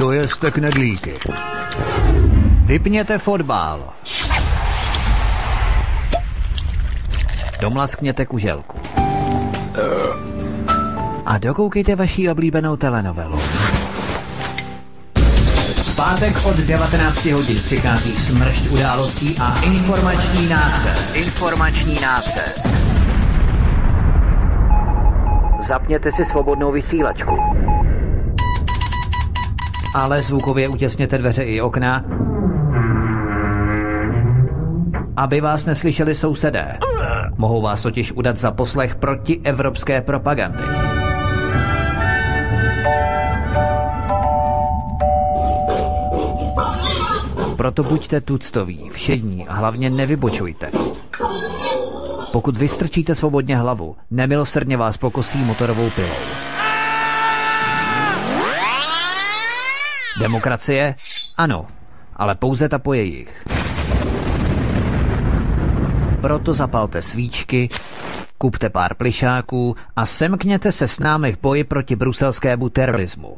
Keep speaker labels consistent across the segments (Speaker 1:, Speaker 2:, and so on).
Speaker 1: Dojezte knedlíky. Vypněte fotbal. Domlaskněte kuželku. A dokoukejte vaši oblíbenou telenovelu. V pátek od 19 hodin přichází smršť událostí a informační nácest. Zapněte si svobodnou vysílačku. Ale zvukově utěsněte dveře i okna, aby vás neslyšeli sousedé. Mohou vás totiž udat za poslech protievropské propagandy. Proto buďte tuctoví, všední a hlavně nevybočujte. Pokud vystrčíte svobodně hlavu, nemilosrdně vás pokosí motorovou pilou. Demokracie? Ano, ale pouze ta po jejich. Proto zapalte svíčky, kupte pár plišáků a semkněte se s námi v boji proti bruselskému terorismu.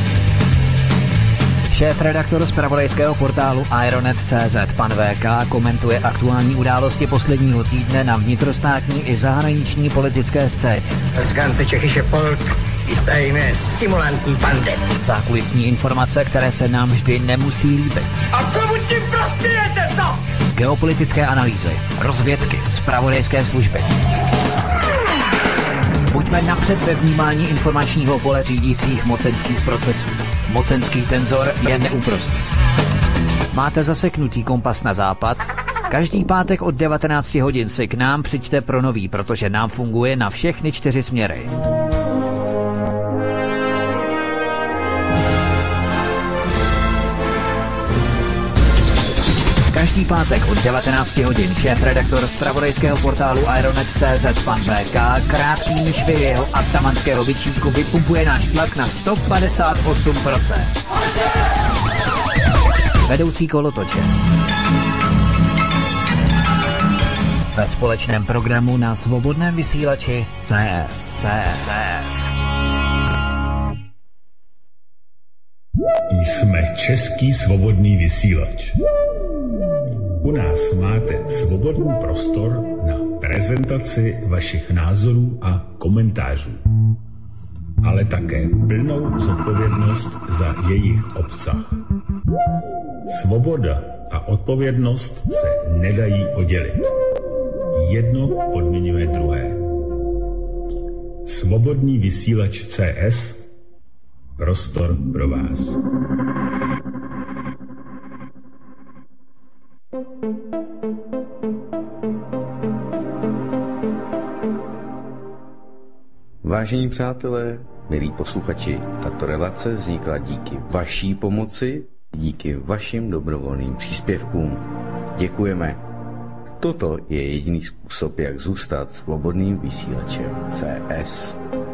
Speaker 1: Šéf-redaktor zpravodajského portálu Ironet.cz pan VK komentuje aktuální události posledního týdne na vnitrostátní i zahraniční politické scéně.
Speaker 2: Z ganze Čechische Volk ist eine simulantní bande.
Speaker 1: Zákulisní informace, které se nám vždy nemusí líbit.
Speaker 2: A komu tím prospějete, co?
Speaker 1: Geopolitické analýzy, rozvědky, zpravodajské služby. Buďme napřed ve vnímání informačního pole řídících mocenských procesů. Mocenský tenzor je neúprostný. Máte zaseknutý kompas na západ? Každý pátek od 19 hodin si k nám přijďte pro nový, protože nám funguje na všechny 4 směry. Každý pátek od 19 hodin šéf-redaktor zpravodajského portálu Ironet.cz pan VK krátkými švy jeho atamanského bičíku vypumpuje náš tlak na 158%. Vedoucí kolotoče. Ve společném programu na svobodném vysílači CS.
Speaker 3: Jsme český svobodný vysílač. U nás máte svobodný prostor na prezentaci vašich názorů a komentářů, ale také plnou zodpovědnost za jejich obsah. Svoboda a odpovědnost se nedají oddělit. Jedno podmiňuje druhé. Svobodný vysílač CS, prostor pro vás.
Speaker 4: Vážení přátelé, milí posluchači, tato relace vznikla díky vaší pomoci, díky vašim dobrovolným příspěvkům. Děkujeme. Toto je jediný způsob, jak zůstat svobodným vysílačem CS.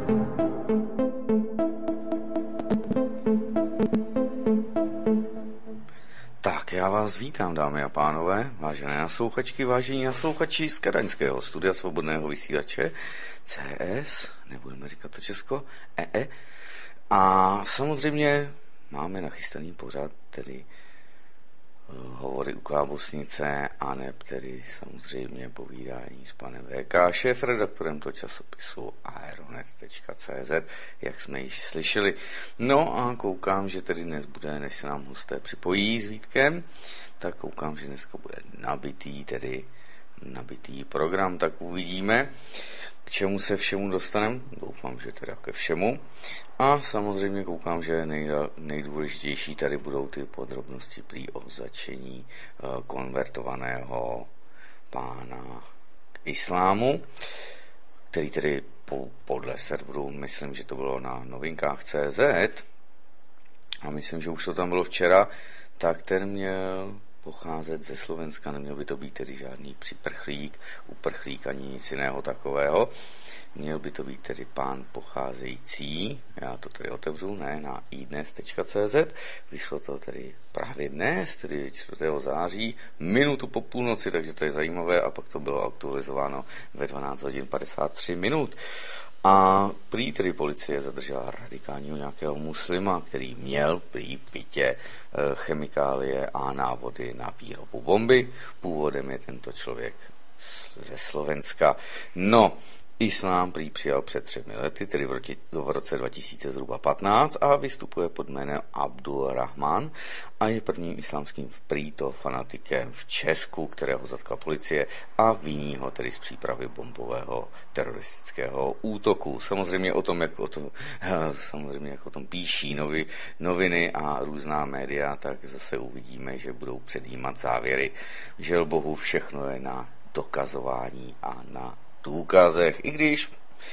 Speaker 4: Tak, já vás vítám, dámy a pánové, vážené naslouchačky, vážení naslouchači z kadaňského studia svobodného vysílače CS, nebudeme říkat to česko, A samozřejmě máme nachystaný pořad, tedy hovory u Klábosnice, aneb tedy samozřejmě povídání s panem VK, šéf-redaktorem toho časopisu Ironet.cz, jak jsme již slyšeli. No a koukám, že tedy dnes bude, než se nám hosté připojí s Vítkem, tak koukám, že dneska bude nabitý program, tak uvidíme, k čemu se všemu dostaneme. Doufám, že teda ke všemu. A samozřejmě koukám, že nejdůležitější tady budou ty podrobnosti prý o začení konvertovaného pána k islámu, který tedy podle serveru, myslím, že to bylo na novinkách CZ, a myslím, že už to tam bylo včera, tak ten měl pocházet ze Slovenska, neměl by to být tedy žádný uprchlík ani nic jiného takového. Měl by to být tedy pán pocházející, já to tady otevřu, na idnes.cz, vyšlo to tedy právě dnes, tedy 4. září, minutu po půlnoci, takže to je zajímavé, a pak to bylo aktualizováno ve 12 hodin 53 minut. A prý tedy policie zadržela radikálního nějakého muslima, který měl prý v bytě chemikálie a návody na výrobu bomby. Původem je tento člověk ze Slovenska. No, islám prý přijal před 3 lety, tedy v roce 2015 a vystupuje pod jménem Abdul Rahman a je prvním islámským fanatikem v Česku, kterého zatkla policie a viní ho tedy z přípravy bombového teroristického útoku. Samozřejmě jak o tom píší noviny a různá média, tak zase uvidíme, že budou předjímat závěry. Žel bohu, všechno je na dokazování a na důkazech, i když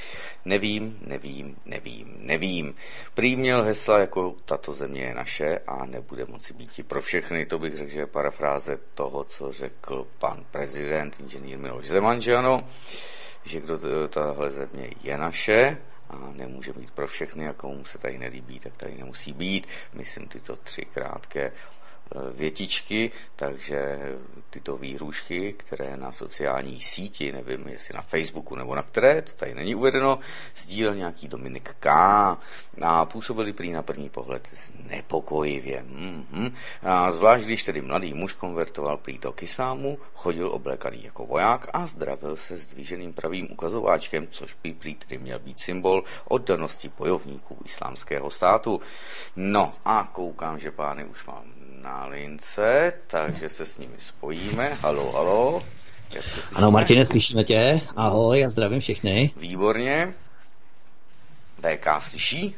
Speaker 4: nevím. Prý měl hesla jako tato země je naše a nebude moci být i pro všechny. To bych řekl, že je parafráze toho, co řekl pan prezident, inženýr Miloš Zeman, že ano, že kdo tahle země je naše a nemůže být pro všechny, a komu se tady nelíbí, tak tady nemusí být. Myslím tyto 3 krátké větičky, takže tyto výhrůžky, které na sociální síti, nevím, jestli na Facebooku nebo na které, to tady není uvedeno, sdílel nějaký Dominik K. a působili prý na první pohled znepokojivě. A zvlášť, když tedy mladý muž konvertoval prý do islámu, chodil oblékaný jako voják a zdravil se zdviženým pravým ukazováčkem, což by prý tedy měl být symbol oddanosti bojovníků islámského státu. No a koukám, že pány už mám na lince, takže se s nimi spojíme. Haló. Jak se slyšíme?
Speaker 1: Ano, Martine, slyšíme tě. Ahoj, já zdravím všechny.
Speaker 4: Výborně. VK slyší?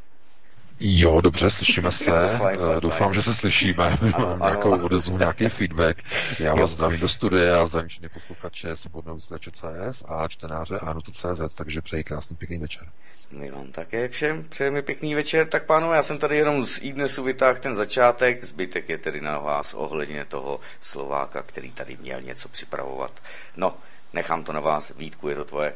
Speaker 5: Jo, dobře, slyšíme se.
Speaker 4: Fajn.
Speaker 5: Doufám, že se slyšíme. Mám nějakou odezvu, nějaký feedback. Já vás zdravím do studia, zdravím všechny posluchače Svobodného vysílače CS a čtenáře Anutu.cz, takže přeji krásný pěkný večer.
Speaker 4: My vám také všem přejeme pěkný večer. Tak pánové, já jsem tady jenom z iDnesu vytáhl ten začátek, zbytek je tedy na vás ohledně toho Slováka, který tady měl něco připravovat. No, nechám to na vás, Vítku, je to tvoje.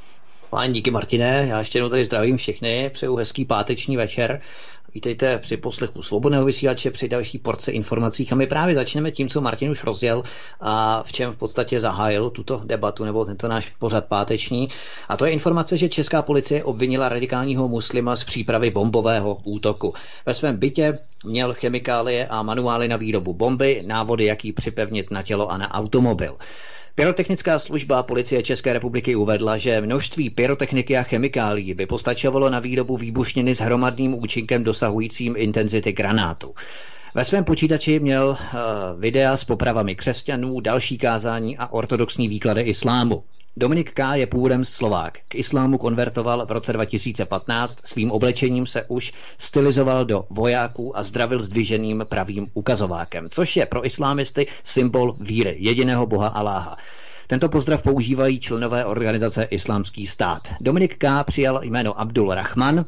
Speaker 1: Fajn, díky Martine, já ještě jednou tady zdravím všechny, přeju hezký páteční večer. Vítejte při poslechu Svobodného vysílače, při další porci informací. A my právě začneme tím, co Martin už rozjel a v čem v podstatě zahájil tuto debatu nebo tento náš pořad páteční. A to je informace, že česká policie obvinila radikálního muslima z přípravy bombového útoku. Ve svém bytě měl chemikálie a manuály na výrobu bomby, návody, jak ji připevnit na tělo a na automobil. Pyrotechnická služba policie České republiky uvedla, že množství pyrotechniky a chemikálií by postačovalo na výrobu výbušniny s hromadným účinkem dosahujícím intenzity granátu. Ve svém počítači měl videa s popravami křesťanů, další kázání a ortodoxní výklady islámu. Dominik K. je původem Slovák. K islámu konvertoval v roce 2015, svým oblečením se už stylizoval do vojáků a zdravil zdviženým pravým ukazovákem, což je pro islámisty symbol víry jediného boha Aláha. Tento pozdrav používají členové organizace Islámský stát. Dominik K. přijal jméno Abdul Rahman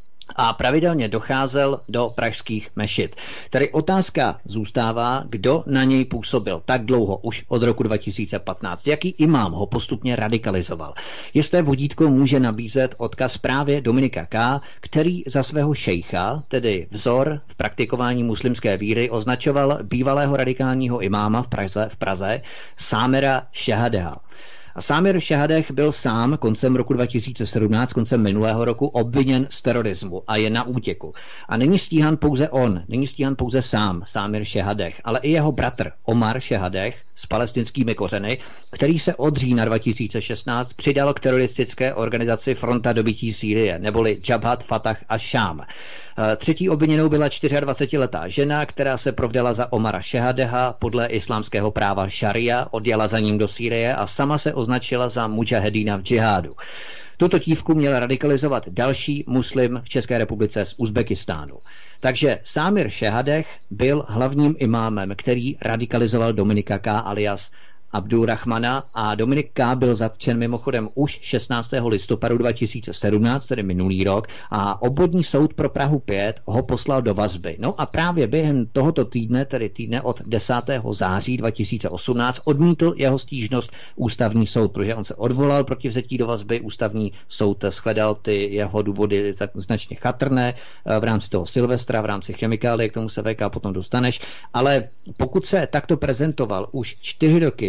Speaker 1: a pravidelně docházel do pražských mešit. Tady otázka zůstává, kdo na něj působil tak dlouho, už od roku 2015. Jaký imám ho postupně radikalizoval? Jisté vodítko může nabízet odkaz právě Dominika K., který za svého šejcha, tedy vzor v praktikování muslimské víry, označoval bývalého radikálního imáma v Praze Sámira Šehadeha. A Sámir Šehadeh byl sám koncem roku 2017, koncem minulého roku, obviněn z terorismu a je na útěku. A není stíhan pouze on, není stíhan pouze sám Sámir Šehadeh, ale i jeho bratr Omar Šehadeh s palestinskými kořeny, který se od října 2016 přidal k teroristické organizaci Fronta dobytí Sýrie, neboli Jabhat Fatah ash-Sham. Třetí obviněnou byla 24letá žena, která se provdala za Omara Šehadeha podle islámského práva šaria, odjela za ním do Sýrie a sama se označila za mudžahedína v džihádu. Tuto dívku měl radikalizovat další muslim v České republice z Uzbekistánu. Takže Sámir Šehadeh byl hlavním imámem, který radikalizoval Dominika K. alias Abdul Rahmana a Dominik K. byl zatčen mimochodem už 16. listopadu 2017, tedy minulý rok, a obvodní soud pro Prahu 5 ho poslal do vazby. No a právě během tohoto týdne, tedy týdne od 10. září 2018, odmítl jeho stížnost ústavní soud, protože on se odvolal proti vzetí do vazby. Ústavní soud shledal ty jeho důvody značně chatrné v rámci toho Silvestra, v rámci chemikálie, k tomu se VK potom dostaneš, ale pokud se takto prezentoval už 4 roky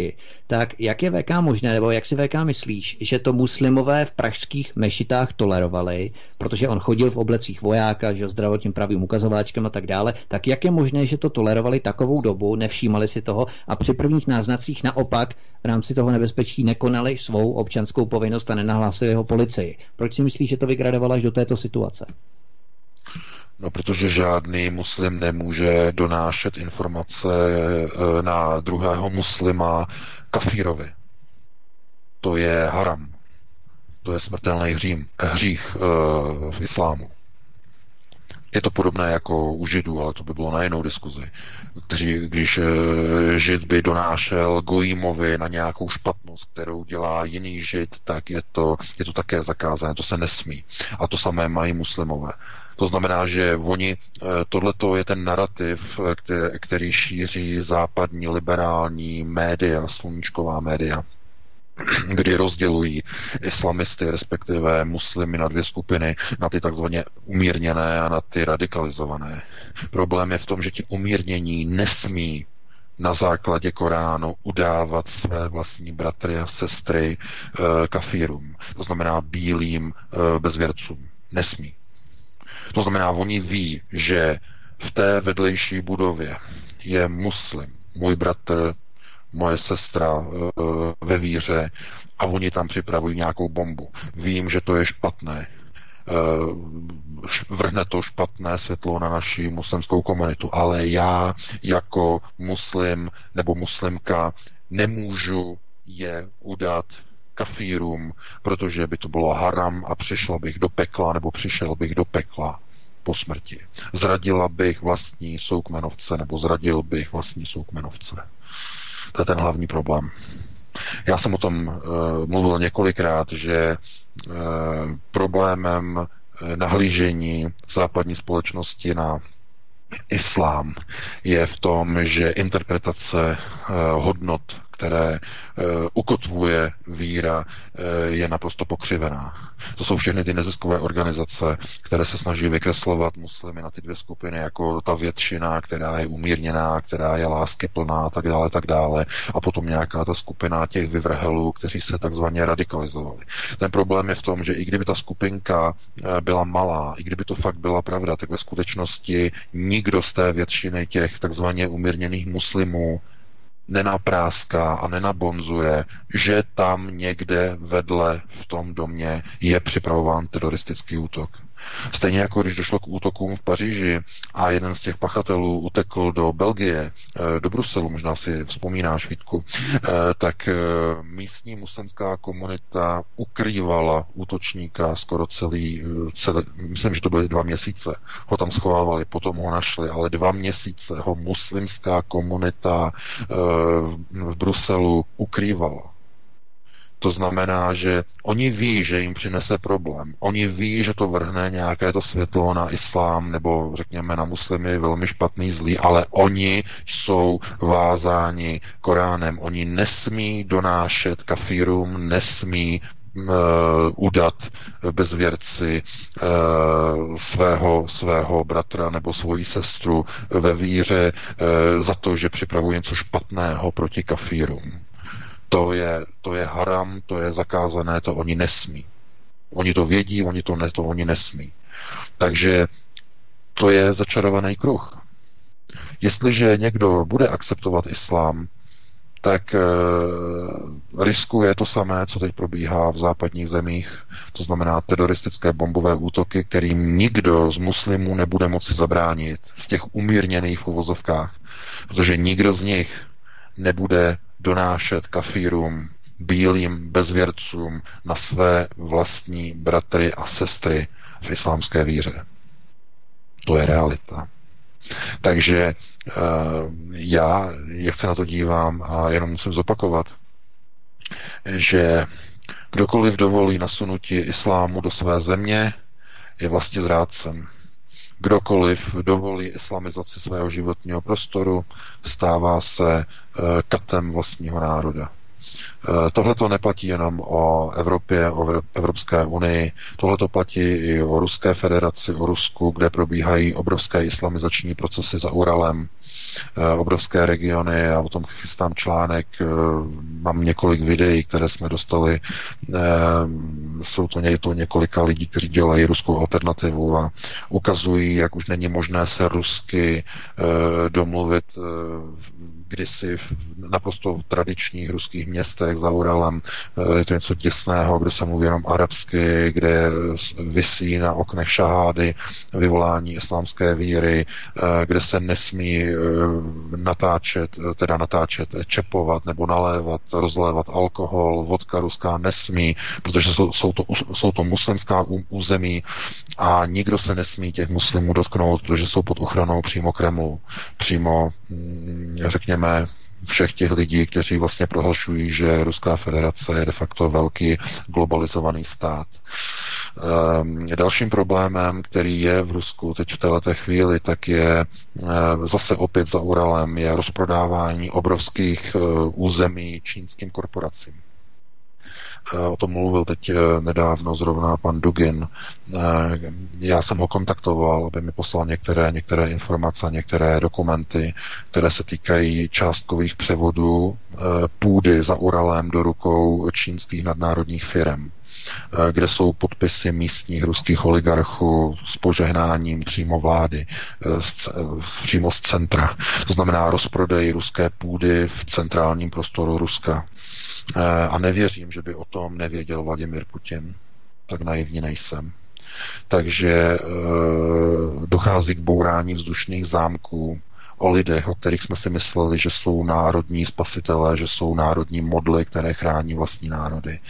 Speaker 1: Prahy, tak jak je VK možné, nebo jak si VK myslíš, že to muslimové v pražských mešitách tolerovali, protože on chodil v oblecích vojáka, že zdravotním pravým ukazováčkem a tak dále, tak jak je možné, že to tolerovali takovou dobu, nevšímali si toho a při prvních náznacích naopak v rámci toho nebezpečí nekonali svou občanskou povinnost a nenahlásili ho policii? Proč si myslíš, že to vygradovalo až do této situace?
Speaker 5: No, protože žádný muslim nemůže donášet informace na druhého muslima kafírovi. To je haram. To je smrtelný hřích v islámu. Je to podobné jako u židů, ale to by bylo na jinou diskuzi. Když žid by donášel gojímovi na nějakou špatnost, kterou dělá jiný žid, tak je to také zakázané, to se nesmí. A to samé mají muslimové. To znamená, že tohleto je ten narrativ, který šíří západní liberální média, sluníčková média, kdy rozdělují islamisty, respektive muslimy na dvě skupiny, na ty takzvaně umírněné a na ty radikalizované. Problém je v tom, že ti umírnění nesmí na základě Koránu udávat své vlastní bratry a sestry kafírům, to znamená bílým bezvěrcům. Nesmí. To znamená, oni ví, že v té vedlejší budově je muslim, můj bratr, moje sestra ve víře a oni tam připravují nějakou bombu. Vím, že to je špatné. Vrhne to špatné světlo na naši muslimskou komunitu, ale já jako muslim nebo muslimka nemůžu je udat kafírům, protože by to bylo haram a přišel bych do pekla po smrti. Zradila bych vlastní soukmenovce nebo zradil bych vlastní soukmenovce. To je ten hlavní problém. Já jsem o tom mluvil několikrát, že problémem nahlížení západní společnosti na islám je v tom, že interpretace hodnot, které ukotvuje víra, je naprosto pokřivená. To jsou všechny ty neziskové organizace, které se snaží vykreslovat muslimy na ty dvě skupiny jako ta většina, která je umírněná, která je láskyplná a tak dále. A potom nějaká ta skupina těch vyvrhelů, kteří se takzvaně radikalizovali. Ten problém je v tom, že i kdyby ta skupinka byla malá, i kdyby to fakt byla pravda, tak ve skutečnosti nikdo z té většiny těch takzvaně umírněných muslimů nenapráská a nenabonzuje, že tam někde vedle v tom domě je připravován teroristický útok. Stejně jako když došlo k útokům v Paříži a jeden z těch pachatelů utekl do Belgie, do Bruselu, možná si vzpomínáš, Vítku, tak místní muslimská komunita ukrývala útočníka skoro celý, myslím, že to byly 2 měsíce, ho tam schovávali, potom ho našli, ale 2 měsíce ho muslimská komunita v Bruselu ukrývala. To znamená, že oni ví, že jim přinese problém. Oni ví, že to vrhne nějaké to světlo na islám nebo řekněme na muslimy velmi špatný, zlý, ale oni jsou vázáni Koránem. Oni nesmí donášet kafírům, nesmí udat bezvěrci svého bratra nebo svoji sestru ve víře za to, že připravují něco špatného proti kafírům. To je haram, to je zakázané, to oni nesmí. Oni to vědí, oni nesmí. Takže to je začarovaný kruh. Jestliže někdo bude akceptovat islám, tak riskuje to samé, co teď probíhá v západních zemích, to znamená teroristické bombové útoky, kterým nikdo z muslimů nebude moci zabránit, z těch umírněných v uvozovkách, protože nikdo z nich nebude donášet kafírům, bílým bezvěrcům na své vlastní bratry a sestry v islámské víře. To je realita. Takže jak se na to dívám a jenom musím zopakovat, že kdokoliv dovolí nasunutí islámu do své země, je vlastně zrádcem. Kdokoliv dovolí islamizaci svého životního prostoru, stává se katem vlastního národa. Tohle to neplatí jenom o Evropě, o Evropské unii, tohle to platí i o Ruské federaci, o Rusku, kde probíhají obrovské islamizační procesy za Uralem, obrovské regiony, a o tom chystám článek, mám několik videí, které jsme dostali, jsou to několika lidí, kteří dělají ruskou alternativu a ukazují, jak už není možné se rusky domluvit kdysi v naprosto tradičních ruských městech za Uralem. Je to něco děsného, kde se mluví jenom arabsky, kde visí na oknech šahády, vyvolání islámské víry, kde se nesmí natáčet, čepovat nebo nalévat, rozlévat alkohol, vodka ruská nesmí, protože jsou to muslimská území a nikdo se nesmí těch muslimů dotknout, protože jsou pod ochranou přímo Kremlu, přímo, řekněme, všech těch lidí, kteří vlastně prohlašují, že Ruská federace je de facto velký globalizovaný stát. Dalším problémem, který je v Rusku teď v této chvíli, tak je zase opět za Uralem, je rozprodávání obrovských území čínským korporacím. O tom mluvil teď nedávno zrovna pan Dugin. Já jsem ho kontaktoval, aby mi poslal některé informace, některé dokumenty, které se týkají částkových převodů půdy za Uralem do rukou čínských nadnárodních firem, kde jsou podpisy místních ruských oligarchů s požehnáním přímo vlády, přímo z centra. To znamená rozprodej ruské půdy v centrálním prostoru Ruska. A nevěřím, že by o tom nevěděl Vladimír Putin. Tak naivní nejsem. Takže dochází k bourání vzdušných zámků o lidech, o kterých jsme si mysleli, že jsou národní spasitelé, že jsou národní modly, které chrání vlastní národy.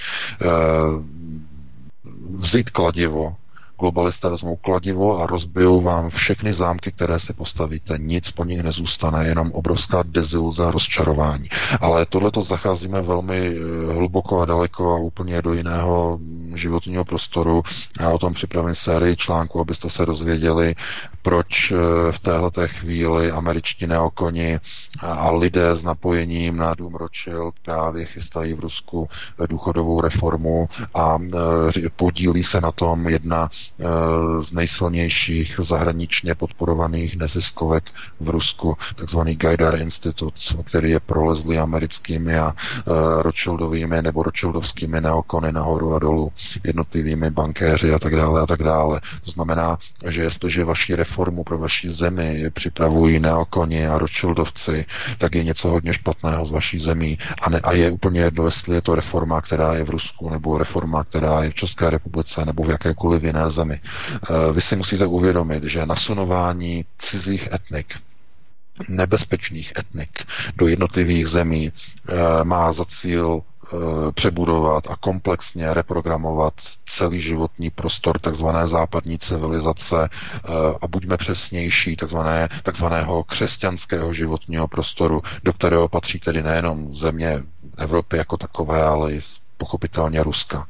Speaker 5: Vzít kladivo. Globalisté vezmou kladivo a rozbijou vám všechny zámky, které si postavíte. Nic po nich nezůstane, jenom obrovská deziluze a rozčarování. Ale tohleto zacházíme velmi hluboko a daleko a úplně do jiného životního prostoru. Já o tom připravím sérii článků, abyste se dozvěděli, proč v téhleté chvíli američtí neokoni a lidé s napojením na dům Rothschild právě chystají v Rusku důchodovou reformu a podílí se na tom jedna z nejsilnějších zahraničně podporovaných neziskovek v Rusku, takzvaný Gaidar Institut, který je prolezlý americkými a Rothschildovými nebo Rothschildovskými neokony nahoru a dolů, jednotlivými bankéři a tak dále a tak dále. To znamená, že jestliže vaši reformu pro vaši zemi připravují neokoni a Rothschildovci, tak je něco hodně špatného s vaší zemí a je úplně jedno, jestli je to reforma, která je v Rusku, nebo reforma, která je v České republice, nebo v jakékoliv jiné zemi. Vy si musíte uvědomit, že nasunování cizích etnik, nebezpečných etnik do jednotlivých zemí má za cíl přebudovat a komplexně reprogramovat celý životní prostor takzvané západní civilizace a buďme přesnější, takzvaného křesťanského životního prostoru, do kterého patří tedy nejenom země Evropy jako takové, ale i pochopitelně Ruska.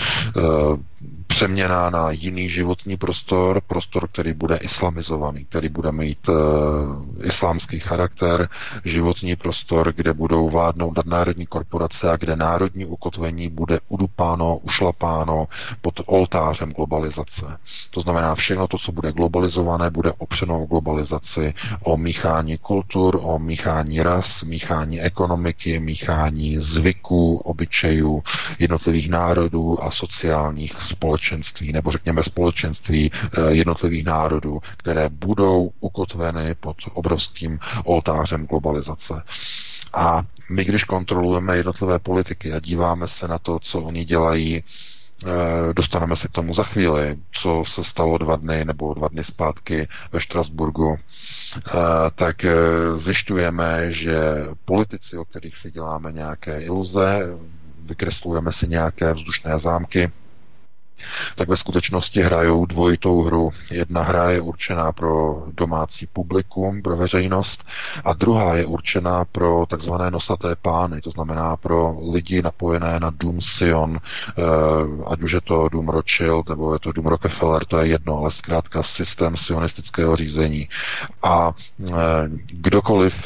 Speaker 5: Přeměna na jiný životní prostor, který bude islamizovaný, který bude mít islámský charakter, životní prostor, kde budou vládnout nadnárodní korporace a kde národní ukotvení bude udupáno, ušlapáno pod oltářem globalizace. To znamená, všechno to, co bude globalizované, bude opřeno o globalizaci, o míchání kultur, o míchání ras, míchání ekonomiky, míchání zvyků, obyčejů jednotlivých národů a sociálních společenství, nebo řekněme společenství jednotlivých národů, které budou ukotveny pod obrovským oltářem globalizace. A my, když kontrolujeme jednotlivé politiky a díváme se na to, co oni dělají, dostaneme se k tomu za chvíli, co se stalo 2 dny zpátky ve Štrasburgu, tak zjišťujeme, že politici, o kterých si děláme nějaké iluze, vykreslujeme si nějaké vzdušné zámky, tak ve skutečnosti hrajou dvojitou hru. Jedna hra je určená pro domácí publikum, pro veřejnost, a druhá je určená pro takzvané nosaté pány, to znamená pro lidi napojené na dům Sion, ať už je to dům Rothschild, nebo je to dům Rockefeller, to je jedno, ale zkrátka systém sionistického řízení. A kdokoliv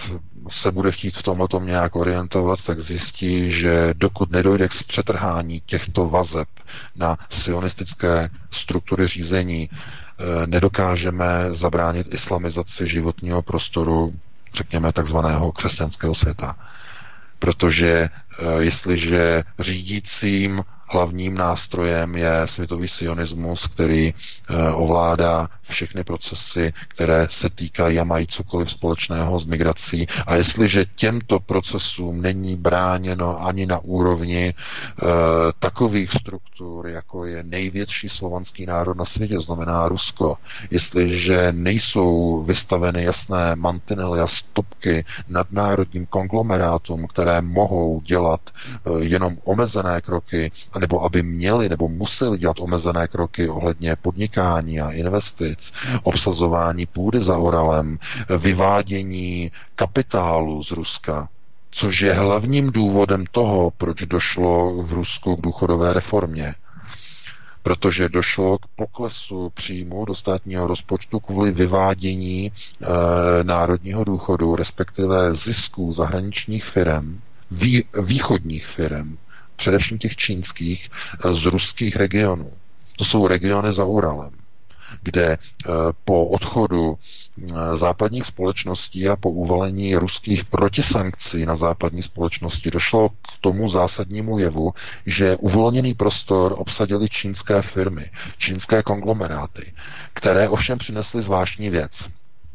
Speaker 5: se bude chtít v tomhletom nějak orientovat, tak zjistí, že dokud nedojde k přetrhání těchto vazeb na sionistické struktury řízení, nedokážeme zabránit islamizaci životního prostoru, řekněme, takzvaného křesťanského světa. Protože jestliže řídícím hlavním nástrojem je světový sionismus, který ovládá všechny procesy, které se týkají a mají cokoliv společného s migrací. A jestliže těmto procesům není bráněno ani na úrovni takových struktur, jako je největší slovanský národ na světě, to znamená Rusko, jestliže nejsou vystaveny jasné mantinely a stopky nadnárodním konglomerátům, které mohou dělat jenom omezené kroky, nebo aby měli nebo museli dělat omezené kroky ohledně podnikání a investic, obsazování půdy za Oralem, vyvádění kapitálu z Ruska, což je hlavním důvodem toho, proč došlo v Rusku k důchodové reformě. Protože došlo k poklesu příjmu do státního rozpočtu kvůli vyvádění národního důchodu, respektive zisků zahraničních firem, východních firem, především těch čínských, z ruských regionů. To jsou regiony za Uralem, kde po odchodu západních společností a po uvalení ruských protisankcí na západní společnosti došlo k tomu zásadnímu jevu, že uvolněný prostor obsadili čínské firmy, čínské konglomeráty, které ovšem přinesly zvláštní věc.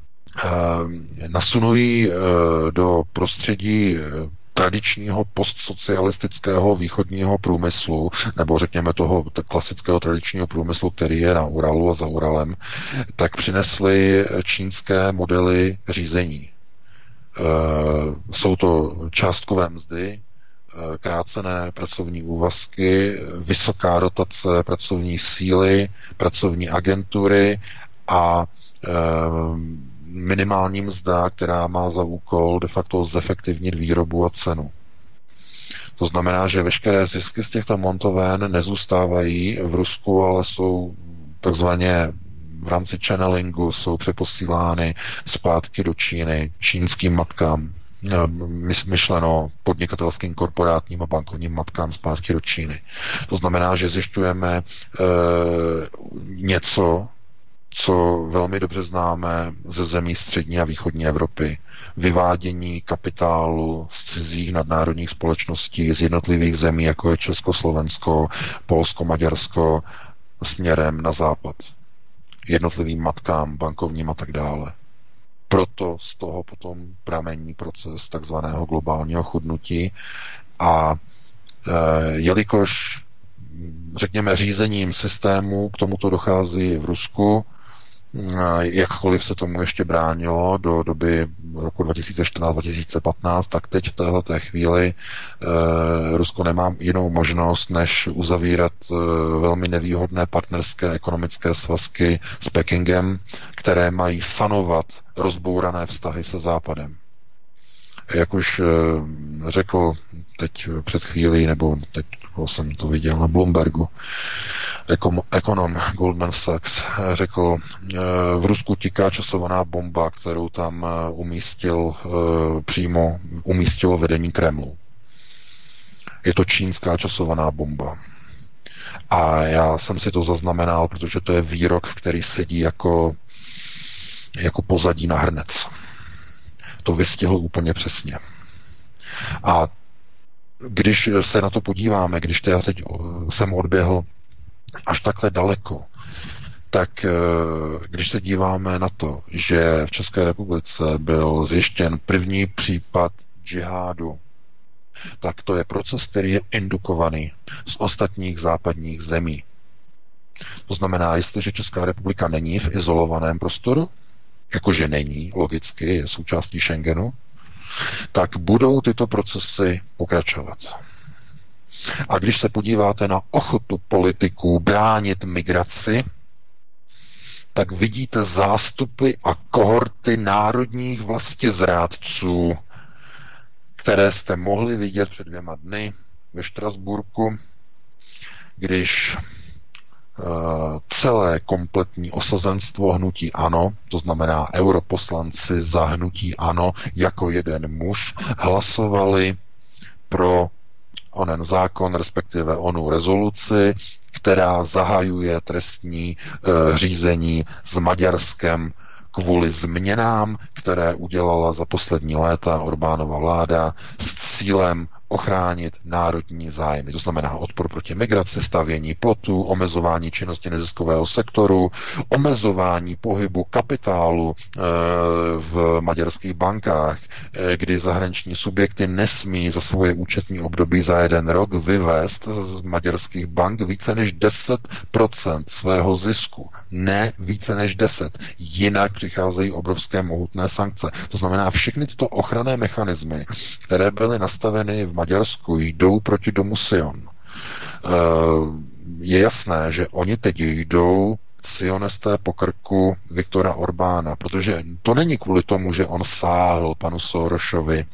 Speaker 5: Nasunují do prostředí tradičního postsocialistického východního průmyslu, nebo řekněme toho klasického tradičního průmyslu, který je na Uralu a za Uralem, tak přinesly čínské modely řízení. Jsou to částkové mzdy, krácené pracovní úvazky, vysoká rotace pracovní síly, pracovní agentury a minimální mzda, která má za úkol de facto zefektivnit výrobu a cenu. To znamená, že veškeré zisky z těchto montoven nezůstávají v Rusku, ale jsou takzvaně v rámci channelingu, jsou přeposílány zpátky do Číny čínským matkám, myšleno podnikatelským, korporátním a bankovním matkám zpátky do Číny. To znamená, že zjišťujeme něco, co velmi dobře známe ze zemí střední a východní Evropy. Vyvádění kapitálu z cizích nadnárodních společností z jednotlivých zemí, jako je Československo, Polsko, Maďarsko, směrem na západ. Jednotlivým matkám, bankovním a tak dále. Proto z toho potom pramení proces takzvaného globálního chudnutí a jelikož řekněme řízením systému k tomuto dochází v Rusku, jakkoliv se tomu ještě bránilo do doby roku 2014-2015, tak teď v téhleté chvíli Rusko nemá jinou možnost, než uzavírat velmi nevýhodné partnerské ekonomické svazky s Pekingem, které mají sanovat rozbourané vztahy se Západem. Jak už řekl teď před chvílí, nebo teď jsem to viděl na Bloombergu, ekonom Goldman Sachs řekl, v Rusku tiká časovaná bomba, kterou tam umístilo vedení Kremlu. Je to čínská časovaná bomba. A já jsem si to zaznamenal, protože to je výrok, který sedí jako pozadí na hrnec. To vystihl úplně přesně. A když se na to podíváme, když teď jsem odběhl až takhle daleko, tak když se díváme na to, že v České republice byl zjištěn první případ džihádu, tak to je proces, který je indukovaný z ostatních západních zemí. To znamená, jestliže Česká republika není v izolovaném prostoru, jakože není, logicky je součástí Schengenu, tak budou tyto procesy pokračovat. A když se podíváte na ochotu politiků bránit migraci, tak vidíte zástupy a kohorty národních vlastizrádců, které jste mohli vidět před 2 dny ve Štrasburku, když celé kompletní osazenstvo hnutí ANO, to znamená europoslanci za hnutí ANO jako jeden muž, hlasovali pro onen zákon, respektive onu rezoluci, která zahajuje trestní řízení s Maďarskem kvůli změnám, které udělala za poslední léta Orbánova vláda s cílem ochránit národní zájmy. To znamená odpor proti migraci, stavění plotů, omezování činnosti neziskového sektoru, omezování pohybu kapitálu v maďarských bankách, kdy zahraniční subjekty nesmí za svoje účetní období za jeden rok vyvést z maďarských bank více než 10% svého zisku. Ne více než 10. Jinak přicházejí obrovské mohutné sankce. To znamená, všechny tyto ochranné mechanismy, které byly nastaveny v Maďarsku, jdou proti domu Sion. Je jasné, že oni teď jdou sionisté po krku Viktora Orbána, protože to není kvůli tomu, že on sáhl panu Sorošovi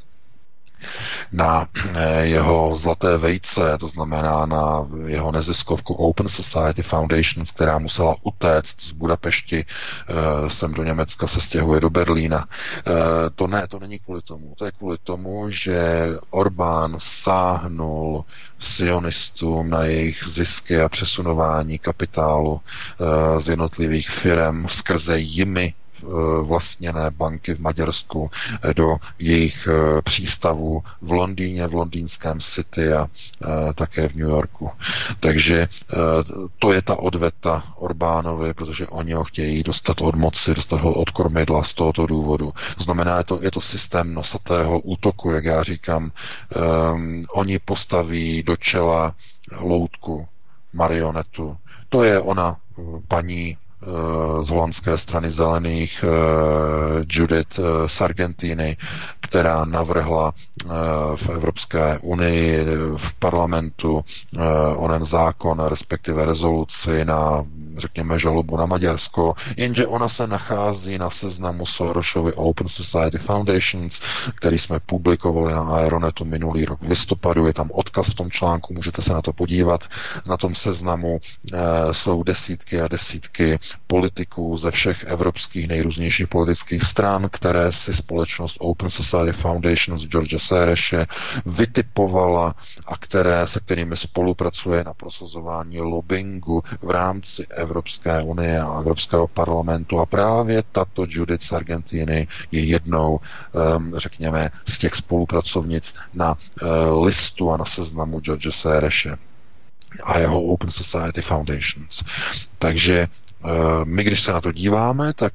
Speaker 5: na jeho zlaté vejce, to znamená na jeho neziskovku Open Society Foundations, která musela utéct z Budapešti sem do Německa, se stěhuje do Berlína. To není kvůli tomu. To je kvůli tomu, že Orbán sáhnul sionistům na jejich zisky a přesunování kapitálu z jednotlivých firem skrze jimi vlastněné banky v Maďarsku do jejich přístavů v Londýně, v londýnském City a také v New Yorku. Takže to je ta odveta Orbánovi, protože oni ho chtějí dostat od moci, dostat ho od kormidla z tohoto důvodu. To znamená, je to systém nosatého útoku, jak já říkám. Oni postaví do čela loutku, marionetu. To je ona, paní z holandské strany zelených Judith Sargentini, která navrhla v Evropské unii v parlamentu onen zákon, respektive rezoluci na, řekněme, žalobu na Maďarsko, jenže ona se nachází na seznamu Sorosovy Open Society Foundations, který jsme publikovali na Aeronetu minulý rok v listopadu. Je tam odkaz v tom článku, můžete se na to podívat. Na tom seznamu jsou desítky a desítky politiků ze všech evropských nejrůznějších politických stran, které si společnost Open Society Foundations George Soreše vytipovala a se kterými spolupracuje na prosazování lobbingu v rámci Evropské unie a Evropského parlamentu. A právě tato Judith Sargentini je jednou, řekněme, z těch spolupracovnic na listu a na seznamu George Soreše a jeho Open Society Foundations. Takže my, když se na to díváme, tak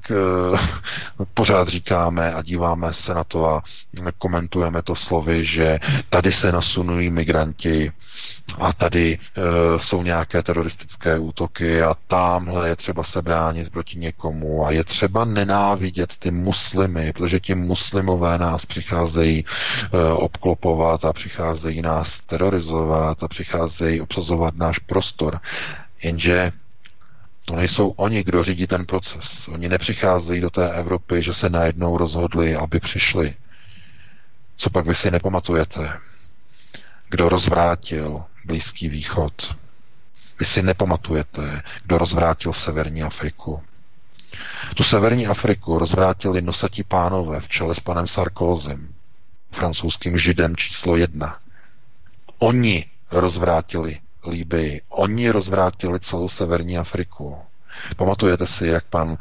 Speaker 5: pořád říkáme a díváme se na to a komentujeme to slovy, že tady se nasunují migranti a tady jsou nějaké teroristické útoky a tamhle je třeba se bránit proti někomu a je třeba nenávidět ty muslimy, protože ti muslimové nás přicházejí obklopovat a přicházejí nás terorizovat a přicházejí obsazovat náš prostor. Jenže to nejsou oni, kdo řídí ten proces. Oni nepřicházejí do té Evropy, že se najednou rozhodli, aby přišli. Co pak vy si nepamatujete? Kdo rozvrátil Blízký východ? Vy si nepamatujete, kdo rozvrátil Severní Afriku? Tu Severní Afriku rozvrátili nosatí pánové v čele s panem Sarkozym, francouzským židem číslo 1. Oni rozvrátili Libyi. Oni rozvrátili celou Severní Afriku. Pamatujete si, jak pan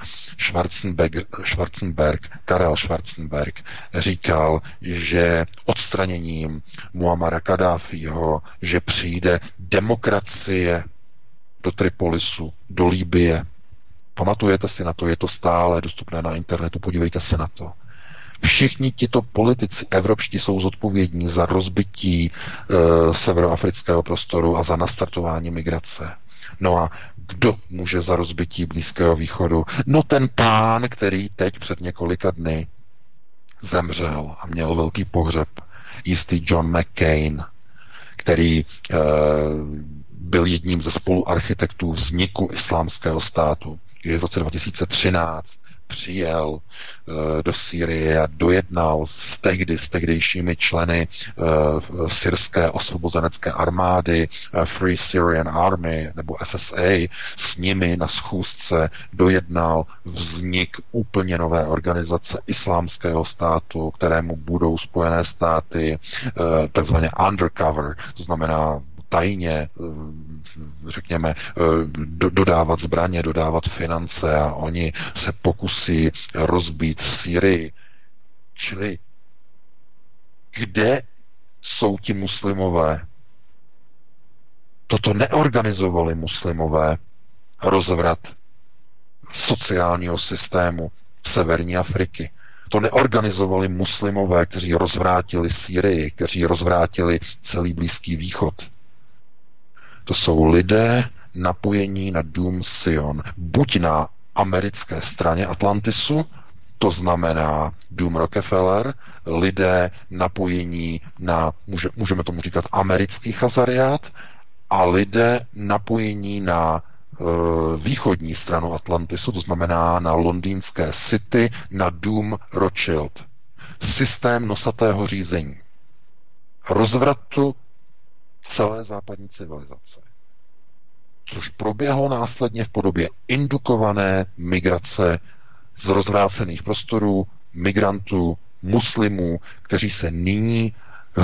Speaker 5: Karel Schwarzenberg říkal, že odstraněním Muammara Kaddáfího, že přijde demokracie do Tripolisu, do Libye. Pamatujete si na to, je to stále dostupné na internetu, podívejte se na to. Všichni tito politici evropští jsou zodpovědní za rozbití severoafrického prostoru a za nastartování migrace. No a kdo může za rozbití Blízkého východu? No ten pán, který teď před několika dny zemřel a měl velký pohřeb. Jistý John McCain, který byl jedním ze spoluarchitektů vzniku Islámského státu. V roce 2013 přijel do Sýrie a dojednal s tehdejšími členy syrské osvobozenecké armády Free Syrian Army nebo FSA, s nimi na schůzce dojednal vznik úplně nové organizace Islámského státu, kterému budou Spojené státy takzvaně undercover, to znamená tajně, řekněme, dodávat zbraně, dodávat finance a oni se pokusí rozbít Sýrii. Čili kde jsou ti muslimové? Toto neorganizovali muslimové rozvrat sociálního systému severní Afriky. To neorganizovali muslimové, kteří rozvrátili Sýrii, kteří rozvrátili celý Blízký východ. To jsou lidé napojení na dům Sion. Buď na americké straně Atlantisu, to znamená dům Rockefeller, lidé napojení na, můžeme tomu říkat, americký chazariát, a lidé napojení na východní stranu Atlantisu, to znamená na londýnské City, na dům Rothschild. Systém nosatého řízení. Rozvratu celé západní civilizace. Což proběhlo následně v podobě indukované migrace z rozvrácených prostorů, migrantů, muslimů, kteří se nyní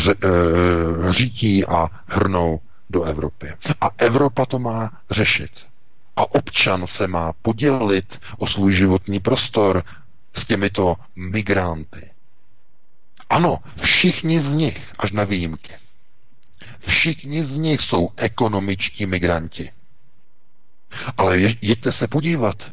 Speaker 5: řítí a hrnou do Evropy. A Evropa to má řešit. A občan se má podělit o svůj životní prostor s těmito migranty. Ano, všichni z nich, až na výjimky, všichni z nich jsou ekonomičtí migranti. Ale jeďte se podívat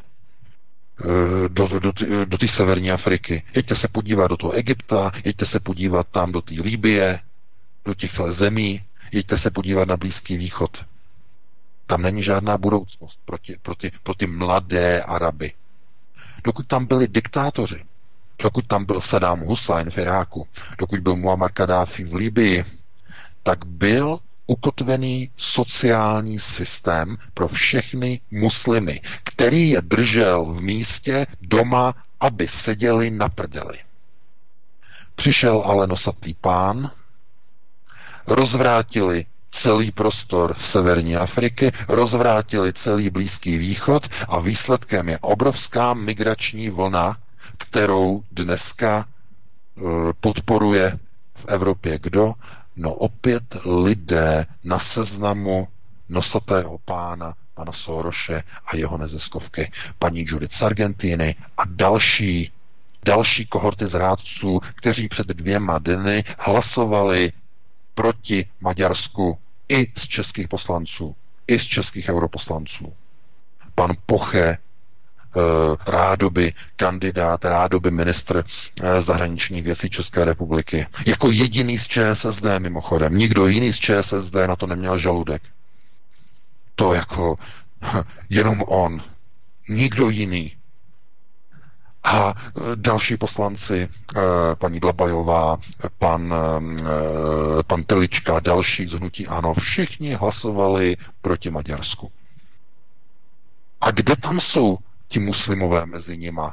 Speaker 5: do té severní Afriky, jeďte se podívat do toho Egypta, jeďte se podívat tam do té Libye, do těchto zemí, jeďte se podívat na Blízký východ. Tam není žádná budoucnost pro ty mladé Araby. Dokud tam byli diktátoři, dokud tam byl Saddam Hussein v Iráku, dokud byl Muammar Kaddáfi v Libyi, tak byl ukotvený sociální systém pro všechny muslimy, který je držel v místě doma, aby seděli na prdeli. Přišel ale nosatý pán, rozvrátili celý prostor severní Afriky, rozvrátili celý Blízký východ a výsledkem je obrovská migrační vlna, kterou dneska podporuje v Evropě kdo? No opět lidé na seznamu nosatého pána, pana Sorose a jeho neziskovky, paní Judith z Argentiny a další kohorty zrádců, kteří před 2 dny hlasovali proti Maďarsku i z českých poslanců, i z českých europoslanců. Pan Poche, rádoby kandidát, rádoby ministr zahraničních věcí České republiky. Jako jediný z ČSSD mimochodem. Nikdo jiný z ČSSD na to neměl žaludek. To jako jenom on. Nikdo jiný. A další poslanci, paní Dlabajová, pan Telička, další z hnutí ANO, všichni hlasovali proti Maďarsku. A kde tam jsou ti muslimové mezi nima,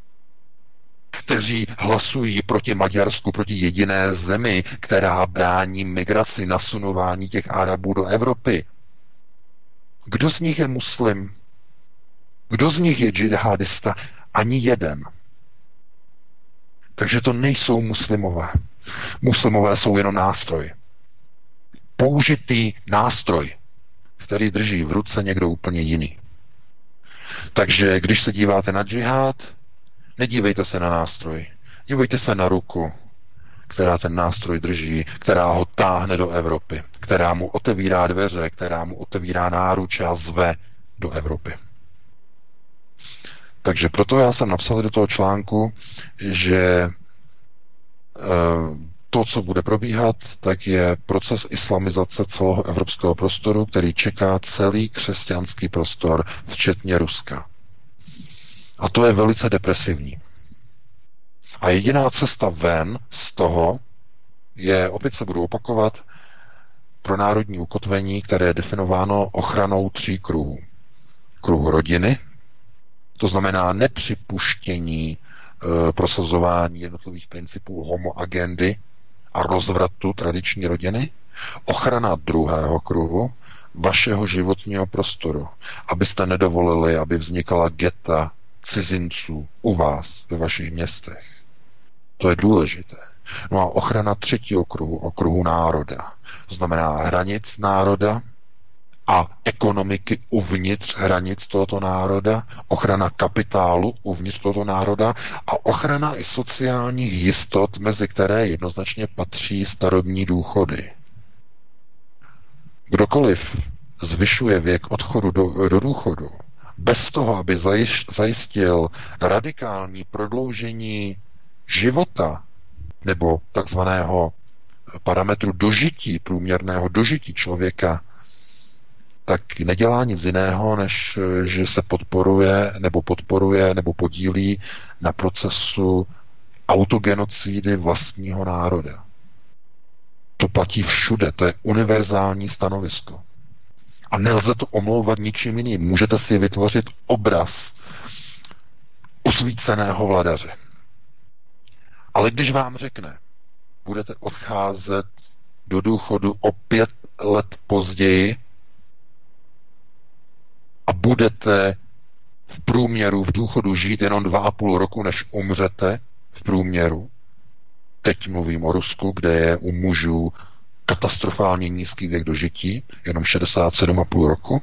Speaker 5: kteří hlasují proti Maďarsku, proti jediné zemi, která brání migraci, nasunování těch Arabů do Evropy? Kdo z nich je muslim? Kdo z nich je džihadista? Ani jeden. Takže to nejsou muslimové. Muslimové jsou jenom nástroj. Použitý nástroj, který drží v ruce někdo úplně jiný. Takže když se díváte na džihad, nedívejte se na nástroj. Dívejte se na ruku, která ten nástroj drží, která ho táhne do Evropy, která mu otevírá dveře, která mu otevírá náruče a zve do Evropy. Takže proto já jsem napsal do toho článku, že to, co bude probíhat, tak je proces islamizace celého evropského prostoru, který čeká celý křesťanský prostor, včetně Ruska. A to je velice depresivní. A jediná cesta ven z toho je, opět se budu opakovat, pro národní ukotvení, které je definováno ochranou 3 kruhů. Kruh rodiny, To znamená nepřipuštění prosazování jednotlivých principů homoagendy a rozvratu tradiční rodiny, ochrana druhého kruhu, vašeho životního prostoru, abyste nedovolili, aby vznikala geta cizinců u vás ve vašich městech. To je důležité. No a ochrana třetího kruhu, okruhu národa. To znamená hranic národa a ekonomiky uvnitř hranic tohoto národa, ochrana kapitálu uvnitř tohoto národa a ochrana i sociálních jistot, mezi které jednoznačně patří starobní důchody. Kdokoliv zvyšuje věk odchodu do důchodu bez toho, aby zajistil radikální prodloužení života nebo takzvaného parametru dožití, průměrného dožití člověka, tak nedělá nic jiného, než že se podporuje nebo podílí na procesu autogenocídy vlastního národa. To platí všude, to je univerzální stanovisko. A nelze to omlouvat ničím jiným. Můžete si vytvořit obraz osvíceného vladaře. Ale když vám řekne, budete odcházet do důchodu o 5 let později a budete v průměru v důchodu žít jenom 2,5 roku, než umřete v průměru. Teď mluvím o Rusku, kde je u mužů katastrofálně nízký věk dožití, jenom 67,5 roku.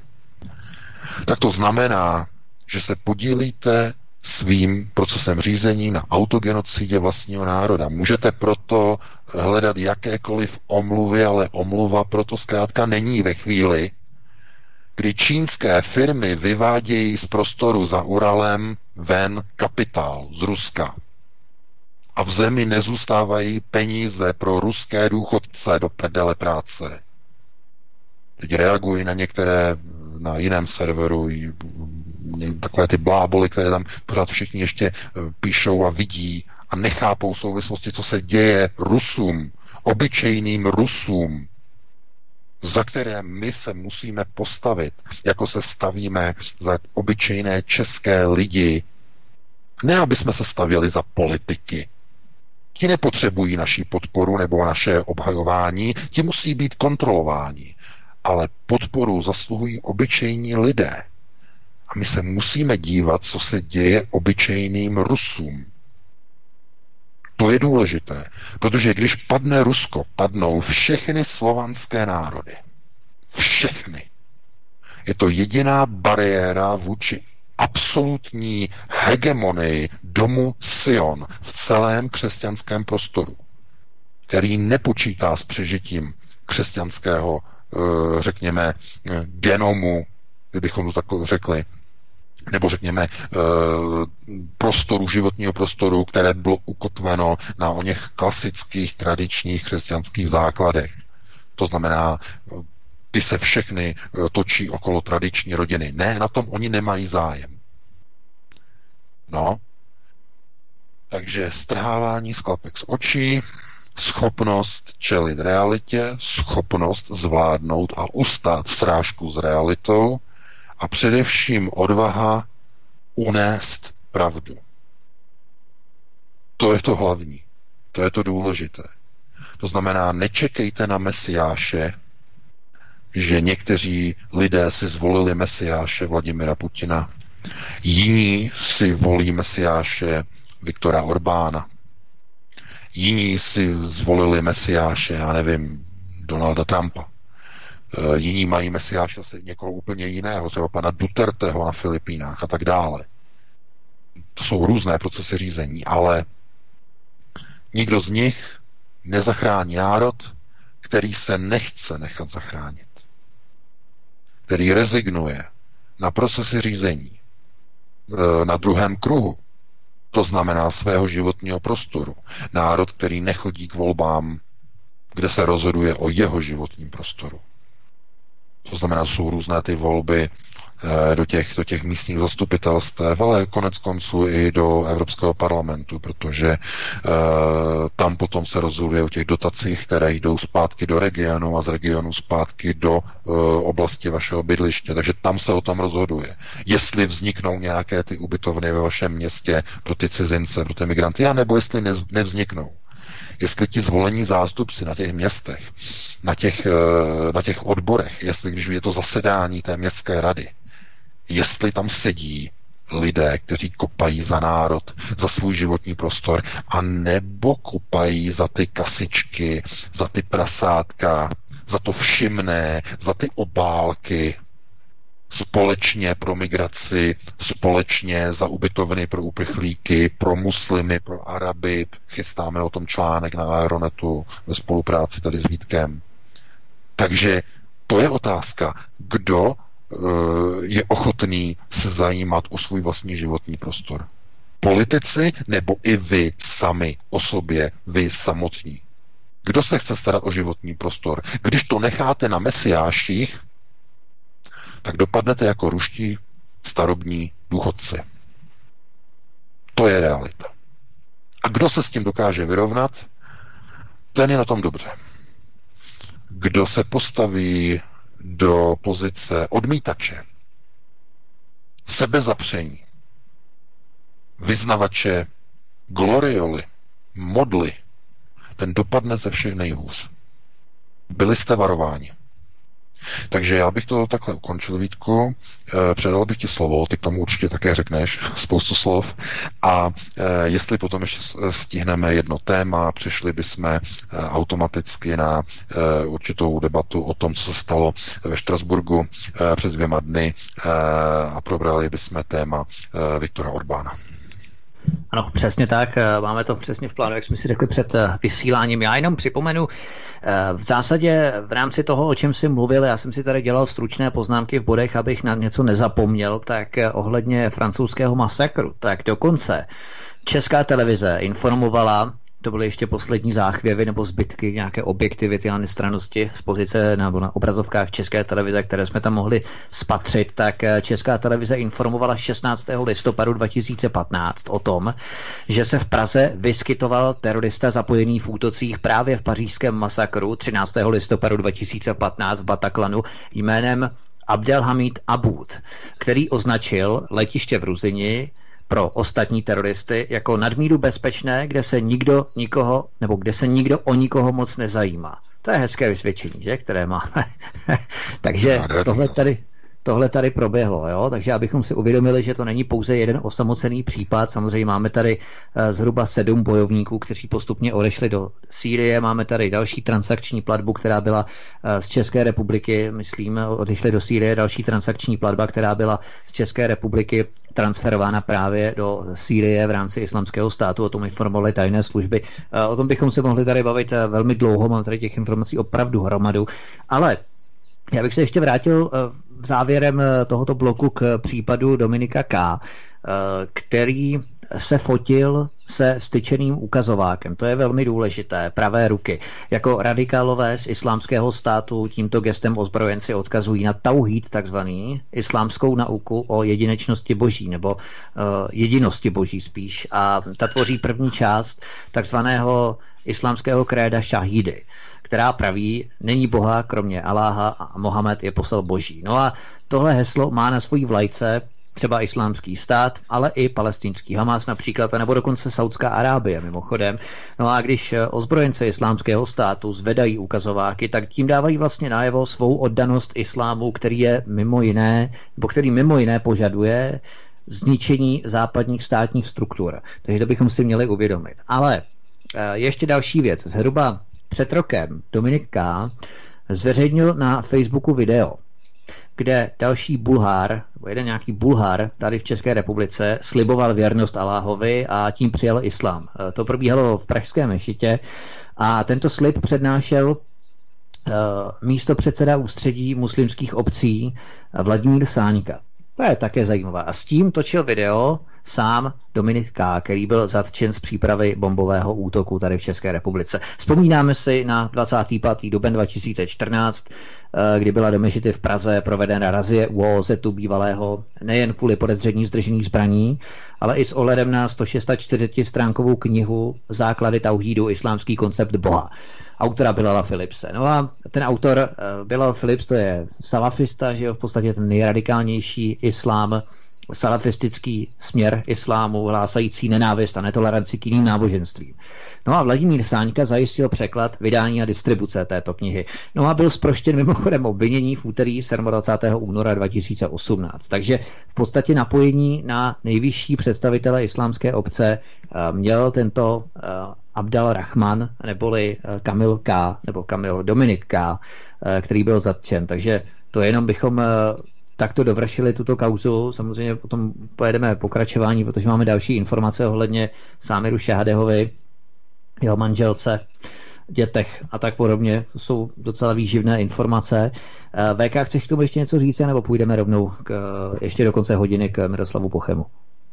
Speaker 5: Tak to znamená, že se podílíte svým procesem řízení na autogenocidě vlastního národa. Můžete proto hledat jakékoliv omluvy, ale omluva proto zkrátka není ve chvíli, kdy čínské firmy vyvádějí z prostoru za Uralem ven kapitál z Ruska. A v zemi nezůstávají peníze pro ruské důchodce do prdele práce. Teď reagují na některé, na jiném serveru, takové ty bláboly, které tam pořád všichni ještě píšou a vidí a nechápou souvislosti, co se děje Rusům, obyčejným Rusům, za které my se musíme postavit, jako se stavíme za obyčejné české lidi. Ne, aby jsme se stavěli za politiky. Ti nepotřebují naši podporu nebo naše obhajování, ti musí být kontrolováni. Ale podporu zasluhují obyčejní lidé. A my se musíme dívat, co se děje obyčejným Rusům. To je důležité, protože když padne Rusko, padnou všechny slovanské národy. Všechny. Je to jediná bariéra vůči absolutní hegemonii domu Sion v celém křesťanském prostoru, který nepočítá s přežitím křesťanského, řekněme, genomu, kdybychom to tak řekli, nebo řekněme prostoru, životního prostoru, které bylo ukotveno na o něch klasických, tradičních křesťanských základech. To znamená, ty se všechny točí okolo tradiční rodiny. Ne, na tom oni nemají zájem. No, takže strhávání sklapek z očí, schopnost čelit realitě, schopnost zvládnout a ustát v srážku s realitou a především odvaha unést pravdu. To je to hlavní. To je to důležité. To znamená, nečekejte na Mesiáše, že někteří lidé si zvolili Mesiáše Vladimira Putina, jiní si volí Mesiáše Viktora Orbána, jiní si zvolili Mesiáše, já nevím, Donalda Trumpa, jiní mají Mesiáše někoho úplně jiného, třeba pana Duterteho na Filipínách a tak dále. To jsou různé procesy řízení, ale nikdo z nich nezachrání národ, který se nechce nechat zachránit, který rezignuje na procesy řízení na druhém kruhu, to znamená svého životního prostoru. Národ, který nechodí k volbám, kde se rozhoduje o jeho životním prostoru. To znamená, jsou různé ty volby do těch místních zastupitelstev, ale konec konců i do Evropského parlamentu, protože tam potom se rozhoduje o těch dotacích, které jdou zpátky do regionu a z regionu zpátky do oblasti vašeho bydliště. Takže tam se o tom rozhoduje. Jestli vzniknou nějaké ty ubytovny ve vašem městě pro ty cizince, pro ty migranty, a nebo jestli nevzniknou. Jestli ti zvolení zástupci na těch městech, na těch odborech, jestli když je to zasedání té městské rady, jestli tam sedí lidé, kteří kopají za národ, za svůj životní prostor, a nebo kopají za ty kasičky, za ty prasátka, za to všimné, za ty obálky, společně pro migraci, společně za ubytovny pro uprchlíky, pro muslimy, pro Araby. Chystáme o tom článek na Aeronetu ve spolupráci tady s Vítkem. Takže to je otázka, kdo je ochotný se zajímat o svůj vlastní životní prostor. Politici nebo i vy sami o sobě, vy samotní. Kdo se chce starat o životní prostor? Když to necháte na mesiáších, tak dopadnete jako ruští starobní důchodci. To je realita. A kdo se s tím dokáže vyrovnat, ten je na tom dobře. Kdo se postaví do pozice odmítače, sebezapření, vyznavače glorioly, modly, ten dopadne ze všech nejhůř. Byli jste varováni. Takže já bych to takhle ukončil, Vítku. Předal bych ti slovo, ty k tomu určitě také řekneš spoustu slov. A jestli potom ještě stihneme jedno téma, přešli bychom automaticky na určitou debatu o tom, co se stalo ve Štrasburgu před 2 dny a probrali bychom téma Viktora Orbána.
Speaker 1: Ano, přesně tak. Máme to přesně v plánu, jak jsme si řekli před vysíláním. Já jenom připomenu, v zásadě v rámci toho, o čem jsem mluvil, já jsem si tady dělal stručné poznámky v bodech, abych na něco nezapomněl, tak ohledně francouzského masakru, tak dokonce Česká televize informovala, to byly ještě poslední záchvěvy nebo zbytky nějaké objektivity a nestrannosti z pozice nebo na obrazovkách České televize, které jsme tam mohli spatřit, tak Česká televize informovala 16. listopadu 2015 o tom, že se v Praze vyskytoval terorista zapojený v útocích právě v pařížském masakru 13. listopadu 2015 v Bataclanu jménem Abdelhamid Aboud, který označil letiště v Ruzini pro ostatní teroristy jako nadmíru bezpečné, kde se nikdo o nikoho moc nezajímá. To je hezké vysvědčení, že? Které máme. Takže tohle tady proběhlo, jo? Takže abychom si uvědomili, že to není pouze jeden osamocený případ. Samozřejmě máme tady zhruba 7 bojovníků, kteří postupně odešli do Sýrie. Máme tady další transakční platbu, která byla z České republiky, myslím, odešli do Sýrie, další transakční platba, která byla z České republiky transferována právě do Sýrie v rámci Islámského státu. O tom informovaly tajné služby. O tom bychom se mohli tady bavit velmi dlouho, mám tady těch informací opravdu hromadu, ale já bych se ještě vrátil závěrem tohoto bloku k případu Dominika K., který se fotil se styčeným ukazovákem. To je velmi důležité, pravé ruky. Jako radikálové z Islámského státu tímto gestem ozbrojenci odkazují na tauhíd, takzvaný islámskou nauku o jedinečnosti boží, nebo jedinosti boží spíš. A ta tvoří první část takzvaného islámského kréda šahídy, která praví, není Boha kromě Aláha a Mohamed je posel boží. No a tohle heslo má na svojí vlajce třeba Islámský stát, ale i palestinský Hamas například, nebo dokonce Saudská Arábie mimochodem. No a když ozbrojence Islámského státu zvedají ukazováky, tak tím dávají vlastně najevo svou oddanost islámu, který mimo jiné požaduje zničení západních státních struktur. Takže to bychom si měli uvědomit. Ale ještě další věc. Zhruba před rokem Dominik K. zveřejnil na Facebooku video, kde další Bulhár, nebo jeden nějaký Bulhár tady v České republice sliboval věrnost Aláhovi a tím přijal islám. To probíhalo v pražské mešitě a tento slib přednášel místopředseda ústředí muslimských obcí Vladimír Sáňka. To je také zajímavé. A s tím točil video sám Dominik K., který byl zatčen z přípravy bombového útoku tady v České republice. Vzpomínáme si na 25. duben 2014, kdy byla do Mešity v Praze provedena razie ÚOZ-u bývalého nejen kvůli podezření zdržených zbraní, ale i s ohledem na 146stránkovou knihu Základy tauhídu, islámský koncept Boha, autora Bilala Philipse. No a ten autor Bilal Philips, to je salafista, že jo, v podstatě ten nejradikálnější islám, salafistický směr islámu, hlásající nenávist a netoleranci k jiným náboženstvím. No a Vladimír Sáňka zajistil překlad, vydání a distribuce této knihy. No a byl zproštěn mimochodem obvinění v úterý 27. února 2018. Takže v podstatě napojení na nejvyšší představitele islámské obce měl tento Abdal Rahman, neboli Kamil K., nebo Kamil Dominik K., který byl zatčen. Takže to jenom bychom takto dovršili tuto kauzu. Samozřejmě potom pojedeme pokračování, protože máme další informace ohledně Sámiru Šahadehovi, jeho manželce, dětech a tak podobně. To jsou docela výživné informace. VK, chceš k tomu ještě něco říct, nebo půjdeme rovnou ještě do konce hodiny k Miroslavu Pochemu?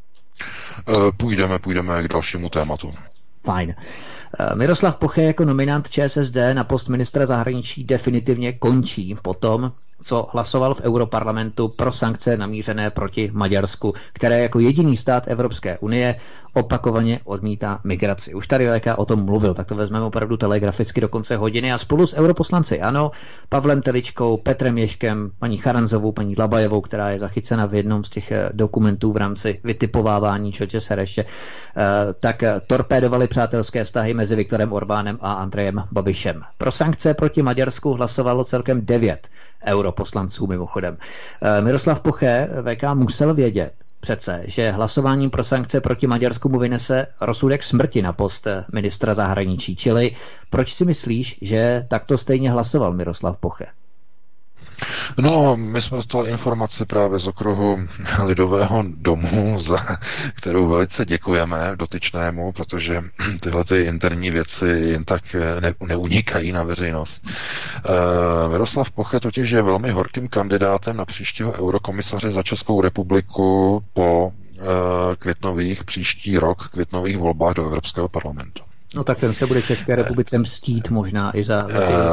Speaker 5: Půjdeme k dalšímu tématu.
Speaker 1: Fajn. Miroslav Poche jako nominant ČSSD na post ministra zahraničí definitivně končí po tom, co hlasoval v Europarlamentu pro sankce namířené proti Maďarsku, které jako jediný stát Evropské unie opakovaně odmítá migraci. Už tady VK o tom mluvil, tak to vezmeme opravdu telegraficky do konce hodiny a spolu s europoslanci ANO, Pavlem Teličkou, Petrem Ježkem, paní Charanzovou, paní Labajevou, která je zachycena v jednom z těch dokumentů v rámci vytipovávání Čoče Sereše, tak torpédovali přátelské vztahy mezi Viktorem Orbánem a Andrejem Babišem. Pro sankce proti Maďarsku hlasovalo celkem 9 europoslanců mimochodem. Miroslav Poche, VK, musel vědět přece, že hlasováním pro sankce proti Maďarsku mu vynese rozsudek smrti na post ministra zahraničí. Čili proč si myslíš, že takto stejně hlasoval Miroslav Poche?
Speaker 5: No, my jsme dostali informaci právě z okruhu Lidového domu, za kterou velice děkujeme dotyčnému, protože tyhle ty interní věci jen tak neunikají na veřejnost. Miroslav Poche totiž je velmi horkým kandidátem na příštího eurokomisaře za Českou republiku po příští rok květnových volbách do Evropského parlamentu.
Speaker 1: No tak ten se bude České republice mstít možná i za...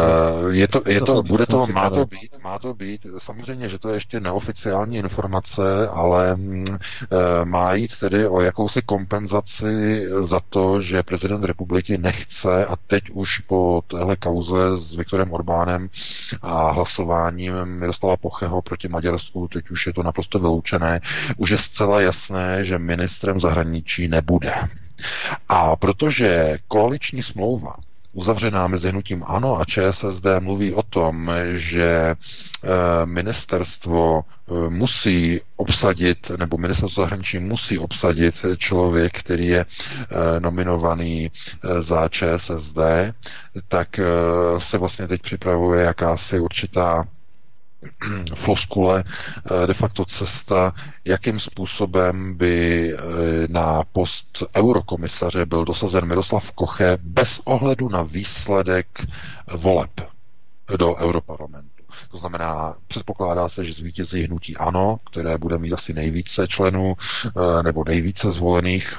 Speaker 5: Má to být. Samozřejmě, že to je ještě neoficiální informace, ale má jít tedy o jakousi kompenzaci za to, že prezident republiky nechce a teď už po téhle kauze s Viktorem Orbánem a hlasováním Miroslava Pocheho proti Maďarsku, teď už je to naprosto vyloučené, už je zcela jasné, že ministrem zahraničí nebude. A protože koaliční smlouva uzavřená mezi hnutím ANO a ČSSD mluví o tom, že ministerstvo musí obsadit, nebo ministerstvo zahraničí musí obsadit člověk, který je nominovaný za ČSSD, tak se vlastně teď připravuje jakási určitá floskule, de facto cesta, jakým způsobem by na post eurokomisaře byl dosazen Miroslav Poche bez ohledu na výsledek voleb do Europarlamentu. To znamená, předpokládá se, že zvítězí hnutí ANO, které bude mít asi nejvíce členů nebo nejvíce zvolených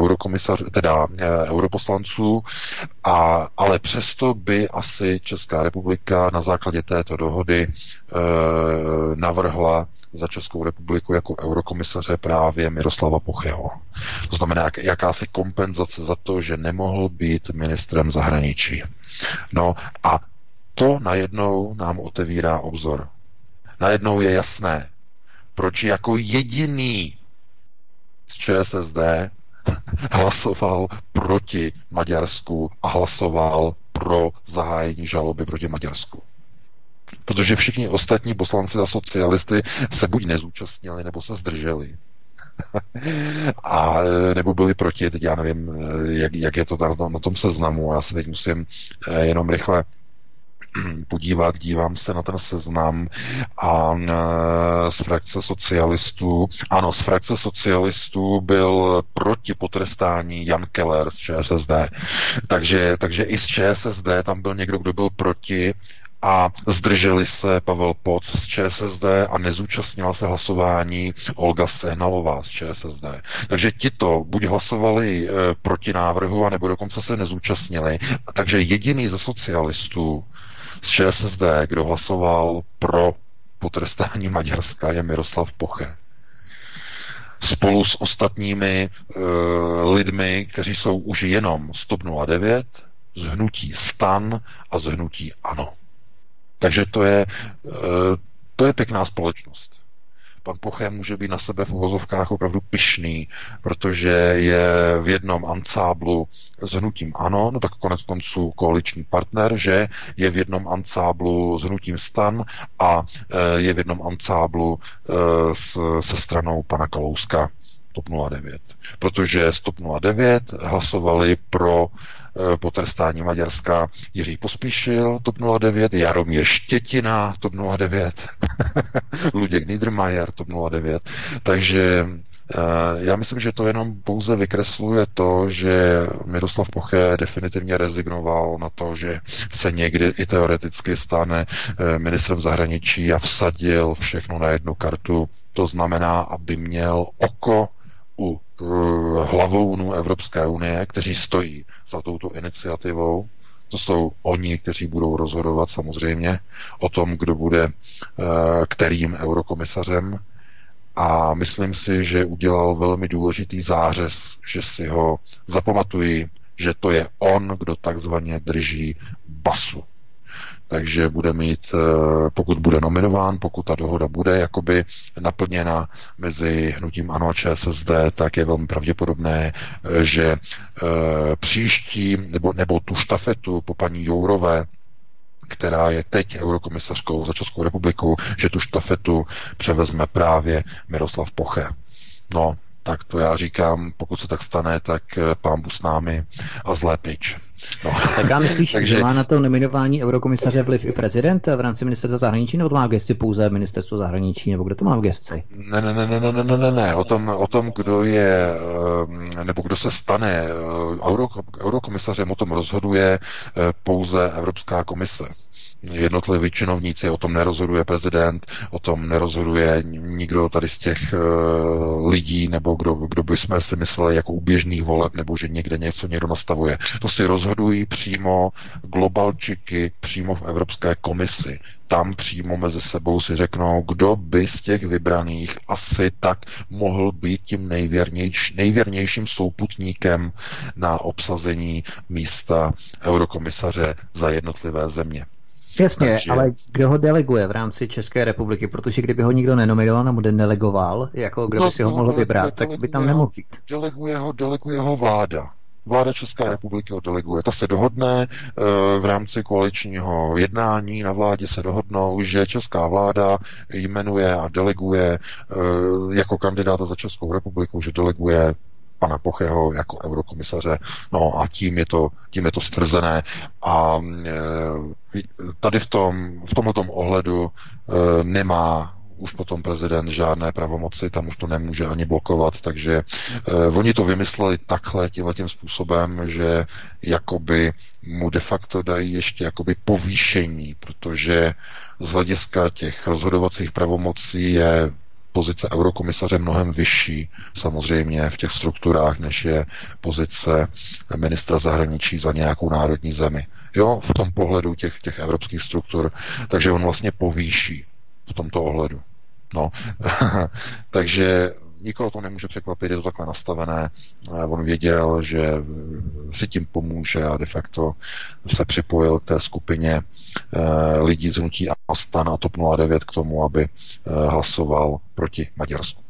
Speaker 5: europoslanců, ale přesto by asi Česká republika na základě této dohody navrhla za Českou republiku jako eurokomisaře právě Miroslava Pocheho. To znamená, jakási kompenzace za to, že nemohl být ministrem zahraničí. No a to najednou nám otevírá obzor. Najednou je jasné, proč jako jediný z ČSSD hlasoval proti Maďarsku a hlasoval pro zahájení žaloby proti Maďarsku. Protože všichni ostatní poslanci a socialisty se buď nezúčastnili, nebo se zdrželi. A nebo byli proti, teď já nevím, jak je to na tom seznamu. Já se teď musím jenom rychle dívám se na ten seznam a z frakce socialistů, ano, z frakce socialistů byl proti potrestání Jan Keller z ČSSD. Takže i z ČSSD tam byl někdo, kdo byl proti a zdrželi se Pavel Poc z ČSSD a nezúčastnila se hlasování Olga Sehnalová z ČSSD. Takže tito buď hlasovali proti návrhu, anebo dokonce se nezúčastnili. Takže jediný ze socialistů z ČSSD, kdo hlasoval pro potrestání Maďarska, je Miroslav Poche. Spolu s ostatními lidmi, kteří jsou už jenom z TOP 09, z hnutí STAN a z hnutí ANO. Takže to je pěkná společnost. Pan Poche může být na sebe v uvozovkách opravdu pyšný, protože je v jednom ansáblu s hnutím ANO, no tak konec konců koaliční partner, že je v jednom ansáblu s hnutím STAN a je v jednom ansáblu se stranou pana Kalouska TOP 09. Protože z TOP 09 hlasovali pro potrestání Maďarska Jiří Pospíšil, TOP 09, Jaromír Štětina, TOP 09, Luděk Niedermayer, TOP 09. Takže já myslím, že to jenom pouze vykresluje to, že Miroslav Poche definitivně rezignoval na to, že se někdy i teoreticky stane ministrem zahraničí a vsadil všechno na jednu kartu. To znamená, aby měl oko u hlavounů Evropské unie, kteří stojí za touto iniciativou. To jsou oni, kteří budou rozhodovat samozřejmě o tom, kdo bude kterým eurokomisařem. A myslím si, že udělal velmi důležitý zářez, že si ho zapamatují, že to je on, kdo takzvaně drží basu. Takže bude mít, pokud bude nominován, pokud ta dohoda bude jakoby naplněna mezi hnutím ANO a ČSSD, tak je velmi pravděpodobné, že příští, nebo tu štafetu po paní Jourové, která je teď eurokomisařkou za Českou republiku, že tu štafetu převezme právě Miroslav Poche. No, tak to já říkám, pokud se tak stane, tak pán Bůh s námi a zlé pryč. No.
Speaker 1: Tak já myslíš, že má na to nominování eurokomisaře vliv i prezident v rámci ministerstva zahraničí, nebo to má v gesci pouze ministerstvo zahraničí, nebo kdo to má v gesci?
Speaker 5: Ne. O tom, kdo je, nebo kdo se stane eurokomisařem, o tom rozhoduje pouze Evropská komise. Jednotliví činovníci, o tom nerozhoduje prezident, o tom nerozhoduje nikdo tady z těch lidí, nebo kdo by jsme si mysleli jako u běžných voleb, nebo že někde něco někdo nastavuje. To si rozhodují přímo globalčiky, přímo v Evropské komisi. Tam přímo mezi sebou si řeknou, kdo by z těch vybraných asi tak mohl být tím nejvěrnějším souputníkem na obsazení místa eurokomisaře za jednotlivé země.
Speaker 1: Jasně, takže... ale kdo ho deleguje v rámci České republiky? Protože kdyby ho nikdo nenominoval nebo nedelegoval, jako kdo by si ho mohl vybrat, tak by tam nemohl být.
Speaker 5: Deleguje ho vláda. Vláda České republiky ho deleguje. Ta se dohodne v rámci koaličního jednání na vládě se dohodnou, že česká vláda jmenuje a deleguje jako kandidáta za Českou republiku, že deleguje pana Pocheho jako eurokomisaře. No a tím je to stvrzené. A tady v tomhletom ohledu nemá už potom prezident žádné pravomoci, tam už to nemůže ani blokovat, takže oni to vymysleli takhle, tímhletím způsobem, že jakoby mu de facto dají ještě jakoby povýšení, protože z hlediska těch rozhodovacích pravomocí je pozice eurokomisaře mnohem vyšší, samozřejmě v těch strukturách, než je pozice ministra zahraničí za nějakou národní zemi. Jo, v tom pohledu těch evropských struktur, takže on vlastně povýší v tomto ohledu. No, takže nikoho to nemůže překvapit, je to takhle nastavené. On věděl, že si tím pomůže a de facto se připojil k té skupině lidí z hnutí STAN a TOP 09 k tomu, aby hlasoval proti Maďarsku.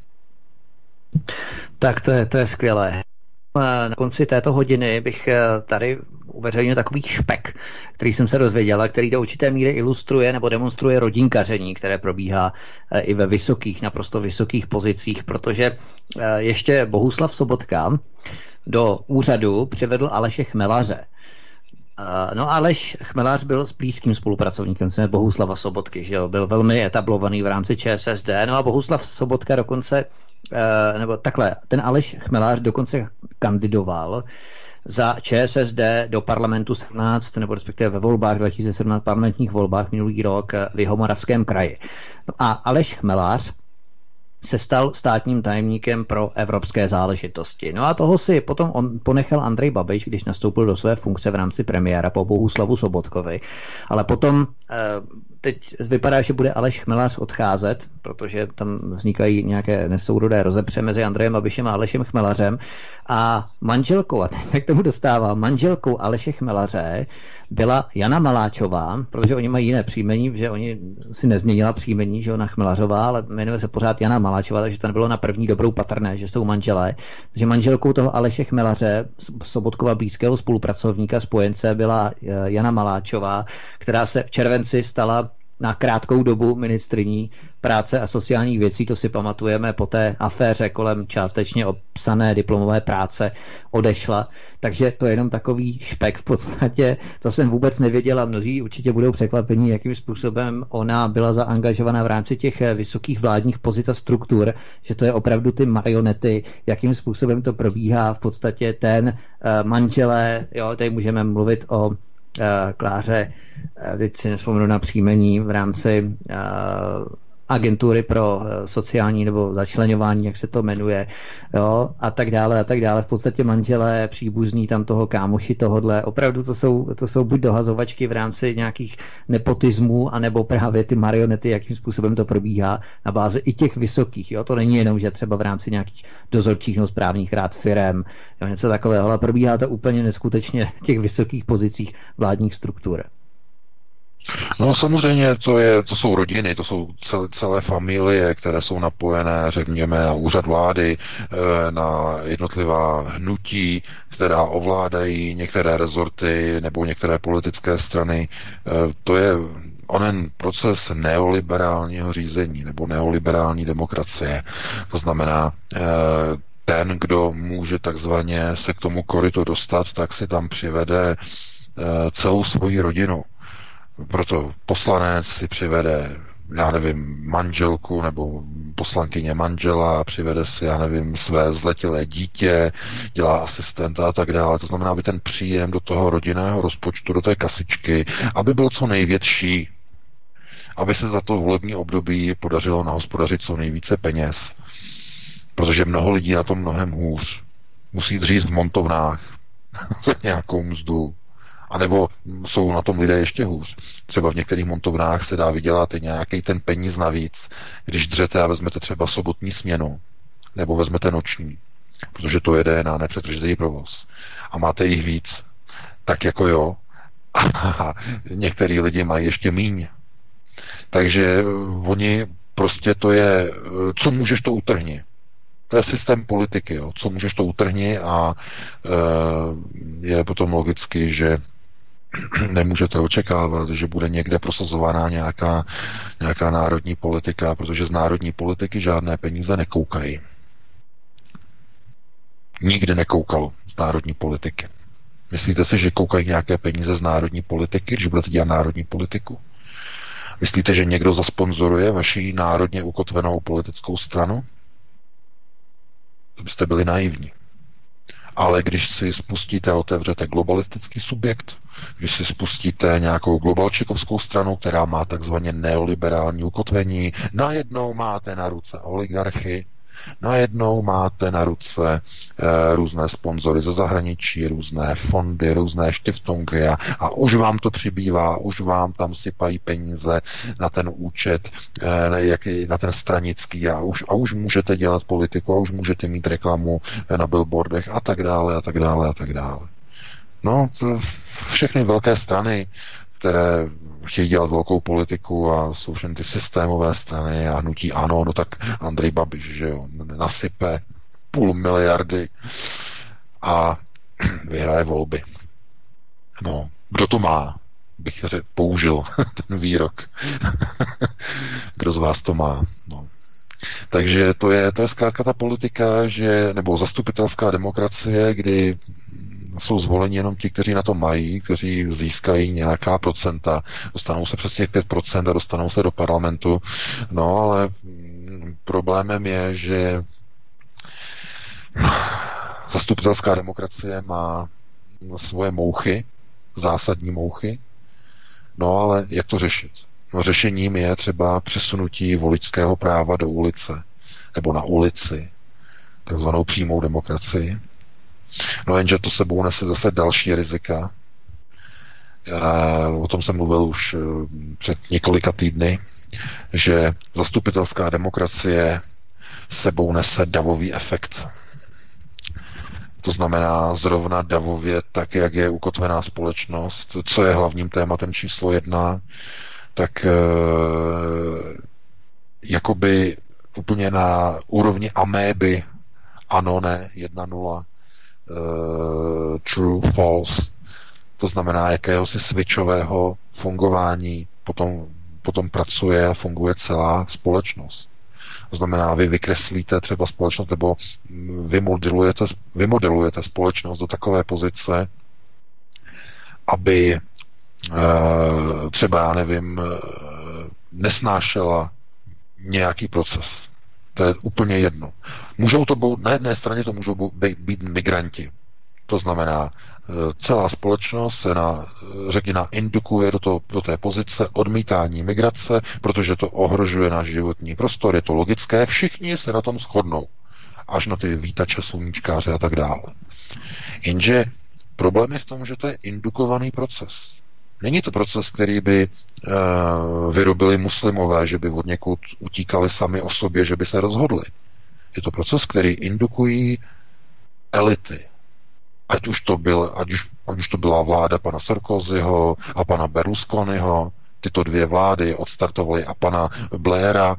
Speaker 1: Tak to je skvělé. Na konci této hodiny bych tady uveřejnil takový špek, který jsem se dozvěděl a který do určité míry ilustruje nebo demonstruje rodinkaření, které probíhá i ve naprosto vysokých pozicích, protože ještě Bohuslav Sobotka do úřadu přivedl Aleše Chmelaře. No Aleš Chmelař byl s blízkým spolupracovníkem Bohuslava Sobotky, že jo? Byl velmi etablovaný v rámci ČSSD, no a Bohuslav Sobotka dokonce, nebo takhle, ten Aleš Chmelař dokonce kandidoval za ČSSD do parlamentu 17, nebo respektive ve volbách 2017, parlamentních volbách minulý rok v Jihomoravském kraji. No a Aleš Chmelař se stal státním tajemníkem pro evropské záležitosti. No a toho si potom on ponechal Andrej Babiš, když nastoupil do své funkce v rámci premiéra po Bohuslavu Sobotkovi. Ale potom teď vypadá, že bude Aleš Chmelař odcházet, protože tam vznikají nějaké nesourodé rozepře mezi Andrejem Babišem a Alešem Chmelařem. A manželkou, a teď se k tomu dostává, manželkou Aleše Chmelaře byla Jana Maláčová, protože oni mají jiné příjmení, že oni si nezměnila příjmení, že ona Chmelařová, ale jmenuje se pořád Jana Maláčová, takže to nebylo na první dobrou patrné, že jsou manželé. Takže manželkou toho Aleše Chmelaře, Sobotkova blízkého spolupracovníka, spojence, byla Jana Maláčová, která se v červenci stala na krátkou dobu ministryní práce a sociálních věcí, to si pamatujeme, po té aféře kolem částečně obsané diplomové práce odešla. Takže to je jenom takový špek v podstatě, to jsem vůbec nevěděla. Mnozí určitě budou překvapení, jakým způsobem ona byla zaangažovaná v rámci těch vysokých vládních pozic a struktur, že to je opravdu ty marionety, jakým způsobem to probíhá v podstatě ten manželé, jo, tady můžeme mluvit o Kláře, teď si nespomenu na příjmení v rámci agentury pro sociální nebo začleňování, jak se to jmenuje, jo, a tak dále. V podstatě manželé, příbuzní tam toho kámoši tohodle, opravdu to jsou buď dohazovačky v rámci nějakých nepotismů, anebo právě ty marionety, jakým způsobem to probíhá na bázi i těch vysokých, jo, to není jenom, že třeba v rámci nějakých dozorčích nebo správních rád firem, jo, něco takového, ale probíhá to úplně neskutečně v těch vysokých pozicích vládních struktur.
Speaker 5: No samozřejmě to jsou rodiny, to jsou celé familie, které jsou napojené, řekněme, na úřad vlády, na jednotlivá hnutí, která ovládají některé rezorty nebo některé politické strany. To je onen proces neoliberálního řízení nebo neoliberální demokracie. To znamená, ten, kdo může takzvaně se k tomu korytu dostat, tak si tam přivede celou svoji rodinu. Proto poslanec si přivede, já nevím, manželku nebo poslankyně manžela, přivede si, já nevím, své zletilé dítě, dělá asistenta a tak dále. To znamená, aby ten příjem do toho rodinného rozpočtu, do té kasičky, aby byl co největší, aby se za to volební období podařilo nahospodařit co nejvíce peněz. Protože mnoho lidí na tom mnohem hůř. Musí dřív v montovnách za nějakou mzdu. A nebo jsou na tom lidé ještě hůř. Třeba v některých montovnách se dá vydělat i nějaký ten peníz navíc, když dřete a vezmete třeba sobotní směnu, nebo vezmete noční, protože to jede na nepřetržitý provoz. A máte jich víc. Tak jako jo. A některý lidi mají ještě míň. Takže oni prostě to je, co můžeš, to utrhni. To je systém politiky, jo. Co můžeš, to utrhni a je potom logicky, že nemůžete očekávat, že bude někde prosazovaná nějaká národní politika, protože z národní politiky žádné peníze nekoukají. Nikdy nekoukalo z národní politiky. Myslíte si, že koukají nějaké peníze z národní politiky, když budete dělat národní politiku? Myslíte, že někdo zasponzoruje vaši národně ukotvenou politickou stranu? To byste byli naivní. Ale když si spustíte a otevřete globalistický subjekt, když si spustíte nějakou globalčikovskou stranu, která má takzvaně neoliberální ukotvení, najednou máte na ruce oligarchy, najednou máte na ruce různé sponzory ze zahraničí, různé fondy, různé štiftungy a už vám to přibývá, už vám tam sypají peníze na ten účet, na ten stranický a už můžete dělat politiku a už můžete mít reklamu na billboardech a tak dále, a tak dále, a tak dále. No, všechny velké strany, které chtějí dělat velkou politiku a jsou všechny ty systémové strany a hnutí ANO, no tak Andrej Babiš, že jo, nasype 500 miliardy a vyhraje volby. No, kdo to má? Bych použil ten výrok. Kdo z vás to má? No. Takže to je zkrátka ta politika, nebo zastupitelská demokracie, kdy jsou zvoleni jenom ti, kteří na to mají, kteří získají nějaká procenta, dostanou se přes těch 5% a dostanou se do parlamentu. No, ale problémem je, že zastupitelská demokracie má svoje mouchy, zásadní mouchy. No ale jak to řešit? No, řešením je třeba přesunutí voličského práva do ulice, nebo na ulici, takzvanou přímou demokracii. No jenže to sebou nese zase další rizika. O tom jsem mluvil už před několika týdny, že zastupitelská demokracie sebou nese davový efekt. To znamená zrovna davově, tak jak je ukotvená společnost, co je hlavním tématem číslo 1, tak jakoby úplně na úrovni améby, ano, ne, 1-0, true, false, to znamená jakéhosi switchového fungování, potom pracuje a funguje celá společnost. To znamená, vy vykreslíte třeba společnost nebo vymodelujete společnost do takové pozice, aby třeba, já nevím, nesnášela nějaký proces. To je úplně jedno. Můžou to být, na jedné straně to můžou být migranti. To znamená, celá společnost se řekněme, indukuje do té pozice odmítání migrace, protože to ohrožuje náš životní prostor, je to logické, všichni se na tom shodnou, až na ty vítače, sluníčkáře a tak dále. Jenže problém je v tom, že to je indukovaný proces. Není to proces, který by vyrobili muslimové, že by od někud utíkali sami o sobě, že by se rozhodli. Je to proces, který indukují elity. Ať už to byla vláda pana Sarkozyho a pana Berlusconiho, tyto dvě vlády odstartovaly a pana Blaira,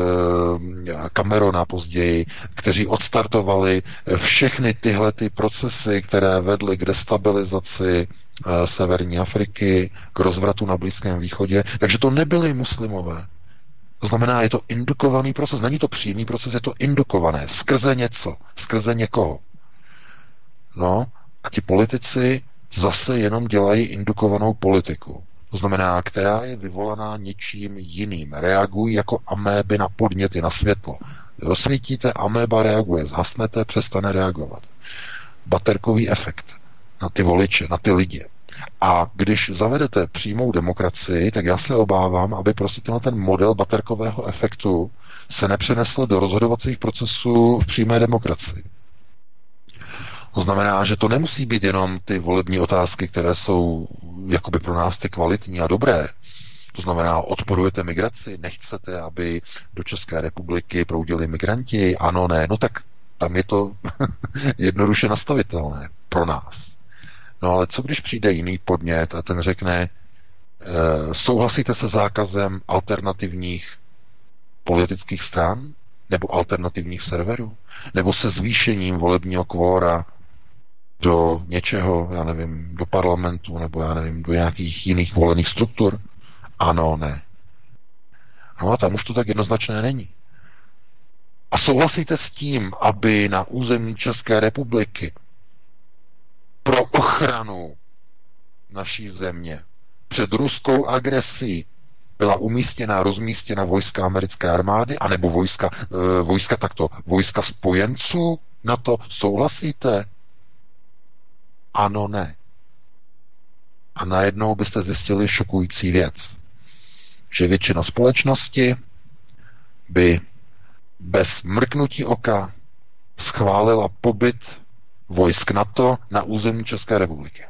Speaker 5: Camerona později, kteří odstartovali všechny tyhle ty procesy, které vedly k destabilizaci severní Afriky, k rozvratu na Blízkém východě. Takže to nebyli muslimové. To znamená, je to indukovaný proces. Není to přímý proces, je to indukované. Skrze něco, skrze někoho. No, a ti politici zase jenom dělají indukovanou politiku. To znamená, která je vyvolaná něčím jiným. Reagují jako améby na podněty, na světlo. Rozsvítíte, améba reaguje, zhasnete, přestane reagovat. Baterkový efekt na ty voliče, na ty lidi. A když zavedete přímou demokracii, tak já se obávám, aby prostě ten model baterkového efektu se nepřenesl do rozhodovacích procesů v přímé demokracii. To znamená, že to nemusí být jenom ty volební otázky, které jsou jakoby pro nás ty kvalitní a dobré. To znamená, odporujete migraci, nechcete, aby do České republiky proudili migranti, ano, ne, no tak tam je to jednoduše nastavitelné pro nás. No ale co když přijde jiný podnět a ten řekne, souhlasíte se zákazem alternativních politických stran nebo alternativních serverů, nebo se zvýšením volebního kvóra do něčeho, já nevím, do parlamentu, nebo já nevím, do nějakých jiných volených struktur? Ano, ne. No a tam už to tak jednoznačné není. A souhlasíte s tím, aby na území České republiky pro ochranu naší země před ruskou agresí byla rozmístěna vojska americké armády, anebo vojska spojenců na to? Souhlasíte? Ano, ne. A najednou byste zjistili šokující věc, že většina společnosti by bez mrknutí oka schválila pobyt vojsk NATO na území České republiky.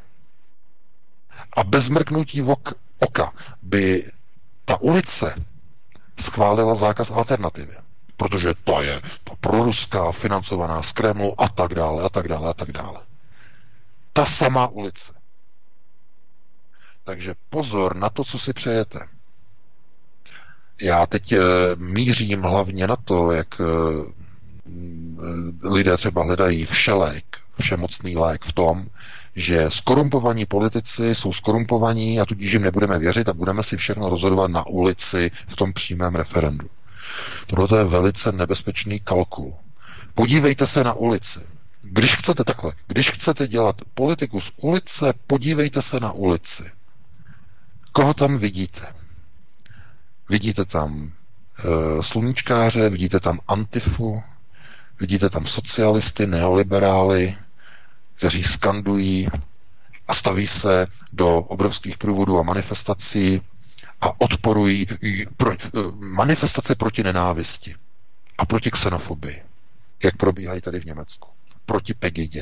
Speaker 5: A bez mrknutí oka by ta ulice schválila zákaz alternativy, protože to je proruská, financovaná z Kremlu a tak dále, a tak dále, a tak dále. Ta samá ulice. Takže pozor na to, co si přejete. Já teď mířím hlavně na to, jak lidé třeba hledají všemocný lék v tom, že skorumpovaní politici jsou skorumpovaní a tudíž jim nebudeme věřit a budeme si všechno rozhodovat na ulici v tom přímém referendu. Tohle je velice nebezpečný kalkul. Podívejte se na ulici. Když chcete dělat politiku z ulice, podívejte se na ulici. Koho tam vidíte? Vidíte tam sluníčkáře, vidíte tam Antifu, vidíte tam socialisty, neoliberály, kteří skandují a staví se do obrovských průvodů a manifestací a odporují manifestace proti nenávisti a proti xenofobii, jak probíhají tady v Německu, proti Pegidě,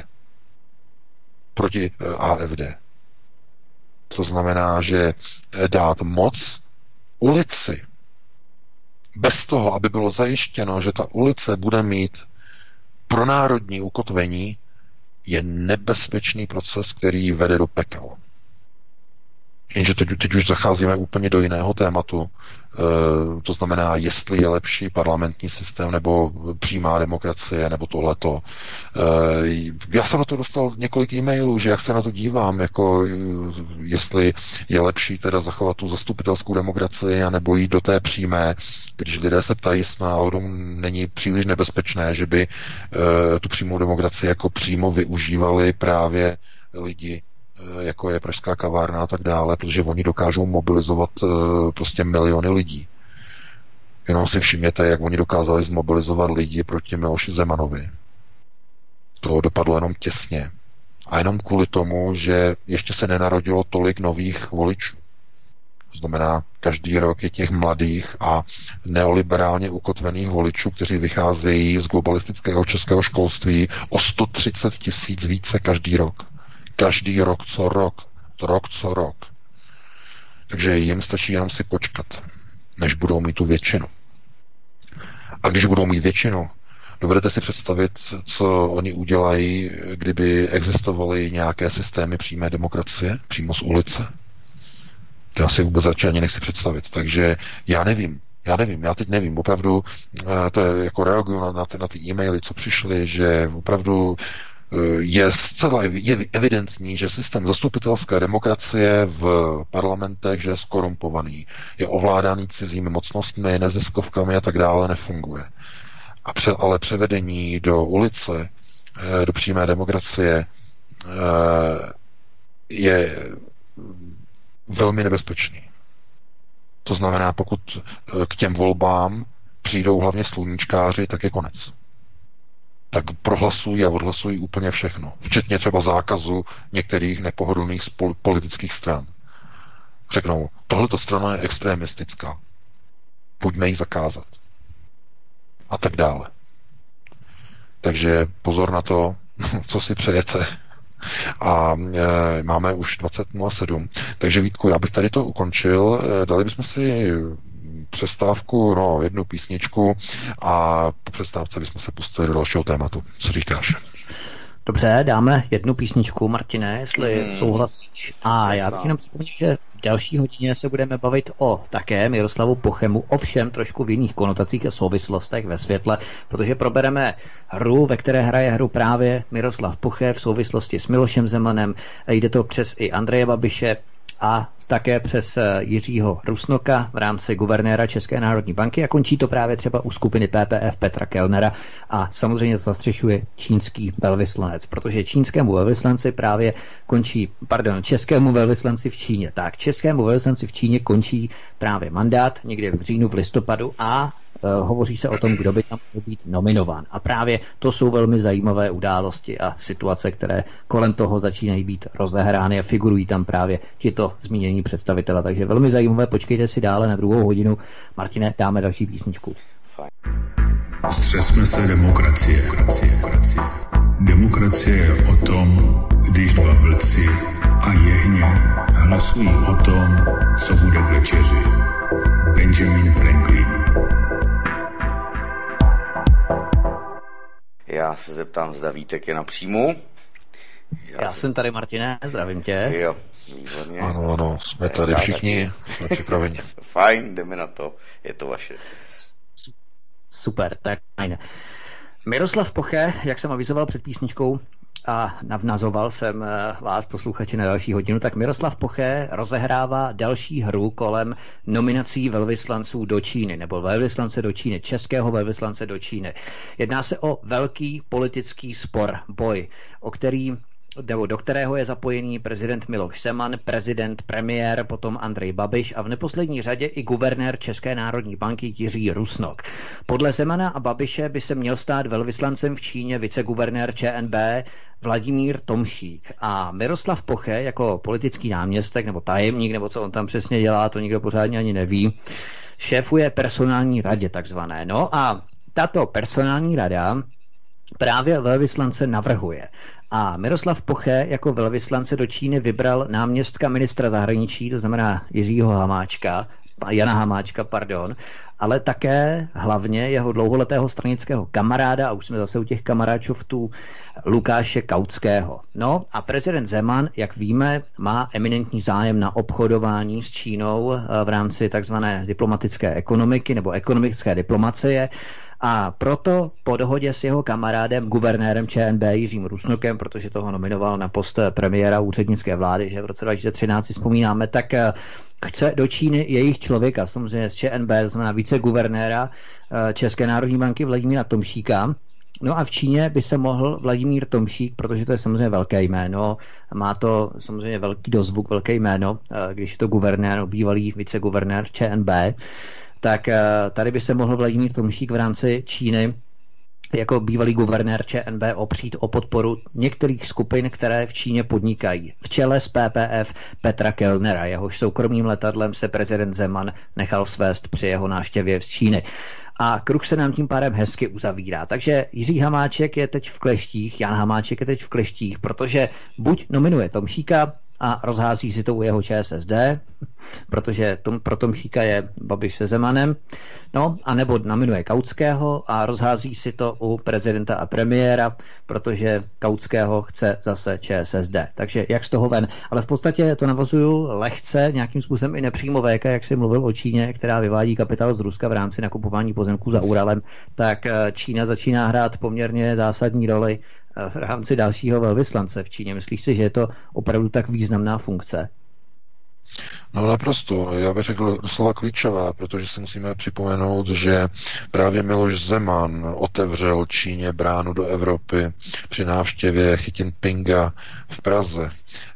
Speaker 5: proti AfD. To znamená, že dát moc ulici bez toho, aby bylo zajištěno, že ta ulice bude mít pronárodní ukotvení, je nebezpečný proces, který vede do pekel. Jenže teď už zacházíme úplně do jiného tématu. To znamená, jestli je lepší parlamentní systém nebo přímá demokracie nebo tohleto. Já jsem na to dostal několik e-mailů, že jak se na to dívám, jako jestli je lepší teda zachovat tu zastupitelskou demokracii anebo jít do té přímé, když lidé se ptají, jestli náhodou není příliš nebezpečné, že by tu přímou demokracii jako přímo využívali právě lidi, jako je Pražská kavárna a tak dále, protože oni dokážou mobilizovat prostě miliony lidí. Jenom si všimněte, jak oni dokázali zmobilizovat lidi proti Miloši Zemanovi. To dopadlo jenom těsně. A jenom kvůli tomu, že ještě se nenarodilo tolik nových voličů. To znamená, každý rok je těch mladých a neoliberálně ukotvených voličů, kteří vycházejí z globalistického českého školství o 130 000 více každý rok. Každý rok co rok. Takže jim stačí jenom si počkat, než budou mít tu většinu. A když budou mít většinu, dovedete si představit, co oni udělají, kdyby existovaly nějaké systémy přímé demokracie, přímo z ulice? To já si vůbec radši ani nechci představit. Takže já teď nevím. Opravdu to je jako reaguju na ty e-maily, co přišly, že opravdu je zcela evidentní, že systém zastupitelské demokracie v parlamentech, že je skorumpovaný, je ovládaný cizími mocnostmi, neziskovkami a tak dále, nefunguje. Ale převedení do ulice, do přímé demokracie je velmi nebezpečný. To znamená, pokud k těm volbám přijdou hlavně sluníčkáři, tak je konec. Tak prohlasují a odhlasují úplně všechno. Včetně třeba zákazu některých nepohodlných politických stran. Řeknou, tohleto strana je extremistická. Pojďme ji zakázat. A tak dále. Takže pozor na to, co si přejete. A máme už 20:07. Takže Vítku, já bych tady to ukončil. Dali bychom si přestávku, jednu písničku a po přestávce bychom se pustili do dalšího tématu. Co říkáš?
Speaker 1: Dobře, dáme jednu písničku, Martine, jestli souhlasíš. A já bych jenom připomněl, že v další hodině se budeme bavit o také Miroslavu Pochemu, ovšem trošku v jiných konotacích a souvislostech ve světle, protože probereme hru, ve které hraje hru právě Miroslav Poche v souvislosti s Milošem Zemanem. Jde to přes i Andreje Babiše a také přes Jiřího Rusnoka v rámci guvernéra České národní banky a končí to právě třeba u skupiny PPF Petra Kellnera a samozřejmě to zastřešuje čínský velvyslanec, protože českému velvyslanci v Číně. Tak, českému velvyslanci v Číně končí právě mandát někde v říjnu, v listopadu a hovoří se o tom, kdo by tam mohl být nominován. A právě to jsou velmi zajímavé události a situace, které kolem toho začínají být rozehrány a figurují tam právě tito zmínění představitele. Takže velmi zajímavé, počkejte si dále na druhou hodinu. Martine, dáme další písničku.
Speaker 3: Střesme se demokracie. Demokracie je o tom, když dva vlci a jehně hlasují o tom, co bude k večeři. Benjamin Franklin.
Speaker 4: Já se zeptám, zda Vítek je na příjmu.
Speaker 1: Já jsem tady, Martine, zdravím tě.
Speaker 4: Jo, výborně.
Speaker 5: Ano, jsme tady všichni, jsme připraveni.
Speaker 4: Fajn, jdeme na to, je to vaše.
Speaker 1: Super, tak fajn. Miroslav Poche, jak jsem avizoval před písničkou a navnazoval jsem vás, posluchači, na další hodinu, tak Miroslav Poche rozehrává další hru kolem nominací velvyslanců do Číny, nebo velvyslance do Číny, českého velvyslance do Číny. Jedná se o velký politický spor, boj, o který do kterého je zapojený prezident Miloš Zeman, prezident, premiér, potom Andrej Babiš a v neposlední řadě i guvernér České národní banky Jiří Rusnok. Podle Zemana a Babiše by se měl stát velvyslancem v Číně viceguvernér ČNB Vladimír Tomšík a Miroslav Poche jako politický náměstek nebo tajemník, nebo co on tam přesně dělá, to nikdo pořádně ani neví, šéfuje personální radě takzvané. No a tato personální rada právě velvyslance navrhuje. A Miroslav Poche jako velvyslance do Číny vybral náměstka ministra zahraničí, to znamená Jana Hamáčka, ale také hlavně jeho dlouholetého stranického kamaráda, a už jsme zase u těch kamaráčovtů, Lukáše Kautského. No a prezident Zeman, jak víme, má eminentní zájem na obchodování s Čínou v rámci takzvané diplomatické ekonomiky nebo ekonomické diplomacie. A proto po dohodě s jeho kamarádem, guvernérem ČNB Jiřím Rusnokem, protože toho nominoval na post premiéra úřednické vlády, že v roce 2013 si vzpomínáme, tak chce do Číny jejich člověka, samozřejmě z ČNB, to znamená viceguvernéra České národní banky Vladimíra Tomšíka. No a v Číně by se mohl Vladimír Tomšík, protože to je samozřejmě velké jméno, má to samozřejmě velký dozvuk, velké jméno, když je to guvernér, bývalý viceguvernér ČNB, tak tady by se mohl Vladimír Tomšík v rámci Číny jako bývalý guvernér ČNB opřít o podporu některých skupin, které v Číně podnikají. V čele z PPF Petra Kellnera, jehož soukromým letadlem se prezident Zeman nechal svést při jeho návštěvě z Číny. A kruh se nám tím pádem hezky uzavírá. Takže Jiří Hamáček je teď v kleštích, Jan Hamáček je teď v kleštích, protože buď nominuje Tomšíka a rozhází si to u jeho ČSSD, protože pro Tomšíka je Babiš se Zemanem, no, anebo nominuje Kautského a rozhází si to u prezidenta a premiéra, protože Kautského chce zase ČSSD. Takže jak z toho ven? Ale v podstatě to navazuju lehce, nějakým způsobem i nepřímo VK, jak jsi mluvil o Číně, která vyvádí kapitál z Ruska v rámci nakupování pozemků za Uralem, tak Čína začíná hrát poměrně zásadní roli v rámci dalšího velvyslance v Číně. Myslíš si, že je to opravdu tak významná funkce?
Speaker 5: No naprosto, já bych řekl doslova klíčová, protože si musíme připomenout, že právě Miloš Zeman otevřel Číně bránu do Evropy při návštěvě Xi Jinpinga v Praze.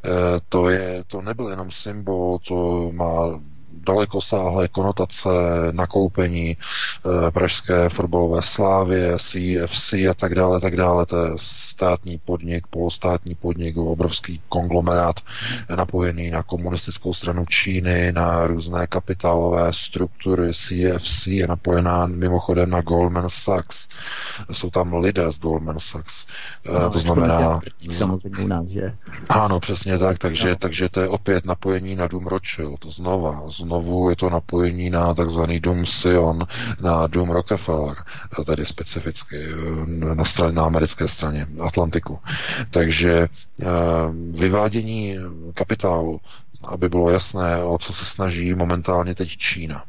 Speaker 5: To nebyl jenom symbol, to má dalekosáhlé konotace nakoupení pražské fotbalové Slávie, CFC a tak dále. To je státní podnik, polostátní podnik, obrovský konglomerát napojený na komunistickou stranu Číny, na různé kapitálové struktury. CFC je napojená mimochodem na Goldman Sachs. Jsou tam lidé z Goldman Sachs. To znamená...
Speaker 1: Samozřejmě u nás, že?
Speaker 5: Ano, přesně tak, takže to je opět napojení na dům Rothschild. Znovu je to napojení na takzvaný dům Sion, na dům Rockefeller, tedy specificky na americké straně Atlantiku. Takže vyvádění kapitálu, aby bylo jasné, o co se snaží momentálně teď Čína.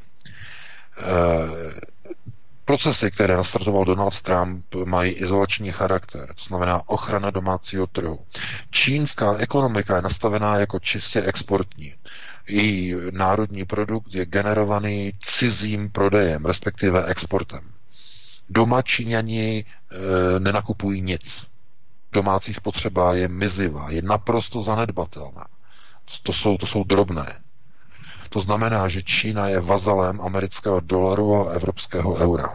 Speaker 5: Procesy, které nastartoval Donald Trump, mají izolační charakter, to znamená ochrana domácího trhu. Čínská ekonomika je nastavená jako čistě exportní. Její národní produkt je generovaný cizím prodejem, respektive exportem. Doma Číňani nenakupují nic. Domácí spotřeba je mizivá, je naprosto zanedbatelná. To jsou drobné. To znamená, že Čína je vazalem amerického dolaru a evropského eura.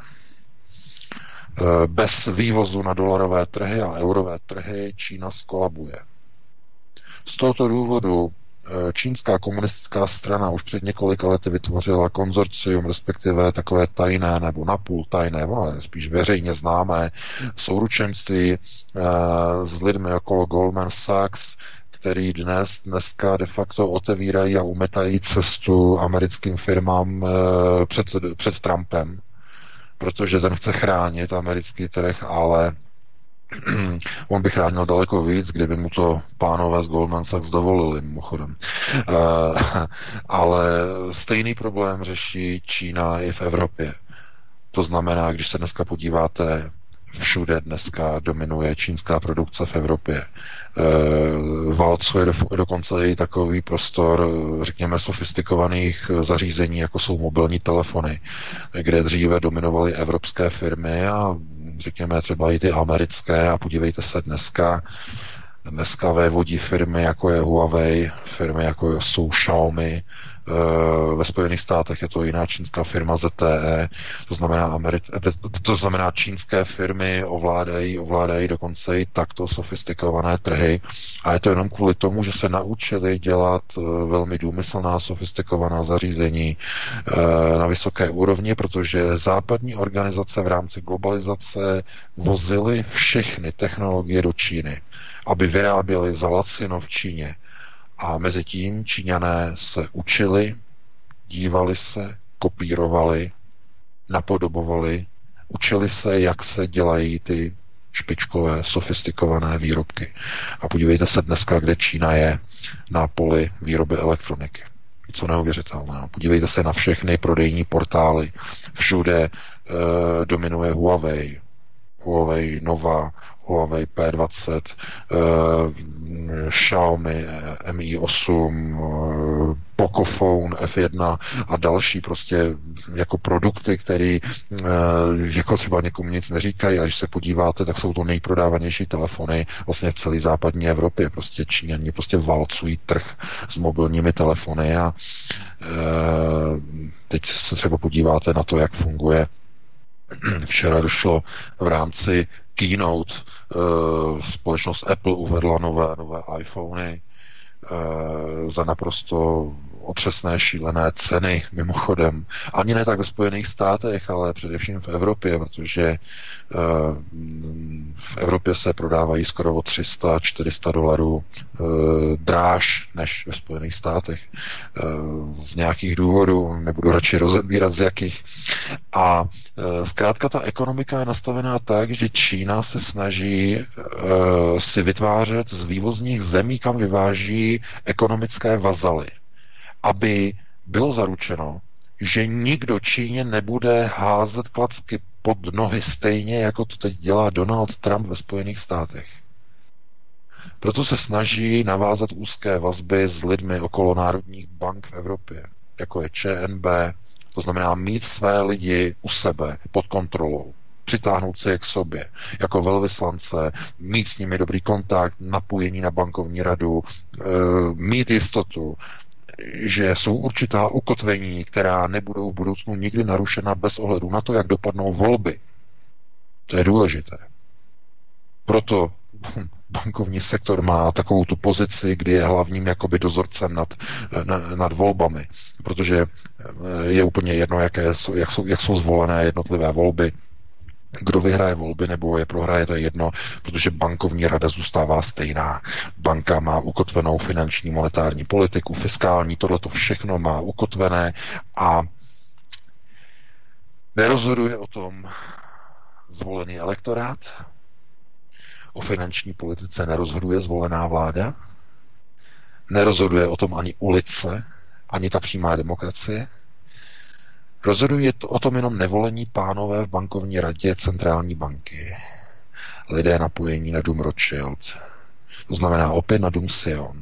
Speaker 5: Bez vývozu na dolarové trhy a eurové trhy Čína skolabuje. Z tohoto důvodu čínská komunistická strana už před několika lety vytvořila konzorcium, respektive takové tajné nebo napůl tajné, ale spíš veřejně známé souručenství s lidmi okolo Goldman Sachs, který dneska de facto otevírají a umetají cestu americkým firmám před Trumpem, protože ten chce chránit americký trh, ale on by chránil daleko víc, kdyby mu to pánové z Goldman Sachs dovolili, mimochodem. Ale stejný problém řeší Čína i v Evropě. To znamená, když se dneska podíváte, všude dneska dominuje čínská produkce v Evropě. Válcuje dokonce i takový prostor, řekněme, sofistikovaných zařízení, jako jsou mobilní telefony, kde dříve dominovaly evropské firmy a řekněme třeba i ty americké, a podívejte se dneska, Dneska vévodí firmy, jako je Huawei, firmy, jako jsou Xiaomi. Ve Spojených státech je to jiná čínská firma ZTE, to znamená čínské firmy ovládají dokonce i takto sofistikované trhy a je to jenom kvůli tomu, že se naučili dělat velmi důmyslná, sofistikovaná zařízení na vysoké úrovni, protože západní organizace v rámci globalizace vozily všechny technologie do Číny, aby vyráběli za lacino v Číně. A mezi tím Číňané se učili, dívali se, kopírovali, napodobovali, učili se, jak se dělají ty špičkové, sofistikované výrobky. A podívejte se dneska, kde Čína je na poli výroby elektroniky. Co neuvěřitelného. Podívejte se na všechny prodejní portály. Všude dominuje Huawei Nova, Huawei P20, Xiaomi Mi 8, Pocophone F1 a další prostě jako produkty, které jako třeba někomu nic neříkají a když se podíváte, tak jsou to nejprodávanější telefony vlastně v celé západní Evropě. Prostě Číňani prostě válcují trh s mobilními telefony a teď se třeba podíváte na to, jak funguje. Včera došlo v rámci keynote, společnost Apple uvedla nové iPhony za naprosto otřesné, šílené ceny, mimochodem. Ani ne tak ve Spojených státech, ale především v Evropě, protože v Evropě se prodávají skoro o $300-400 dráž než ve Spojených státech. Z nějakých důvodů, nebudu radši rozebírat z jakých. A zkrátka ta ekonomika je nastavená tak, že Čína se snaží si vytvářet z vývozních zemí, kam vyváží, ekonomické vazaly, aby bylo zaručeno, že nikdo Číně nebude házet klacky pod nohy stejně, jako to teď dělá Donald Trump ve Spojených státech. Proto se snaží navázat úzké vazby s lidmi okolo národních bank v Evropě, jako je ČNB, to znamená mít své lidi u sebe pod kontrolou, přitáhnout si je k sobě jako velvyslance, mít s nimi dobrý kontakt, napojení na bankovní radu, mít jistotu, že jsou určitá ukotvení, která nebudou v budoucnu nikdy narušena bez ohledu na to, jak dopadnou volby. To je důležité. Proto bankovní sektor má takovou tu pozici, kdy je hlavním jakoby dozorcem nad volbami, protože je úplně jedno, jak jsou zvolené jednotlivé volby. Kdo vyhraje volby nebo je prohraje, to je jedno, protože bankovní rada zůstává stejná. Banka má ukotvenou finanční monetární politiku, fiskální, tohleto všechno má ukotvené a nerozhoduje o tom zvolený elektorát, o finanční politice nerozhoduje zvolená vláda, nerozhoduje o tom ani ulice, ani ta přímá demokracie. Rozhodují o tom jenom nevolení pánové v bankovní radě centrální banky. Lidé napojení na dům Rothschild. To znamená opět na dům Sion.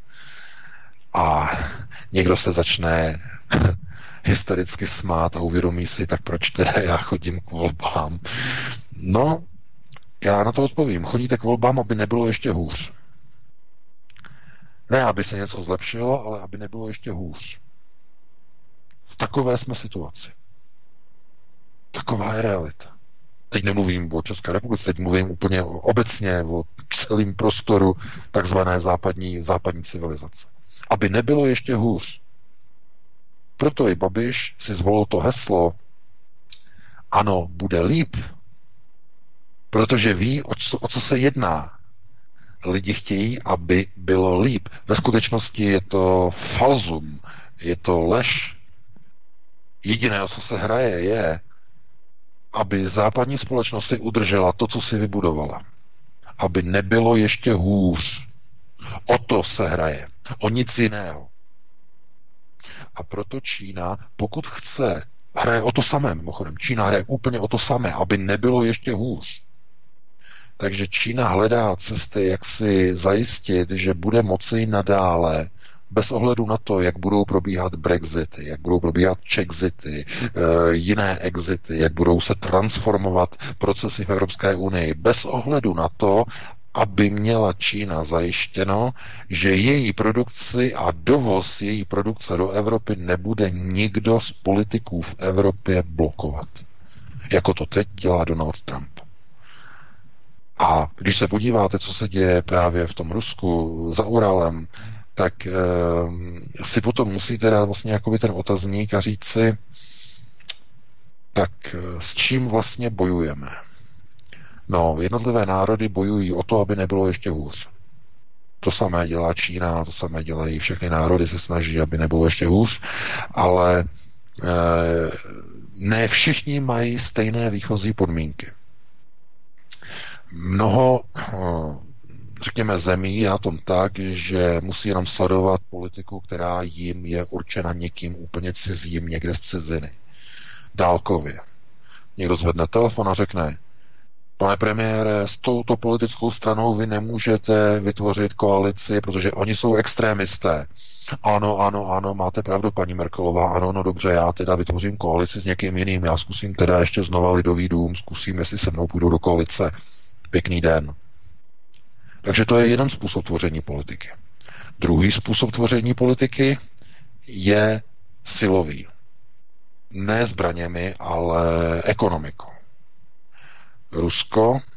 Speaker 5: A někdo se začne hystericky smát a uvědomí si, tak proč teda já chodím k volbám? No, já na to odpovím. Chodíte k volbám, aby nebylo ještě hůř. Ne, aby se něco zlepšilo, ale aby nebylo ještě hůř. V takové jsme situaci. Taková je realita. Teď nemluvím o České republice, teď mluvím úplně obecně o celém prostoru takzvané západní civilizace. Aby nebylo ještě hůř. Proto i Babiš si zvolil to heslo ano, bude líp, protože ví, o co se jedná. Lidi chtějí, aby bylo líp. Ve skutečnosti je to falzum, je to lež. Jediné, o co se hraje, je, aby západní společnost si udržela to, co si vybudovala. Aby nebylo ještě hůř. O to se hraje. O nic jiného. A proto Čína, pokud chce, hraje o to samé, mimochodem. Čína hraje úplně o to samé, aby nebylo ještě hůř. Takže Čína hledá cesty, jak si zajistit, že bude moci nadále bez ohledu na to, jak budou probíhat Brexity, jak budou probíhat Czexity, jiné exity, jak budou se transformovat procesy v Evropské unii, bez ohledu na to, aby měla Čína zajištěno, že její produkci a dovoz její produkce do Evropy nebude nikdo z politiků v Evropě blokovat. Jako to teď dělá Donald Trump. A když se podíváte, co se děje právě v tom Rusku za Uralem, tak si potom musíte dát vlastně jakoby ten otazník a říct si, tak s čím vlastně bojujeme? No, jednotlivé národy bojují o to, aby nebylo ještě hůř. To samé dělá Čína, to samé dělají všechny národy, se snaží, aby nebylo ještě hůř, ale ne všichni mají stejné výchozí podmínky. Mnoho, řekněme, zemí je na tom tak, že musí jenom sledovat politiku, která jim je určena někým úplně cizím, někde z ciziny. Dálkově. Někdo zvedne telefon a řekne: pane premiére, s touto politickou stranou vy nemůžete vytvořit koalici, protože oni jsou extrémisté. Ano, máte pravdu, paní Merkelová, ano, no dobře, já teda vytvořím koalici s někým jiným, já zkusím teda ještě znova Lidový dům, zkusím, jestli se mnou půjdou do koalice. Pěkný den. Takže to je jeden způsob tvoření politiky. Druhý způsob tvoření politiky je silový. Ne zbraněmi, ale ekonomikou. Rusko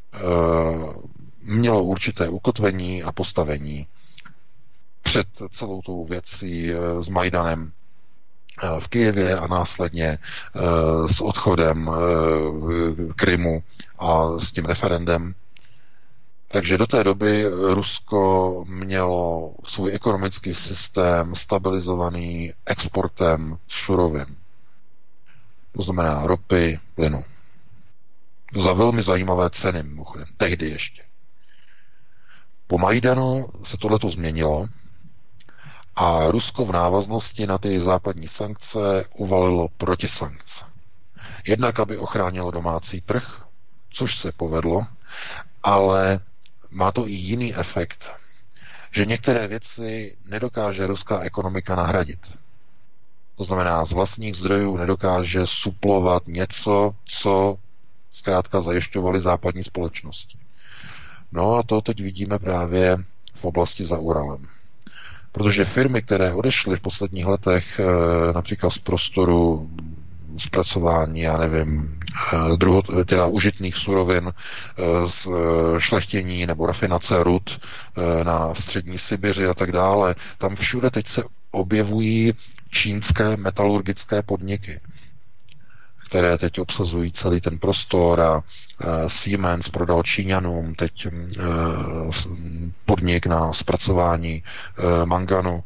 Speaker 5: mělo určité ukotvení a postavení před celou tou věcí s Majdanem v Kyjevě a následně s odchodem Krymu a s tím referendem. Takže do té doby Rusko mělo svůj ekonomický systém stabilizovaný exportem surovin. To znamená ropy, plynu. Za velmi zajímavé ceny, mimochodem, tehdy ještě. Po Majdanu se tohleto změnilo a Rusko v návaznosti na ty západní sankce uvalilo protisankce. Jednak, aby ochránilo domácí trh, což se povedlo, ale má to i jiný efekt, že některé věci nedokáže ruská ekonomika nahradit. To znamená, z vlastních zdrojů nedokáže suplovat něco, co zkrátka zajišťovaly západní společnosti. No a to teď vidíme právě v oblasti za Uralem. Protože firmy, které odešly v posledních letech například z prostoru zpracování, já nevím, teda užitných surovin, z šlechtění nebo rafinace rud na střední Sibiři a tak dále, tam všude teď se objevují čínské metalurgické podniky, které teď obsazují celý ten prostor a Siemens prodal Číňanům teď podnik na zpracování manganu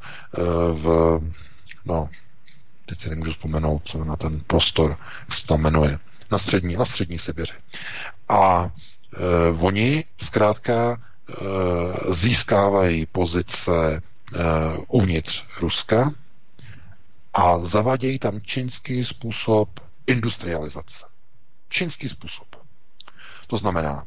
Speaker 5: teď si nemůžu vzpomenout na ten prostor, jak se to jmenuje, na střední Sibiři. A oni zkrátka získávají pozice uvnitř Ruska a zavádějí tam čínský způsob industrializace. Čínský způsob. To znamená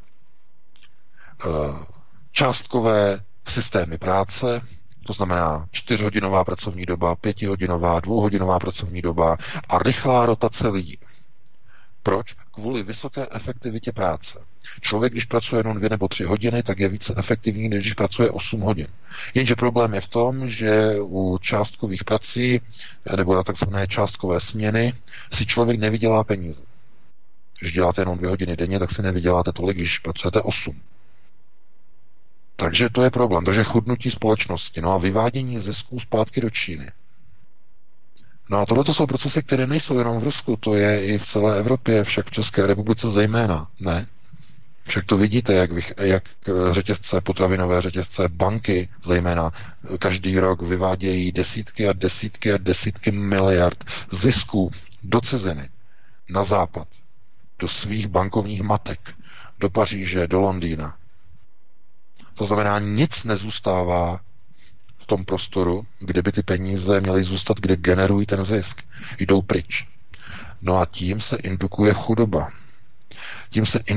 Speaker 5: částkové systémy práce, to znamená 4hodinová pracovní doba, 5hodinová, 2hodinová pracovní doba a rychlá rotace lidí. Proč? Kvůli vysoké efektivitě práce. Člověk, když pracuje jenom 2 nebo 3 hodiny, tak je více efektivní, než když pracuje 8 hodin. Jenže problém je v tom, že u částkových prací nebo na takzvané částkové směny si člověk nevydělá peníze. Když děláte jenom 2 hodiny denně, tak si nevyděláte tolik, když pracujete 8. Takže to je problém. Takže chudnutí společnosti. No a vyvádění zisků zpátky do Číny. No a tohle jsou procesy, které nejsou jenom v Rusku, to je i v celé Evropě, však v České republice zejména. Ne. Však to vidíte, jak řetězce, potravinové řetězce, banky zejména každý rok vyvádějí desítky a desítky a desítky miliard zisků do ciziny, na západ, do svých bankovních matek, do Paříže, do Londýna. To znamená, nic nezůstává v tom prostoru, kde by ty peníze měly zůstat, kde generují ten zisk. Jdou pryč. No a tím se indukuje chudoba. Tím se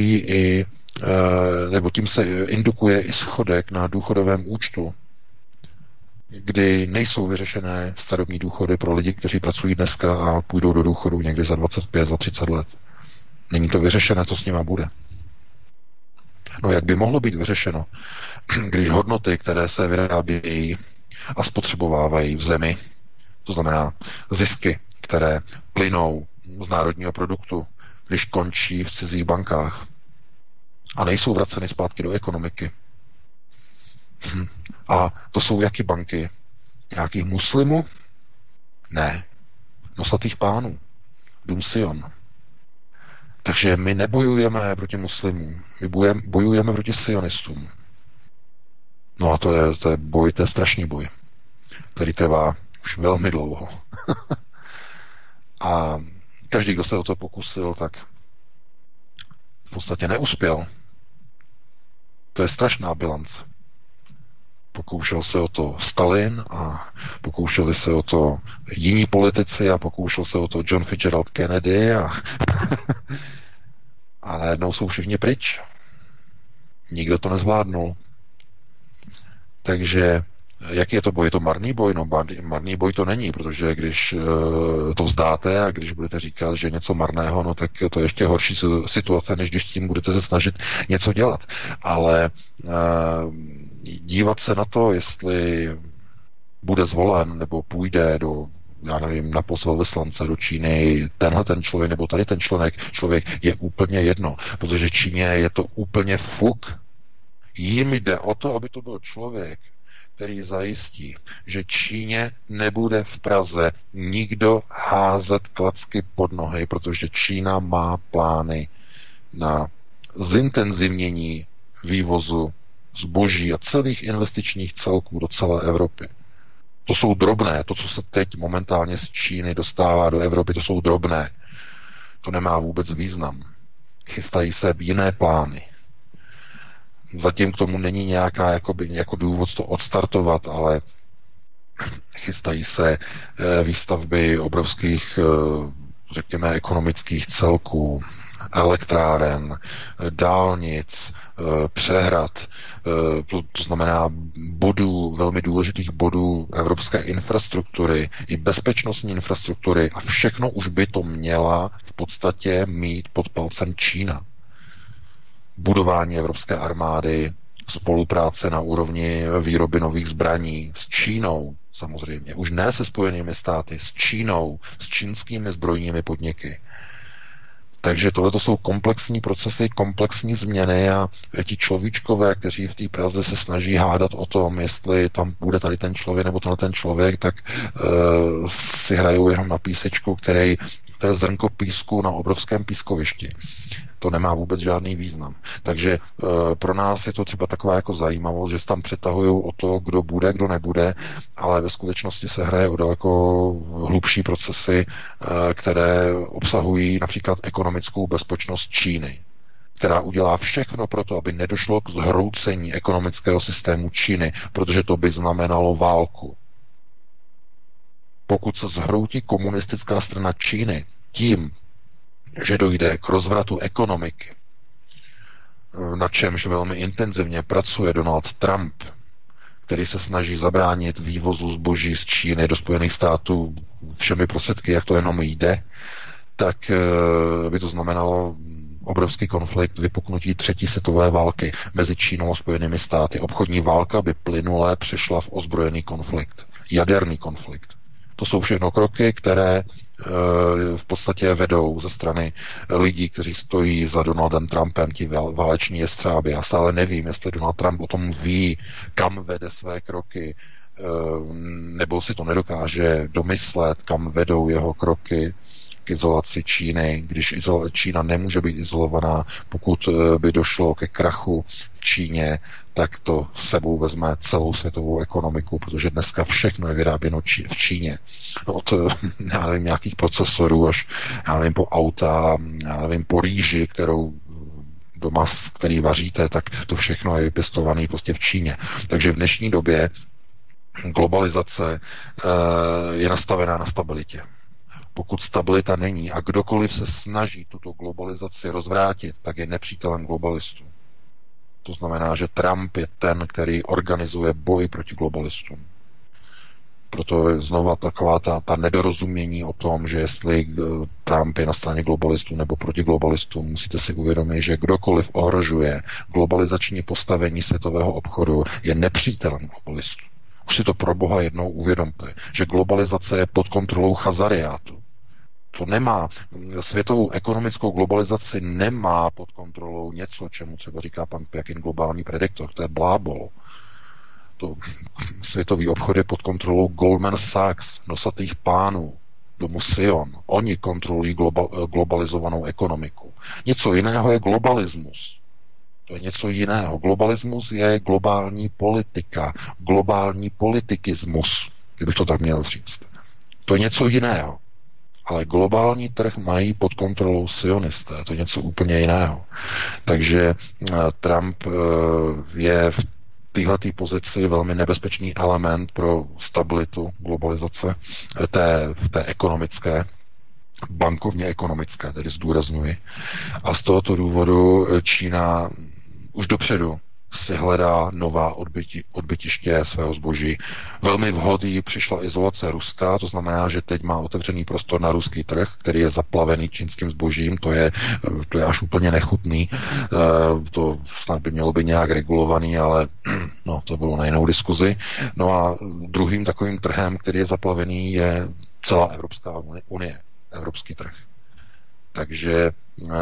Speaker 5: indukuje i schodek na důchodovém účtu, kdy nejsou vyřešené starobní důchody pro lidi, kteří pracují dneska a půjdou do důchodu někdy za 25, za 30 let. Není to vyřešené, co s nima bude. No jak by mohlo být vyřešeno, když hodnoty, které se vyrábějí a spotřebovávají v zemi, to znamená zisky, které plynou z národního produktu, když končí v cizích bankách a nejsou vraceny zpátky do ekonomiky. A to jsou jaké banky? Nějakých muslimů? Ne. Nosatých pánů. Dům Sion. Takže my nebojujeme proti muslimům, my bojujeme proti sionistům. No a to je boj, to je strašný boj, který trvá už velmi dlouho. A každý, kdo se o to pokusil, tak v podstatě neuspěl. To je strašná bilance. Pokoušel se o to Stalin a pokoušeli se o to jiní politici a pokoušel se o to John Fitzgerald Kennedy a najednou jsou všichni pryč. Nikdo to nezvládnul. Takže jaký je to boj? Je to marný boj? No marný boj to není, protože když to vzdáte a když budete říkat, že je něco marného, no tak to je ještě horší situace, než když s tím budete se snažit něco dělat. Ale dívat se na to, jestli bude zvolen nebo půjde do, já nevím, na post velvyslance do Číny tenhle ten člověk nebo tady ten člověk je úplně jedno, protože Číně je to úplně fuk. Jím jde o to, aby to byl člověk, který zajistí, že Číně nebude v Praze nikdo házet klacky pod nohy, protože Čína má plány na zintenzivnění vývozu zboží a celých investičních celků do celé Evropy. To jsou drobné, to, co se teď momentálně z Číny dostává do Evropy, to jsou drobné. To nemá vůbec význam. Chystají se jiné plány. Zatím k tomu není nějaká jako důvod to odstartovat, ale chystají se výstavby obrovských, řekněme, ekonomických celků, elektráren, dálnic, přehrad, to znamená bodů, velmi důležitých bodů evropské infrastruktury i bezpečnostní infrastruktury a všechno už by to měla v podstatě mít pod palcem Čína. Budování evropské armády, spolupráce na úrovni výroby nových zbraní s Čínou, samozřejmě, už ne se Spojenými státy, s Čínou, s čínskými zbrojními podniky. Takže tohle jsou komplexní procesy, komplexní změny a ti človíčkové, kteří v té Praze se snaží hádat o tom, jestli tam bude tady ten člověk nebo ten člověk, tak si hrajou jenom na písečku, který to je zrnko písku na obrovském pískovišti. To nemá vůbec žádný význam. Takže pro nás je to třeba taková jako zajímavost, že se tam přetahují o to, kdo bude, kdo nebude, ale ve skutečnosti se hraje o daleko hlubší procesy, které obsahují například ekonomickou bezpečnost Číny, která udělá všechno pro to, aby nedošlo k zhroucení ekonomického systému Číny, protože to by znamenalo válku. Pokud se zhroutí komunistická strana Číny tím, že dojde k rozvratu ekonomiky, na čemž velmi intenzivně pracuje Donald Trump, který se snaží zabránit vývozu zboží z Číny do Spojených států všemi prostředky, jak to jenom jde, tak by to znamenalo obrovský konflikt, vypuknutí třetí světové války mezi Čínou a Spojenými státy. Obchodní válka by plynule přešla v ozbrojený konflikt, jaderný konflikt. To jsou všechno kroky, které v podstatě vedou ze strany lidí, kteří stojí za Donaldem Trumpem, ti váleční jestřáby. Já stále nevím, jestli Donald Trump o tom ví, kam vede své kroky, nebo si to nedokáže domyslet, kam vedou jeho kroky k izolaci Číny, když Čína nemůže být izolovaná, pokud by došlo ke krachu v Číně, tak to s sebou vezme celou světovou ekonomiku, protože dneska všechno je vyráběno v Číně. Od, já nevím, nějakých procesorů až, já nevím, po auta, já nevím, po rýži, kterou doma, který vaříte, tak to všechno je pěstované prostě v Číně. Takže v dnešní době globalizace je nastavená na stabilitě. Pokud stabilita není a kdokoliv se snaží tuto globalizaci rozvrátit, tak je nepřítelem globalistů. To znamená, že Trump je ten, který organizuje boj proti globalistům. proto znova taková ta nedorozumění o tom, že jestli Trump je na straně globalistů nebo proti globalistům, musíte si uvědomit, že kdokoliv ohrožuje globalizační postavení světového obchodu, je nepřítelem globalistů. Už si to pro Boha jednou uvědomte, že globalizace je pod kontrolou chazariátu. To nemá, světovou ekonomickou globalizaci nemá pod kontrolou něco, čemu třeba říká pan Pjakin globální prediktor, to je blábolo. To světový obchod je pod kontrolou Goldman Sachs, nosatých pánů, domu Sion. Oni kontrolují globalizovanou ekonomiku. Něco jiného je globalismus. To je něco jiného. Globalismus je globální politika, globální politikismus, kdybych to tak měl říct. To je něco jiného. Ale globální trh mají pod kontrolou sionisté. To je něco úplně jiného. Takže Trump je v téhletý pozici velmi nebezpečný element pro stabilitu globalizace, té ekonomické, bankovně ekonomické, tedy zdůrazňuji. A z tohoto důvodu Čína už dopředu si hledá nová odbytiště svého zboží. Velmi vhodný přišla izolace Ruska, to znamená, že teď má otevřený prostor na ruský trh, který je zaplavený čínským zbožím, to je až úplně nechutný, to snad by mělo být nějak regulovaný, ale no, to bylo na jinou diskuzi. No a druhým takovým trhem, který je zaplavený, je celá Evropská unie, evropský trh. Takže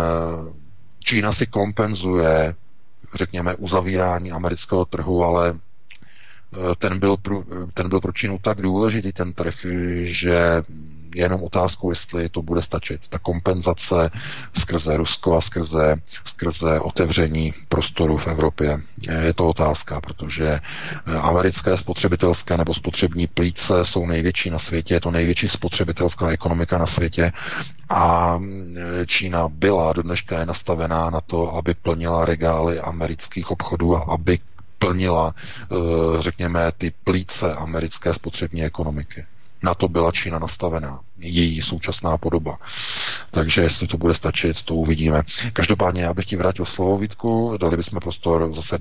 Speaker 5: Čína si kompenzuje, řekněme, uzavírání amerického trhu, ale ten byl pro Čínu tak důležitý, ten trh, že je jenom otázkou, jestli to bude stačit. Ta kompenzace skrze Rusko a skrze otevření prostoru v Evropě. Je to otázka, protože americké spotřebitelské nebo spotřební plíce jsou největší na světě, je to největší spotřebitelská ekonomika na světě a Čína byla, do dneška je nastavená na to, aby plnila regály amerických obchodů a aby plnila, řekněme, ty plíce americké spotřební ekonomiky. Na to byla Čína nastavená, její současná podoba. Takže jestli to bude stačit, to uvidíme. Každopádně já bych ti vrátil slovo, Vítku, dali bychom prostor zase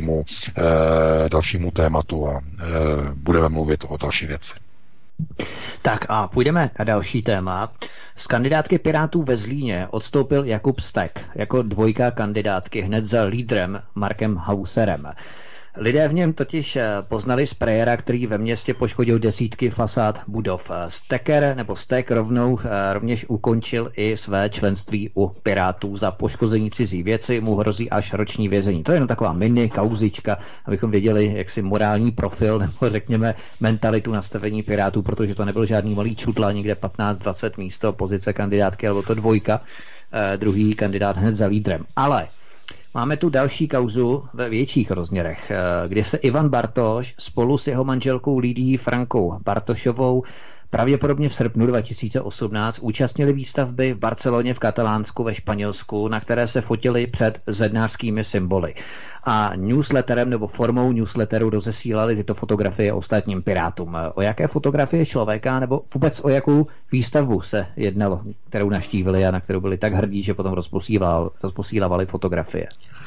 Speaker 5: dalšímu tématu a budeme mluvit o další věci.
Speaker 1: Tak a půjdeme na další téma. Z kandidátky Pirátů ve Zlíně odstoupil Jakub Stek jako dvojka kandidátky hned za lídrem Markem Hauserem. Lidé v něm totiž poznali sprejera, který ve městě poškodil desítky fasád budov. Stek rovněž ukončil i své členství u Pirátů. Za poškození cizí věci mu hrozí až roční vězení. To je jen taková mini kauzička, abychom věděli jaksi morální profil nebo řekněme mentalitu nastavení Pirátů, protože to nebyl žádný malý čudla, někde 15-20 místo pozice kandidátky, alebo to dvojka, druhý kandidát hned za lídrem. Ale máme tu další kauzu ve větších rozměrech, kde se Ivan Bartoš spolu s jeho manželkou Lidií Frankou Bartošovou pravděpodobně v srpnu 2018 účastnili výstavby v Barceloně v Katalánsku ve Španělsku, na které se fotili před zednářskými symboly. A newsletterem nebo formou newsletteru rozesílali tyto fotografie ostatním Pirátům. O jaké fotografie člověka nebo vůbec o jakou výstavbu se jednalo, kterou navštívili a na kterou byli tak hrdí, že potom rozposílávali fotografie?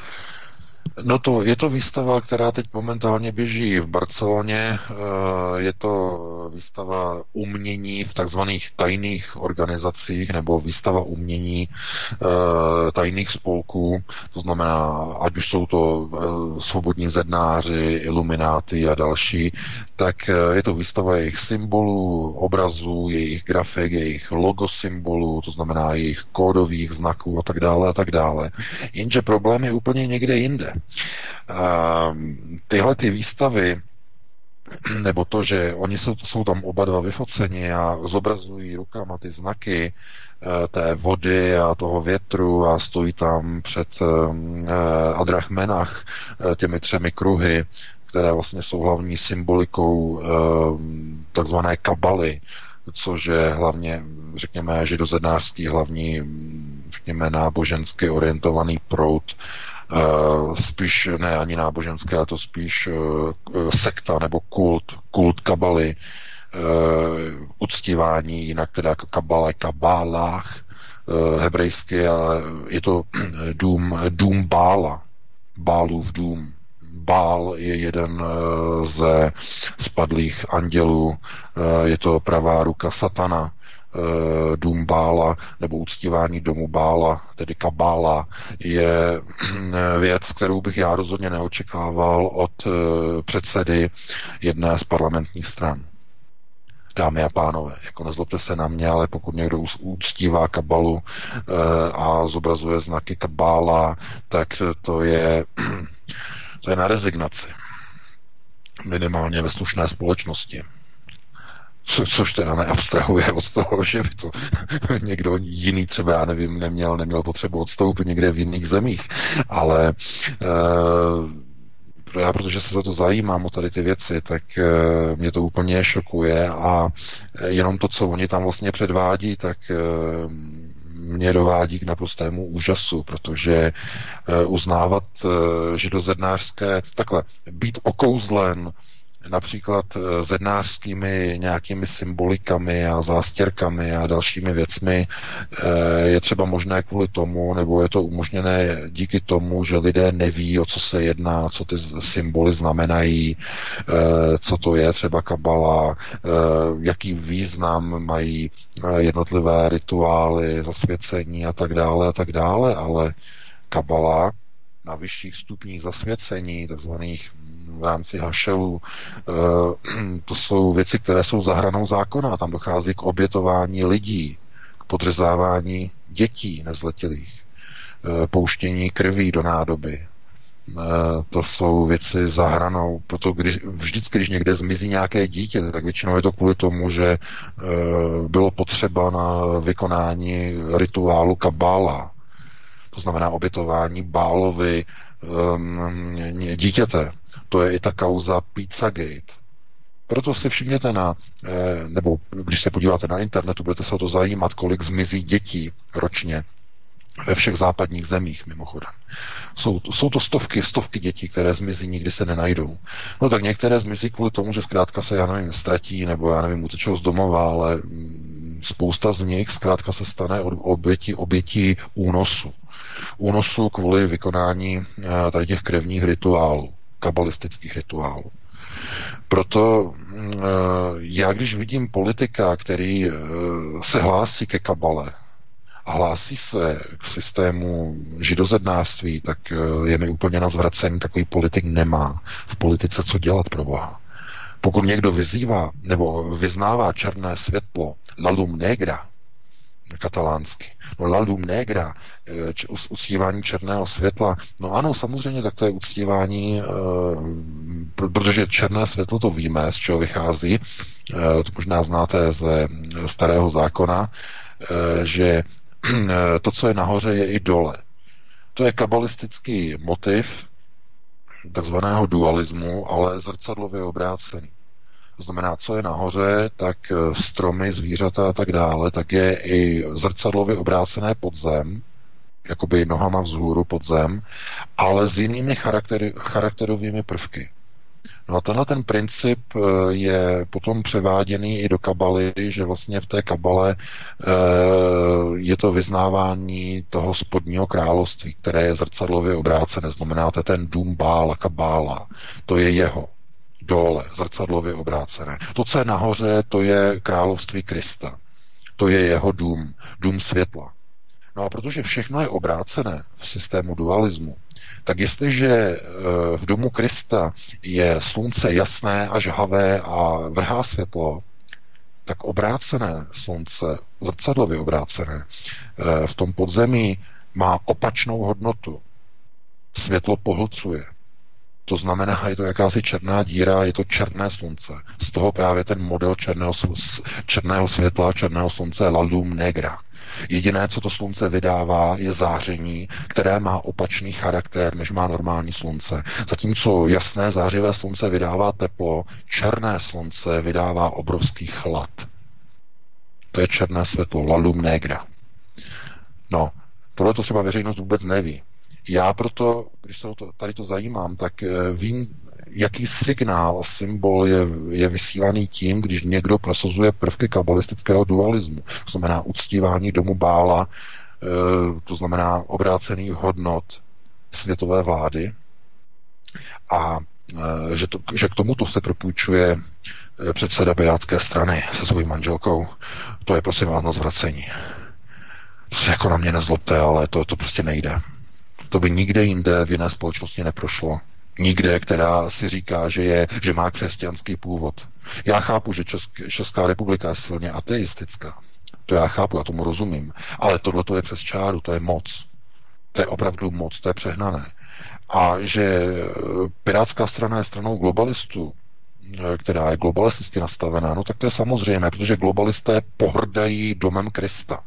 Speaker 5: No je to výstava, která teď momentálně běží v Barceloně. Je to výstava umění v takzvaných tajných organizacích nebo výstava umění tajných spolků. To znamená, ať už jsou to svobodní zednáři, ilumináty a další, tak je to výstava jejich symbolů, obrazů, jejich grafik, jejich logosymbolů, to znamená jejich kódových znaků a tak dále a tak dále. Jenže problém je úplně někde jinde. Tyhle ty výstavy, nebo to, že oni jsou tam oba dva vyfoceni a zobrazují rukama ty znaky té vody a toho větru a stojí tam před Adrachmenach těmi 3 kruhy, které vlastně jsou hlavní symbolikou takzvané kabaly, což je hlavně, řekněme, židozednářský hlavní, řekněme, nábožensky orientovaný proud, spíš ne ani náboženské, a to spíš sekta nebo kult kabaly, uctívání, jinak teda jako kabálách hebrejsky, ale je to dům Bála, Bálův dům, Bál je jeden ze spadlých andělů, je to pravá ruka satana, dům Bála, nebo uctívání domu Bála, tedy kabála, je věc, kterou bych já rozhodně neočekával od předsedy jedné z parlamentních stran. Dámy a pánové, jako nezlobte se na mě, ale pokud někdo uctívá kabalu a zobrazuje znaky kabála, tak to je na rezignaci. Minimálně ve slušné společnosti. Což teda neabstrahuje od toho, že by to někdo jiný třeba, já nevím, neměl potřebu odstoupit někde v jiných zemích. Ale já, protože se za to zajímám o tady ty věci, tak mě to úplně šokuje a jenom to, co oni tam vlastně předvádí, tak mě dovádí k naprostému úžasu, protože uznávat židozednářské, takhle, být okouzlen například zednářskými nějakými symbolikami a zástěrkami a dalšími věcmi je třeba možné kvůli tomu, nebo je to umožněné díky tomu, že lidé neví, o co se jedná, co ty symboly znamenají, co to je třeba kabala, jaký význam mají jednotlivé rituály, zasvěcení a tak dále, ale kabala na vyšších stupních zasvěcení, takzvaných v rámci hašelů, to jsou věci, které jsou za hranou zákona. Tam dochází k obětování lidí, k podřezávání dětí nezletilých, pouštění krví do nádoby. To jsou věci za hranou. Proto vždycky, když někde zmizí nějaké dítě, tak většinou je to kvůli tomu, že bylo potřeba na vykonání rituálu kabála. To znamená obětování Bálovi dítěte. To je i ta kauza Pizzagate. Proto si všimněte nebo když se podíváte na internetu, budete se o to zajímat, kolik zmizí dětí ročně ve všech západních zemích, mimochodem. Jsou to stovky dětí, které zmizí, nikdy se nenajdou. No tak některé zmizí kvůli tomu, že zkrátka se, já nevím, ztratí, nebo já nevím, utečou z domova, ale spousta z nich zkrátka se stane obětí únosu kvůli vykonání tady těch krevních rituálů, kabalistických rituálů. Proto já, když vidím politika, který se hlásí ke kabale a hlásí se k systému židozednářství, tak je mi úplně na zvracení, takový politik nemá v politice co dělat, pro Boha. Pokud někdo vyzývá nebo vyznává černé světlo, la lum negra, katalánsky. No la lum negra, uctívání černého světla. No ano, samozřejmě, tak to je uctívání, protože černé světlo, to víme, z čeho vychází, to možná znáte ze Starého zákona, že to, co je nahoře, je i dole. To je kabalistický motiv takzvaného dualismu, ale zrcadlově obrácený. To znamená, co je nahoře, tak stromy, zvířata a tak dále, tak je i zrcadlově obrácené pod zem, jakoby nohama vzhůru pod zem, ale s jinými charakterovými prvky. No a ten princip je potom převáděný i do kabaly, že vlastně v té kabale je to vyznávání toho spodního království, které je zrcadlově obrácené. Znamená to ten dům Bála, kabála. To je jeho. Dole, zrcadlově obrácené. To, co je nahoře, to je království Krista. To je jeho dům světla. No a protože všechno je obrácené v systému dualismu, tak jestliže v domu Krista je slunce jasné a žhavé a vrhá světlo, tak obrácené slunce, zrcadlově obrácené, v tom podzemí má opačnou hodnotu. Světlo pohlcuje. To znamená, je to jakási černá díra, je to černé slunce. Z toho právě ten model černého světla, černého slunce je la lum negra. Jediné, co to slunce vydává, je záření, které má opačný charakter, než má normální slunce. Zatímco jasné zářivé slunce vydává teplo, černé slunce vydává obrovský chlad. To je černé světlo, la lum negra. No, tohle to třeba veřejnost vůbec neví. Já proto, když se tady to zajímám, tak vím, jaký signál a symbol je vysílaný tím, když někdo prosazuje prvky kabalistického dualismu. To znamená uctívání domu Bála, to znamená obrácený hodnot světové vlády, A že k tomuto se propůjčuje předseda Pirátské strany se svou manželkou, to je prosím vás na zvracení. To se jako na mě nezlobte, ale to prostě nejde. To by nikde jinde v jiné společnosti neprošlo. Nikde, která si říká, že má křesťanský původ. Já chápu, že Česká republika je silně ateistická. To já chápu, já tomu rozumím. Ale tohle to je přes čáru, to je moc. To je opravdu moc, to je přehnané. A že Pirátská strana je stranou globalistů, která je globalisticky nastavená, no tak to je samozřejmé, protože globalisté pohrdají domem Krista.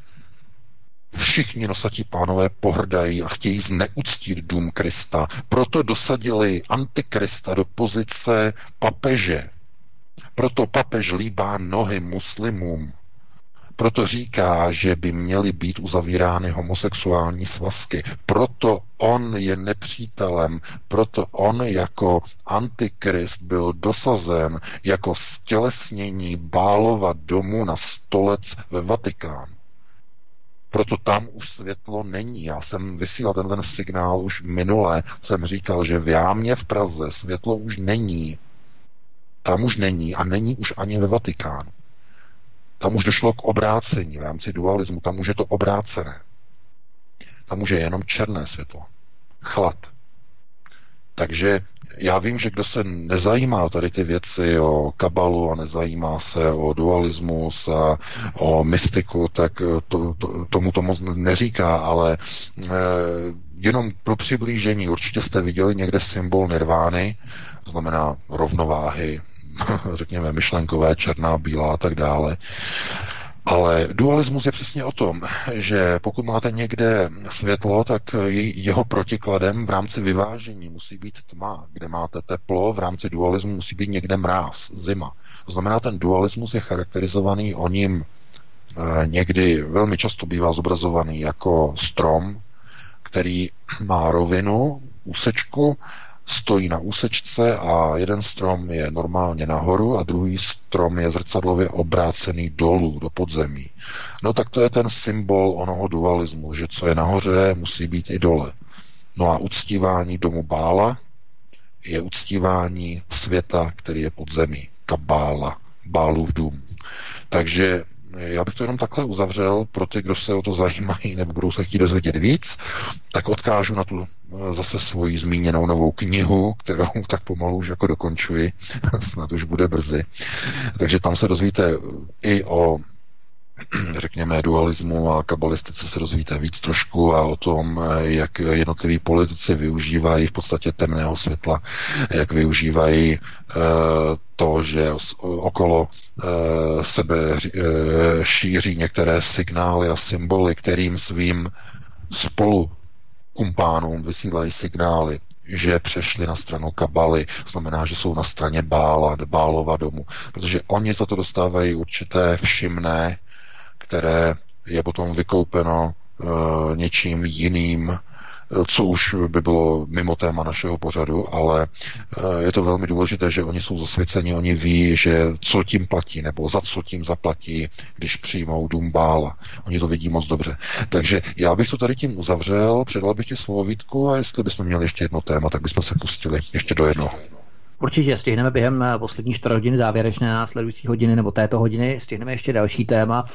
Speaker 5: Všichni nosatí pánové pohrdají a chtějí zneuctít dům Krista. Proto dosadili antikrista do pozice papeže. Proto papež líbá nohy muslimům. Proto říká, že by měly být uzavírány homosexuální svazky. Proto on je nepřítelem. Proto on jako antikrist byl dosazen jako stělesnění Bálova domu na stolec ve Vatikánu. Proto tam už světlo není. Já jsem vysílal ten signál už minule. Jsem říkal, že v Jámě v Praze světlo už není. Tam už není a není už ani ve Vatikánu. Tam už došlo k obrácení v rámci dualismu. Tam už je to obrácené. Tam už je jenom černé světlo. Chlad. Takže já vím, že kdo se nezajímá o tady ty věci, o kabalu a nezajímá se o dualismus a o mystiku, tak tomu to moc neříká, ale jenom pro přiblížení, určitě jste viděli někde symbol nirvány, to znamená rovnováhy, řekněme myšlenkové, černá, bílá a tak dále. Ale dualismus je přesně o tom, že pokud máte někde světlo, tak jeho protikladem v rámci vyvážení musí být tma. Kde máte teplo, v rámci dualismu musí být někde mráz, zima. To znamená, ten dualismus je charakterizovaný o ním někdy velmi často bývá zobrazovaný jako strom, který má rovinu, úsečku, stojí na úsečce a jeden strom je normálně nahoru a druhý strom je zrcadlově obrácený dolů, do podzemí. No tak to je ten symbol onoho dualismu, že co je nahoře, musí být i dole. No a uctívání domu Bála je uctívání světa, který je pod zemí. Kabála, Bálův dům. Takže já bych to jenom takhle uzavřel pro ty, kdo se o to zajímají nebo budou se chtít dozvědět víc, tak odkážu na tu zase svoji zmíněnou novou knihu, kterou tak pomalu už jako dokončuji, snad už bude brzy. Takže tam se dozvíte i o řekněme dualismu a kabalistice se dozvíte víc trošku a o tom, jak jednotliví politici využívají v podstatě temného světla, jak využívají to, že okolo sebe šíří některé signály a symboly, kterým svým spolukumpánům vysílají signály, že přešli na stranu kabaly, znamená, že jsou na straně Bálova domu, protože oni za to dostávají určité všimné, které je potom vykoupeno něčím jiným, co už by bylo mimo téma našeho pořadu, ale je to velmi důležité, že oni jsou zasvěceni, oni ví, že co tím platí, nebo za co tím zaplatí, když přijmou dům Bála. Oni to vidí moc dobře. Takže já bych to tady tím uzavřel, předal bych ti svou Vítku a jestli bychom měli ještě jedno téma, tak bychom se pustili ještě do jednoho. Určitě
Speaker 1: stihneme během poslední 4 hodiny závěrečné následující hodiny nebo této hodiny, stihneme ještě další téma.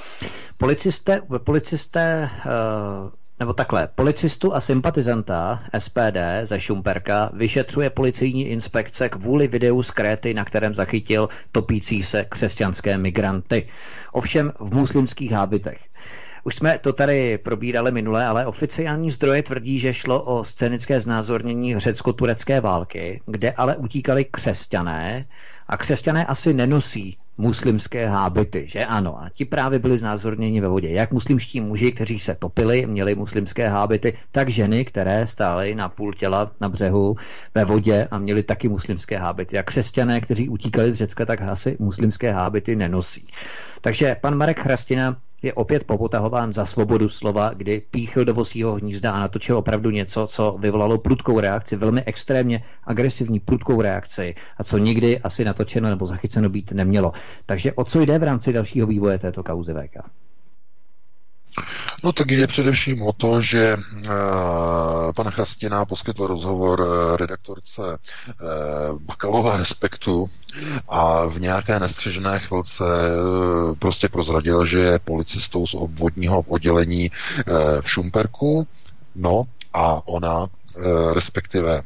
Speaker 1: Policisté nebo takhle, policistu a sympatizanta SPD ze Šumperka vyšetřuje policejní inspekce kvůli videu z Kréty, na kterém zachytil topící se křesťanské migranty. Ovšem v muslimských hábitech. Už jsme to tady probírali minule, ale oficiální zdroje tvrdí, že šlo o scénické znázornění řecko-turecké války, kde ale utíkali křesťané a křesťané asi nenosí muslimské hábity, že ano? A ti právě byli znázorněni ve vodě. Jak muslimští muži, kteří se topili, měli muslimské hábity, tak ženy, které stály na půl těla na břehu ve vodě a měli taky muslimské hábity. Jak křesťané, kteří utíkali z Řecka, tak asi muslimské hábity nenosí. Takže pan Marek Chrastina je opět popotahován za svobodu slova, kdy píchl do vosího hnízda a natočil opravdu něco, co vyvolalo prudkou reakci, velmi extrémně agresivní prudkou reakci a co nikdy asi natočeno nebo zachyceno být nemělo. Takže o co jde v rámci dalšího vývoje této kauzy VK?
Speaker 5: No tak jde především o to, že pan Chrastina poskytl rozhovor redaktorce Bakalova Respektu a v nějaké nestřežené chvilce prostě prozradil, že je policistou z obvodního oddělení v Šumperku, no a ona, respektive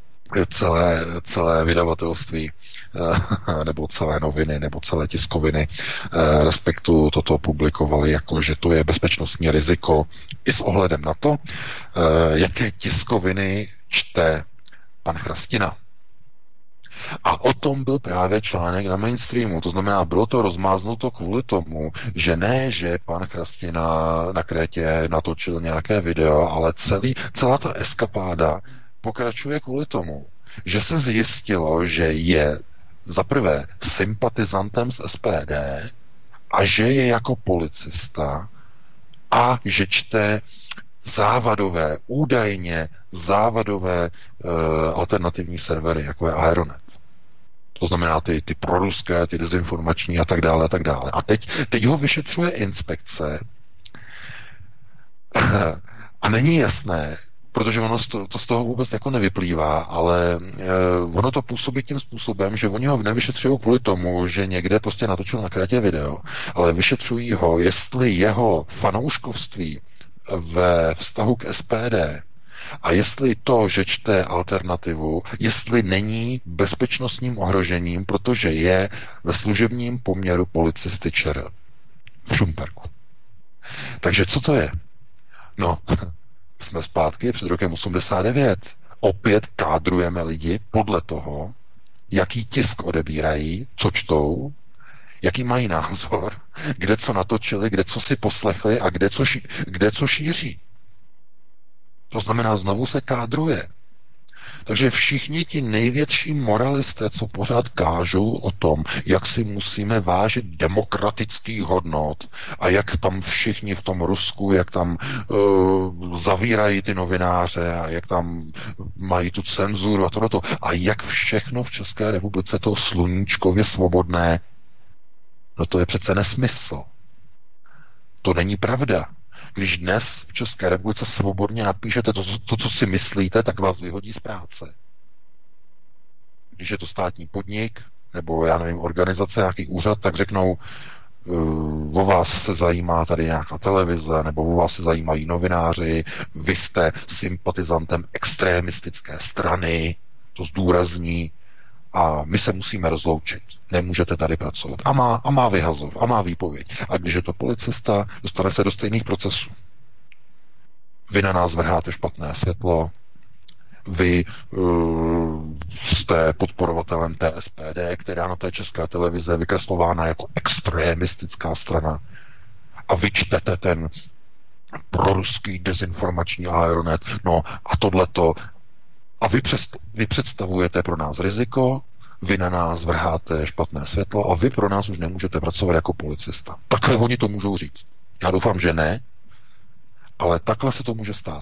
Speaker 5: celé vydavatelství nebo celé noviny nebo celé tiskoviny Respektu toto publikovali jako, že to je bezpečnostní riziko i s ohledem na to, jaké tiskoviny čte pan Chrastina. A o tom byl právě článek na Mainstreamu. To znamená, bylo to rozmáznuto kvůli tomu, že ne, že pan Chrastina na Krétě natočil nějaké video, ale celá ta eskapáda pokračuje kvůli tomu, že se zjistilo, že je zaprvé sympatizantem z SPD a že je jako policista a že čte údajně závadové alternativní servery, jako je Aeronet. To znamená ty proruské, ty dezinformační a tak dále, a tak dále. A teď ho vyšetřuje inspekce a není jasné, protože ono to z toho vůbec jako nevyplývá, ale ono to působí tím způsobem, že oni ho nevyšetřují kvůli tomu, že někde prostě natočil na Krétě video, ale vyšetřují ho, jestli jeho fanouškovství ve vztahu k SPD a jestli to, že čte alternativu, jestli není bezpečnostním ohrožením, protože je ve služebním poměru policisty ČR v Šumperku. Takže co to je? No, jsme zpátky před rokem 89. Opět kádrujeme lidi podle toho, jaký tisk odebírají, co čtou, jaký mají názor, kde co natočili, kde co si poslechli a kde co šíří. To znamená, znovu se kádruje. Takže všichni ti největší moralisté, co pořád kážou o tom, jak si musíme vážit demokratických hodnot a jak tam všichni v tom Rusku, jak tam zavírají ty novináře a jak tam mají tu cenzuru a tohleto. A jak všechno v České republice to sluníčkově svobodné, no to je přece nesmysl. To není pravda. Když dnes v České republice svobodně napíšete to, co si myslíte, tak vás vyhodí z práce. Když je to státní podnik, nebo já nevím, organizace, nějaký úřad, tak řeknou, o vás se zajímá tady nějaká televize, nebo o vás se zajímají novináři, vy jste sympatizantem extremistické strany, to zdůrazní, a my se musíme rozloučit. Nemůžete tady pracovat. A má vyhazov, a má výpověď. A když je to policista, dostane se do stejných procesů. Vy na nás vrháte špatné světlo, vy jste podporovatelem té SPD, která na té české televize je vykreslována jako extremistická strana. A vy čtete ten proruský dezinformační Aeronet. No a tohleto. A vy představujete pro nás riziko, vy na nás vrháte špatné světlo a vy pro nás už nemůžete pracovat jako policista. Takhle oni to můžou říct. Já doufám, že ne, ale takhle se to může stát.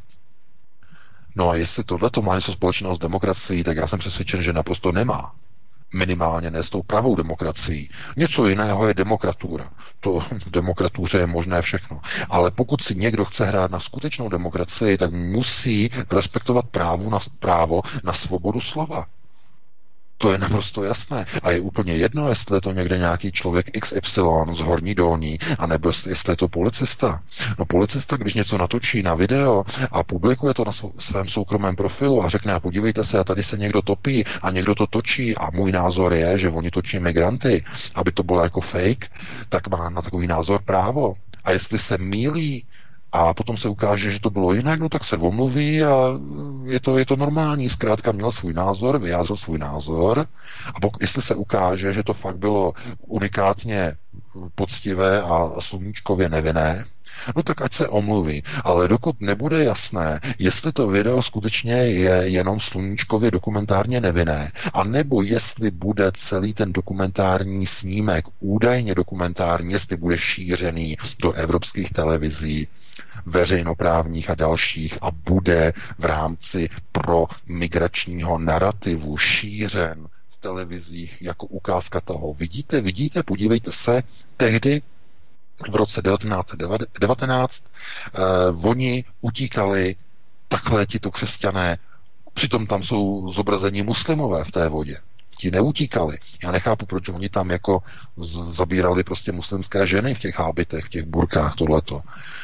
Speaker 5: No a jestli tohleto má něco společného s demokracií, tak já jsem přesvědčen, že naprosto nemá. Minimálně ne s tou pravou demokracií. Něco jiného je demokratura. To v demokratuře je možné všechno. Ale pokud si někdo chce hrát na skutečnou demokracii, tak musí respektovat právo na svobodu slova. To je naprosto jasné. A je úplně jedno, jestli je to někde nějaký člověk XY z Horní Dolní, anebo jestli je to policista. No policista, když něco natočí na video a publikuje to na svém soukromém profilu a řekne, podívejte se, a tady se někdo topí a někdo to točí a můj názor je, že oni točí migranty, aby to bylo jako fake, tak má na takový názor právo. A jestli se mýlí a potom se ukáže, že to bylo jinak, no tak se omluví a je to normální. Zkrátka měl svůj názor, vyjádřil svůj názor a jestli se ukáže, že to fakt bylo unikátně poctivé a sluníčkově nevinné, no tak ať se omluví. Ale dokud nebude jasné, jestli to video skutečně je jenom sluníčkově dokumentárně nevinné, anebo jestli bude celý ten dokumentární snímek údajně dokumentární, jestli bude šířený do evropských televizí, veřejnoprávních a dalších a bude v rámci pro migračního narrativu šířen v televizích jako ukázka toho. Vidíte, podívejte se, tehdy v roce 1919 oni utíkali takhle tito křesťané, přitom tam jsou zobrazení muslimové v té vodě. Ti neutíkali. Já nechápu, proč oni tam jako zabírali prostě muslimské ženy v těch hábitech, v těch burkách, tohleto.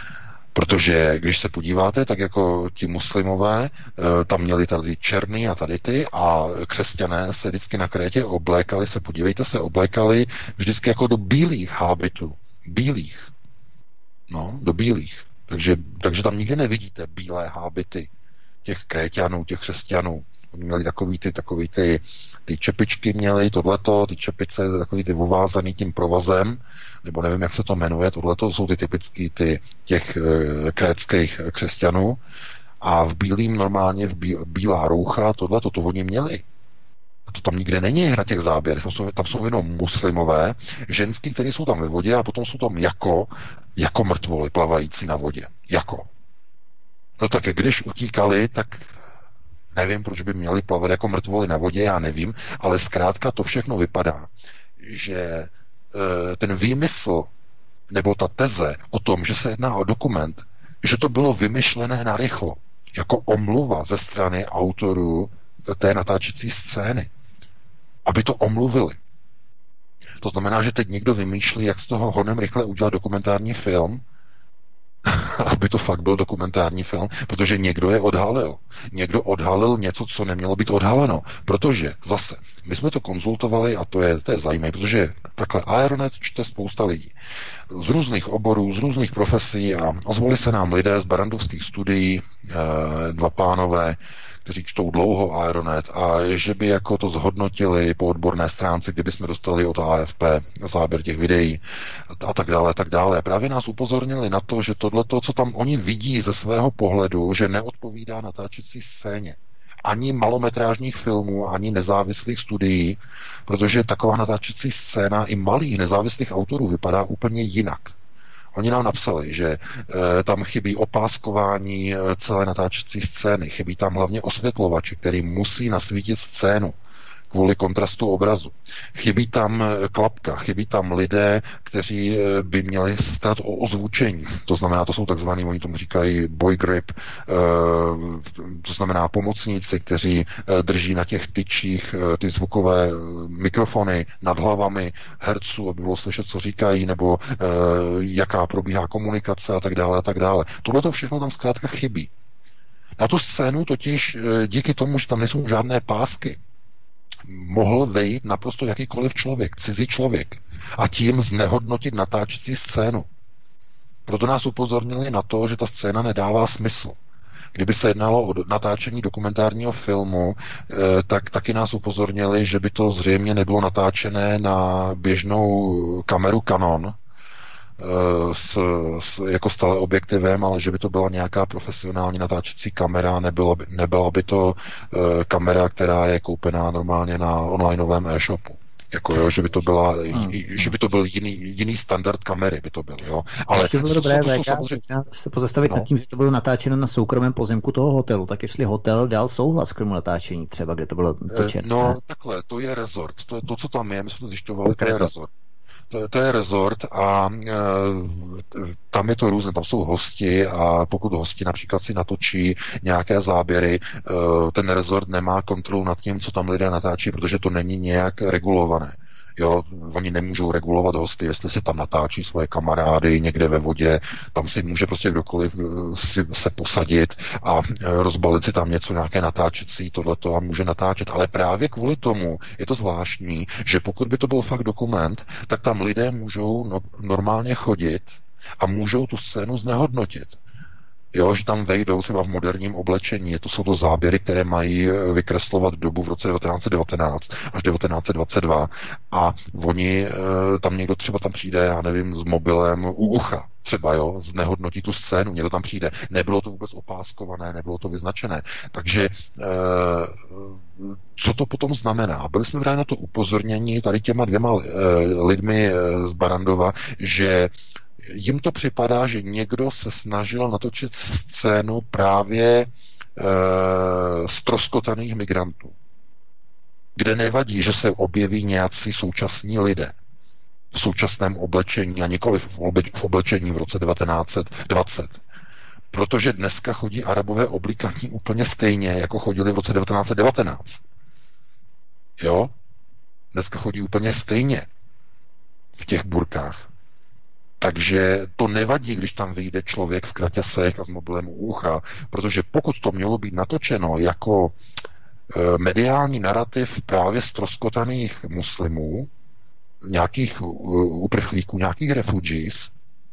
Speaker 5: Protože když se podíváte, tak jako ti muslimové tam měli tady černý a tady ty a křesťané se vždycky na Krétě oblékali, oblékali vždycky jako do bílých hábitů. Bílých. No, do bílých. Takže tam nikdy nevidíte bílé hábity těch Kréťanů, těch křesťanů. Oni měli takový ty čepičky měli, tohleto, ty čepice, takový ty ovázaný tím provazem, nebo nevím, jak se to jmenuje, tohleto jsou ty typický těch krétských křesťanů a v bílým normálně, bílá roucha, tohleto, to oni měli. A to tam nikde není na těch záběrech, tam jsou jenom muslimové, ženský, kteří jsou tam ve vodě a potom jsou tam jako mrtvoly plavající na vodě. Jako. No tak když utíkali, tak nevím, proč by měli plavat jako mrtvoly na vodě, já nevím, ale zkrátka to všechno vypadá, že ten výmysl nebo ta teze o tom, že se jedná o dokument, že to bylo vymyšlené narychlo, jako omluva ze strany autorů té natáčecí scény, aby to omluvili. To znamená, že teď někdo vymýšlí, jak z toho honem rychle udělat dokumentární film, aby to fakt byl dokumentární film, protože někdo je odhalil. Někdo odhalil něco, co nemělo být odhaleno. Protože zase, my jsme to konzultovali a to je zajímavé, protože takhle Aeronet čte spousta lidí. Z různých oborů, z různých profesí a ozvali se nám lidé z barandovských studií, dva pánové, kteří čtou dlouho Aeronet a že by jako to zhodnotili po odborné stránce, kdyby jsme dostali od AFP záběr těch videí a tak dále, tak dále. Právě nás upozornili na to, že tohleto, co tam oni vidí ze svého pohledu, že neodpovídá natáčecí scéně. Ani malometrážních filmů, ani nezávislých studií, protože taková natáčecí scéna i malých nezávislých autorů vypadá úplně jinak. Oni nám napsali, že tam chybí opáskování celé natáčecí scény, chybí tam hlavně osvětlovači, který musí nasvítit scénu kvůli kontrastu obrazu. Chybí tam klapka, chybí tam lidé, kteří by měli se starat o ozvučení. To znamená, to jsou takzvaný, oni tomu říkají boy grip, to znamená pomocníci, kteří drží na těch tyčích ty zvukové mikrofony nad hlavami herců, aby bylo slyšet, co říkají, nebo jaká probíhá komunikace a tak dále a tak dále. Tohle to všechno tam zkrátka chybí. Na tu scénu totiž díky tomu, že tam nejsou žádné pásky, mohl vejít naprosto jakýkoliv člověk, cizí člověk a tím znehodnotit natáčecí scénu. Proto nás upozornili na to, že ta scéna nedává smysl. Kdyby se jednalo o natáčení dokumentárního filmu, tak taky nás upozornili, že by to zřejmě nebylo natáčené na běžnou kameru Canon, jako stále objektivem, ale že by to byla nějaká profesionální natáčecí kamera, nebyla by to kamera, která je koupená normálně na onlineovém e-shopu. Jako jo, že by to byl jiný standard kamery by to byl, jo. Ale
Speaker 1: ještě bylo dobré, se pozastavit nad tím, že to bylo natáčeno na soukromém pozemku toho hotelu, tak jestli hotel dal souhlas k tomu natáčení třeba, kde to bylo točeno.
Speaker 5: No, takhle, to je resort. To, co tam je, my jsme to zjišťovali, to je resort. To je resort a tam je to různé, tam jsou hosti a pokud hosti například si natočí nějaké záběry, ten resort nemá kontrolu nad tím, co tam lidé natáčí, protože to není nějak regulované. Jo, oni nemůžou regulovat hosty, jestli si tam natáčí svoje kamarády někde ve vodě, tam si může prostě kdokoliv se posadit a rozbalit si tam něco, nějaké natáčecí, tohleto a může natáčet. Ale právě kvůli tomu je to zvláštní, že pokud by to byl fakt dokument, tak tam lidé můžou normálně chodit a můžou tu scénu znehodnotit. Jo, že tam vejdou třeba v moderním oblečení. Jsou to záběry, které mají vykreslovat dobu v roce 1919 až 1922 a oni, tam někdo třeba tam přijde, já nevím, s mobilem u ucha, třeba, jo, znehodnotí tu scénu, někdo tam přijde. Nebylo to vůbec opáskované, nebylo to vyznačené. Takže co to potom znamená? Byli jsme právě na to upozornění tady těma dvěma lidmi z Barandova, že jim to připadá, že někdo se snažil natočit scénu právě ztroskotaných migrantů, kde nevadí, že se objeví nějací současní lidé. v současném oblečení a nikoli v oblečení v roce 1920. Protože dneska chodí Arabové oblíkaní úplně stejně, jako chodili v roce 1919. Jo? Dneska chodí úplně stejně v těch burkách. Takže to nevadí, když tam vyjde člověk v kraťasech a s mobilem u ucha, protože pokud to mělo být natočeno jako mediální narrativ právě ztroskotaných muslimů, nějakých uprchlíků, nějakých refugees,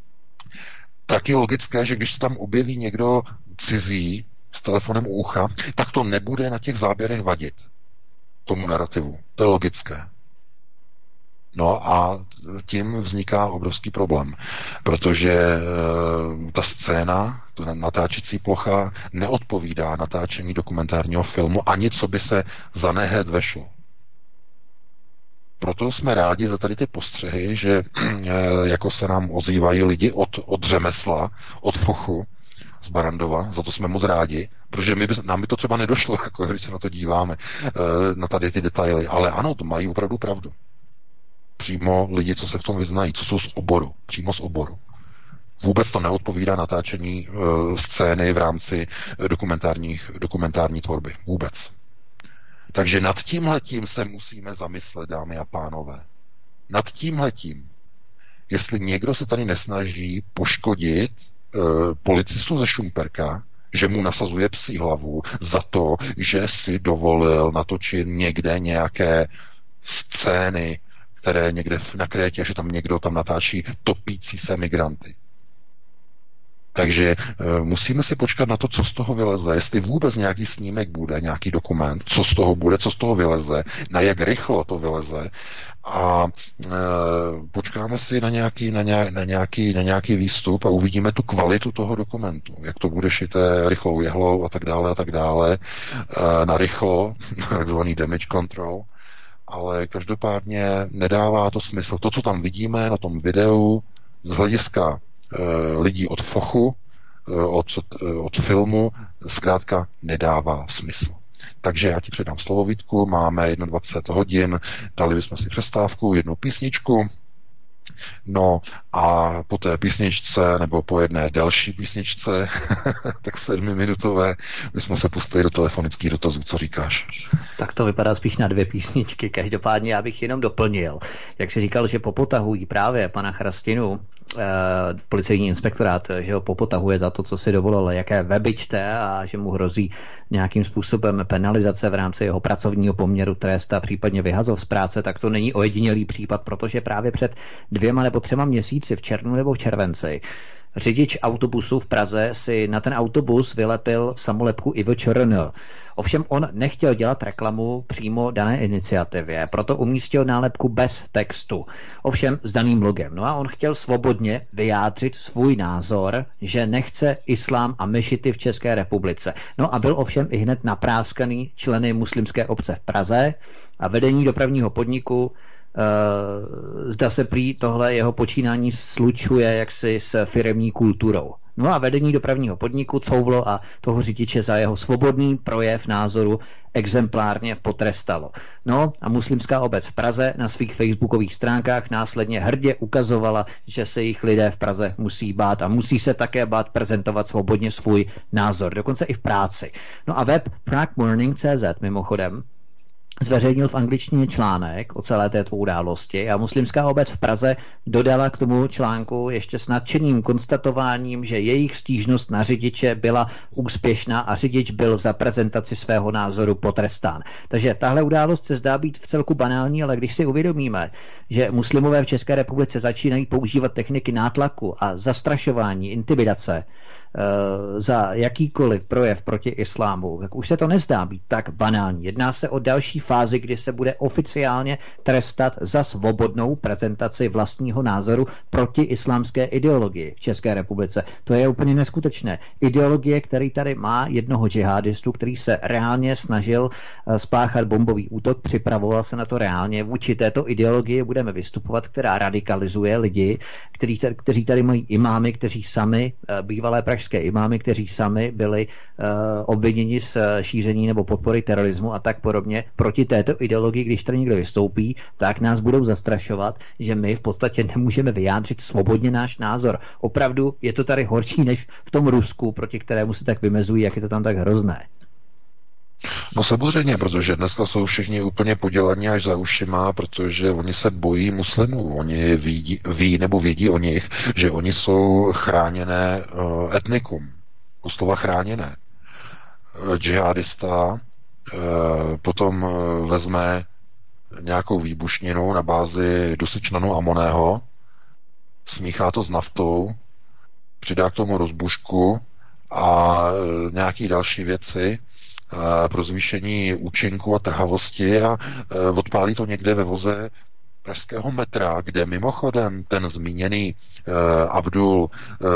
Speaker 5: tak je logické, že když se tam objeví někdo cizí s telefonem u ucha, tak to nebude na těch záběrech vadit tomu narrativu. To je logické. No a tím vzniká obrovský problém, protože ta scéna, ta natáčecí plocha neodpovídá natáčení dokumentárního filmu ani co by se za nehet vešlo. Proto jsme rádi za tady ty postřehy, že jako se nám ozývají lidi od řemesla, od fochu z Barrandova, za to jsme moc rádi, protože nám by to třeba nedošlo, jako když se na to díváme, na tady ty detaily, ale ano, to mají opravdu pravdu. Přímo lidi, co se v tom vyznají, co jsou z oboru, přímo z oboru. Vůbec to neodpovídá natáčení scény v rámci dokumentární tvorby. Vůbec. Takže nad tímhletím se musíme zamyslet, dámy a pánové. Nad tímhletím. Jestli někdo se tady nesnaží poškodit policistu ze Šumperka, že mu nasazuje psí hlavu za to, že si dovolil natočit někde nějaké scény, které někde na Krétě, že tam někdo tam natáčí topící se migranty. Takže musíme si počkat na to, co z toho vyleze, jestli vůbec nějaký snímek bude, nějaký dokument, co z toho bude, co z toho vyleze, na jak rychlo to vyleze a počkáme si na nějaký výstup a uvidíme tu kvalitu toho dokumentu, jak to bude šité rychlou jehlou a tak dále, na rychlo, takzvaný damage control, ale každopádně nedává to smysl. To, co tam vidíme na tom videu z hlediska lidí od fochu, od filmu, zkrátka nedává smysl. Takže já ti předám slovo, Vítku, máme 21 hodin, dali bychom si přestávku, jednu písničku, no a po té písničce, nebo po jedné další písničce, tak 7minutové, bychom se pustili do telefonických dotazů. Co říkáš?
Speaker 1: Tak to vypadá spíš na 2 písničky. Každopádně já bych jenom doplnil. Jak jsi říkal, že popotahují právě pana Chrastinu, policejní inspektorát, že ho popotahuje za to, co si dovolil, jaké weby čte a že mu hrozí nějakým způsobem penalizace v rámci jeho pracovního poměru, trest a případně vyhazov z práce, tak to není ojedinělý případ, protože právě před 2 nebo 3 měsíci v červnu nebo v červenci řidič autobusu v Praze si na ten autobus vylepil samolepku IVČRN. Ovšem on nechtěl dělat reklamu přímo dané iniciativě, proto umístil nálepku bez textu, ovšem s daným logem. No a on chtěl svobodně vyjádřit svůj názor, že nechce islám a mešity v České republice. No a byl ovšem i hned napráskaný členy muslimské obce v Praze a vedení dopravního podniku zda se prý tohle jeho počínání slučuje jaksi s firemní kulturou. No a vedení dopravního podniku couvlo a toho řidiče za jeho svobodný projev názoru exemplárně potrestalo. No a muslimská obec v Praze na svých facebookových stránkách následně hrdě ukazovala, že se jich lidé v Praze musí bát a musí se také bát prezentovat svobodně svůj názor, dokonce i v práci. No a web PragMorning.cz mimochodem zveřejnil v angličtině článek o celé této události a muslimská obec v Praze dodala k tomu článku ještě s nadšeným konstatováním, že jejich stížnost na řidiče byla úspěšná a řidič byl za prezentaci svého názoru potrestán. Takže tahle událost se zdá být vcelku banální, ale když si uvědomíme, že muslimové v České republice začínají používat techniky nátlaku a zastrašování, intimidace za jakýkoliv projev proti islámu, tak už se to nezdá být tak banální. Jedná se o další fázi, kdy se bude oficiálně trestat za svobodnou prezentaci vlastního názoru proti islámské ideologii v České republice. To je úplně neskutečné. Ideologie, který tady má jednoho džihadistu, který se reálně snažil spáchat bombový útok, připravoval se na to reálně. Vůči této ideologii budeme vystupovat, která radikalizuje lidi, kteří tady mají imámy, kteří sami, bývalé pražské imámy, kteří sami byli obviněni z šíření nebo podpory terorismu a tak podobně. Proti této ideologii, když tady někdo vystoupí, tak nás budou zastrašovat, že my v podstatě nemůžeme vyjádřit svobodně náš názor. Opravdu je to tady horší než v tom Rusku, proti kterému se tak vymezují, jak je to tam tak hrozné.
Speaker 5: No samozřejmě, protože dneska jsou všichni úplně podělaní až za ušima, protože oni se bojí muslimů. Oni vědí o nich, že oni jsou chráněné etnikum. Doslova chráněné. Džihadista potom vezme nějakou výbušninu na bázi dusičnanu amoného, smíchá to s naftou, přidá k tomu rozbušku a nějaké další věci pro zvýšení účinku a trhavosti a odpálí to někde ve voze pražského metra, kde mimochodem ten zmíněný Abdul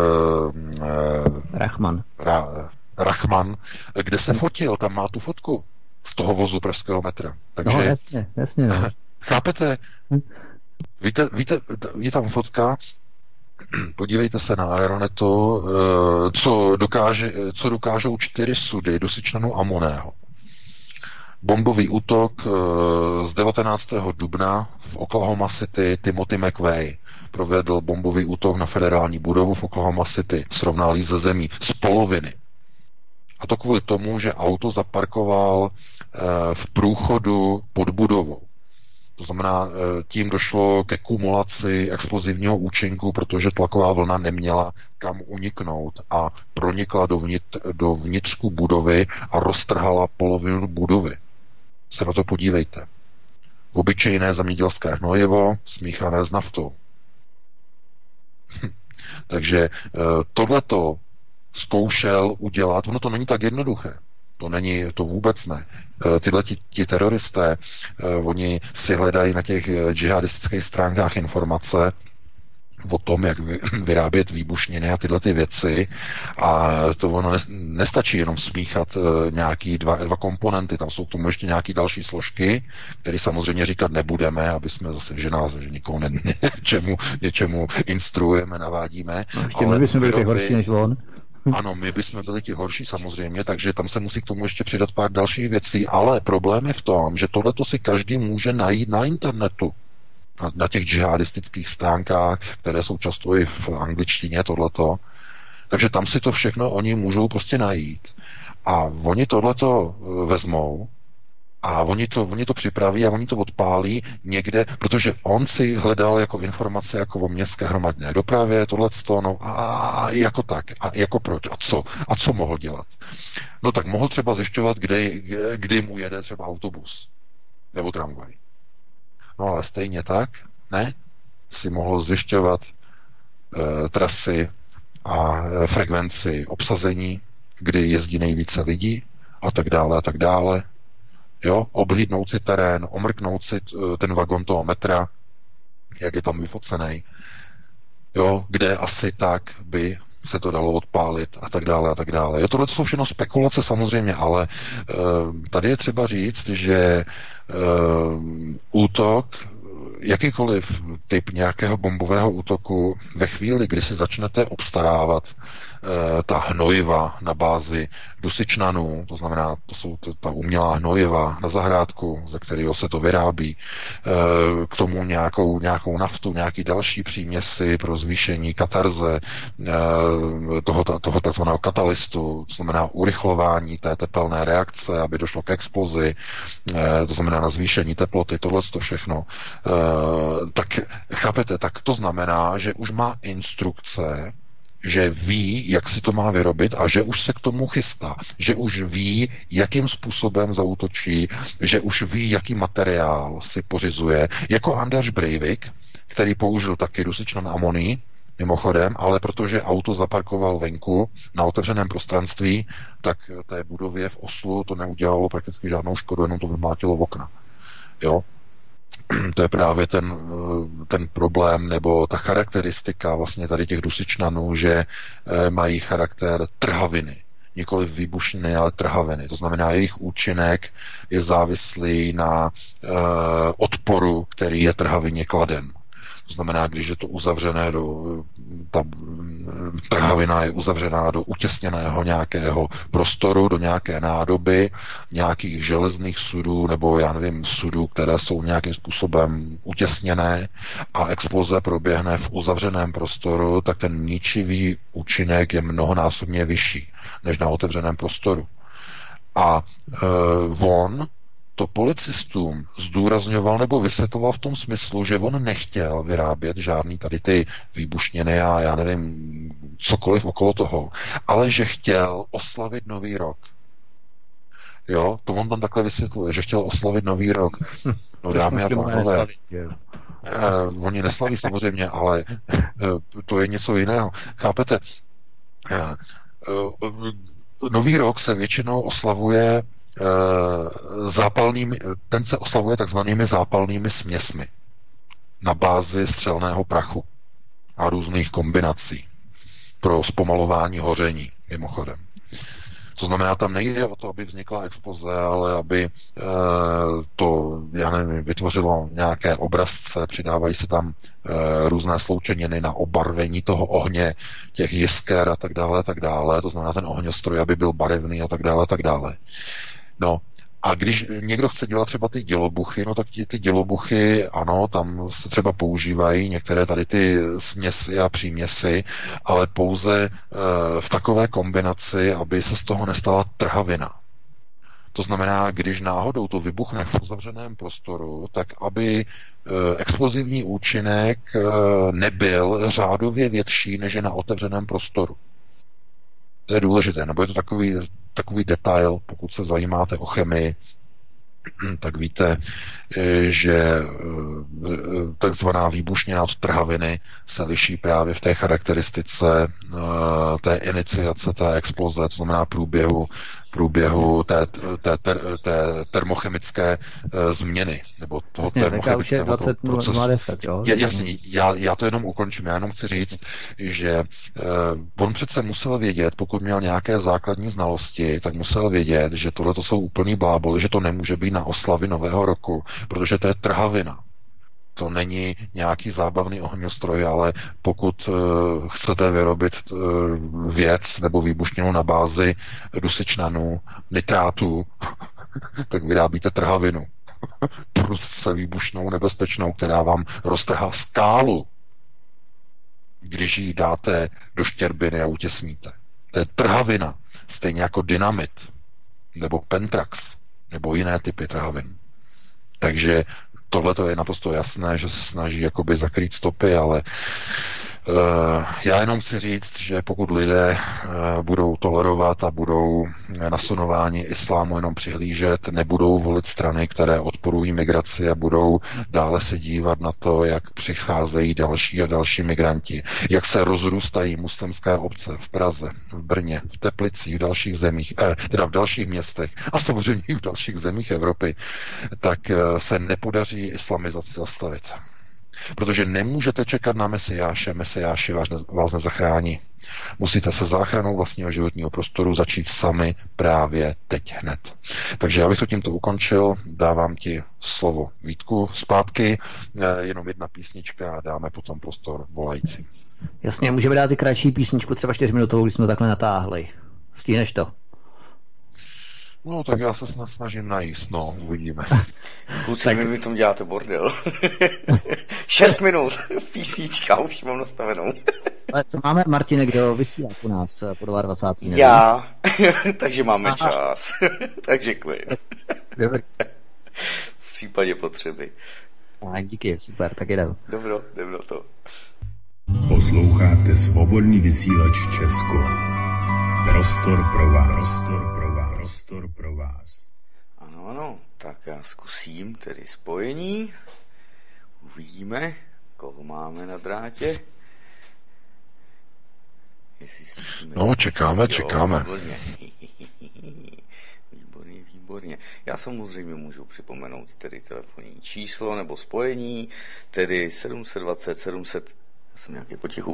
Speaker 5: Rahman, kde se fotil, tam má tu fotku z toho vozu pražského metra. Takže,
Speaker 1: no, jasně. No.
Speaker 5: Chápete? Víte, je tam fotka, podívejte se na Aeronetu, co dokážou 4 sudy dusičnanu amoného. Bombový útok z 19. dubna v Oklahoma City. Timothy McVeigh provedl bombový útok na federální budovu v Oklahoma City, srovnal ji ze zemí z poloviny. A to kvůli tomu, že auto zaparkoval v průchodu pod budovou. To znamená, tím došlo ke kumulaci explozivního účinku, protože tlaková vlna neměla kam uniknout a pronikla do vnitřku budovy a roztrhala polovinu budovy. Se na to podívejte. Obyčejné zemědělské hnojivo smíchané s naftou. Takže tohleto zkoušel udělat, ono to není tak jednoduché. To vůbec ne. Tyhle ti teroristé, oni si hledají na těch džihadistických stránkách informace o tom, jak vyrábět výbušniny a tyhle ty věci a to ono nestačí jenom smíchat nějaký dva komponenty, tam jsou k tomu ještě nějaký další složky, které samozřejmě říkat nebudeme, aby jsme zase, že nikoho něčemu instruujeme, navádíme.
Speaker 1: No, ještě my bychom byli horší než on.
Speaker 5: Ano, my bychom byli ti horší samozřejmě, takže tam se musí k tomu ještě přidat pár dalších věcí, ale problém je v tom, že tohleto si každý může najít na internetu, na těch džihadistických stránkách, které jsou často i v angličtině tohleto. Takže tam si to všechno oni můžou prostě najít. A oni tohleto vezmou a oni to připraví a oni to odpálí někde, protože on si hledal jako informace jako o městské hromadné dopravě, tohleto, no a jako tak, a jako proč, a co mohl dělat. No tak mohl třeba zjišťovat, kdy mu jede třeba autobus nebo tramvaj. No ale stejně tak, ne, si mohl zjišťovat trasy a frekvenci obsazení, kdy jezdí nejvíce lidí a tak dále. Jo, obhlídnout si terén, omrknout si ten vagon toho metra, jak je tam vyfocený, jo, kde asi tak by se to dalo odpálit a tak dále. Jo, tohle jsou všechno spekulace samozřejmě, ale tady je třeba říct, že útok, jakýkoliv typ nějakého bombového útoku ve chvíli, kdy si začnete obstarávat ta hnojiva na bázi dusičnanů, to znamená, to jsou ta umělá hnojiva na zahrádku, ze kterého se to vyrábí, k tomu nějakou naftu, nějaký další příměsi pro zvýšení katarze, toho takzvaného katalystu, to znamená urychlování té tepelné reakce, aby došlo k explozi, to znamená na zvýšení teploty, tohle to všechno. Tak chápete, tak to znamená, že už má instrukce, že ví, jak si to má vyrobit a že už se k tomu chystá, že už ví, jakým způsobem zaútočí, že už ví, jaký materiál si pořizuje, jako Anders Breivik, který použil taky dusičnan amoný, mimochodem, ale protože auto zaparkoval venku na otevřeném prostranství, tak té budově v Oslu to neudělalo prakticky žádnou škodu, jenom to vymlátilo v okna. Jo? To je právě ten problém, nebo ta charakteristika vlastně tady těch dusičnanů, že mají charakter trhaviny. Nikoliv výbušniny, ale trhaviny. To znamená, jejich účinek je závislý na odporu, který je trhavině kladen. To znamená, když je to uzavřené ta trhavina je uzavřená do utěsněného nějakého prostoru, do nějaké nádoby, nějakých železných sudů, nebo já nevím, sudů, které jsou nějakým způsobem utěsněné a exploze proběhne v uzavřeném prostoru, tak ten ničivý účinek je mnohonásobně vyšší než na otevřeném prostoru. A on to policistům zdůrazňoval nebo vysvětloval v tom smyslu, že on nechtěl vyrábět žádný tady ty výbušniny a já nevím, cokoliv okolo toho, ale že chtěl oslavit Nový rok. Jo, to on tam takhle vysvětluje, že chtěl oslavit Nový rok. No dámy a pánové, oni neslaví samozřejmě, ale to je něco jiného. Chápete? Nový rok se většinou oslavuje ten se oslavuje takzvanými zápalnými směsmi na bázi střelného prachu a různých kombinací pro zpomalování hoření, mimochodem. To znamená, tam nejde o to, aby vznikla exploze, ale aby to, já nevím, vytvořilo nějaké obrazce, přidávají se tam různé sloučeniny na obarvení toho ohně, těch jisker a tak dále, to znamená ten ohňostroj, aby byl barevný a tak dále. No, a když někdo chce dělat třeba ty dělobuchy, no tak ty dělobuchy, ano, tam se třeba používají některé tady ty směsi a příměsi, ale pouze v takové kombinaci, aby se z toho nestala trhavina. To znamená, když náhodou to vybuchne v uzavřeném prostoru, tak aby explozivní účinek nebyl řádově větší, než je na otevřeném prostoru. To je důležité, nebo je to takový detail, pokud se zajímáte o chemii, tak víte, že takzvaná výbušnina od trhaviny se liší právě v té charakteristice té iniciace, té exploze, to znamená průběhu té termochemické změny, nebo toho termochemického procesu. Jasně, já to jenom ukončím, já jenom chci říct, že on přece musel vědět, pokud měl nějaké základní znalosti, tak musel vědět, že tohle to jsou úplný bláboli, že to nemůže být na oslavy Nového roku, protože to je trhavina. To není nějaký zábavný ohňostroj, ale pokud chcete vyrobit věc nebo výbušninu na bázi dusičnanů, nitrátů, tak vyrábíte trhavinu. Prudce výbušnou, nebezpečnou, která vám roztrhá skálu, když ji dáte do štěrbiny a utěsníte. To je trhavina, stejně jako dynamit, nebo pentrax, nebo jiné typy trhavin. Takže tohle to je naprosto jasné, že se snaží jakoby zakrýt stopy, ale já jenom chci říct, že pokud lidé budou tolerovat a budou nasunování islámu jenom přihlížet, nebudou volit strany, které odporují migraci a budou dále se dívat na to, jak přicházejí další a další migranti, jak se rozrůstají muslimské obce v Praze, v Brně, v Teplicích, v dalších zemích, teda v dalších městech a samozřejmě i v dalších zemích Evropy, tak se nepodaří islamizaci zastavit. Protože nemůžete čekat na Mesiáši vás nezachrání. Musíte se záchranou vlastního životního prostoru začít sami právě teď hned. Takže já bych to tímto ukončil, dávám ti slovo Vítku zpátky, jenom jedna písnička a dáme potom prostor volající.
Speaker 1: Jasně, můžeme dát i kratší písničku, třeba 4 minutovou, když jsme to takhle natáhli. Stihneš to?
Speaker 5: No, tak já se snažím najíst, no, uvidíme.
Speaker 4: Kluci, vy mi tom děláte bordel. 6 minut, písnička, už mám nastavenou.
Speaker 1: Ale co máme, Martine, kdo vysílá u nás po 22. Nevím?
Speaker 4: Já, takže máme čas. Takže klid. V případě potřeby.
Speaker 1: Tak, díky, super, tak jdem.
Speaker 4: Dobro, jdem na to.
Speaker 3: Posloucháte Svobodný vysílač Česko. Prostor pro vás. Prostor pro vás.
Speaker 4: Ano, tak já zkusím tedy spojení. Uvidíme, koho máme na drátě. Jestli slyšíme...
Speaker 5: No, čekáme.
Speaker 4: Výborně. Já samozřejmě můžu připomenout tedy telefonní číslo nebo spojení, tedy 720 jsem nějaký potichu,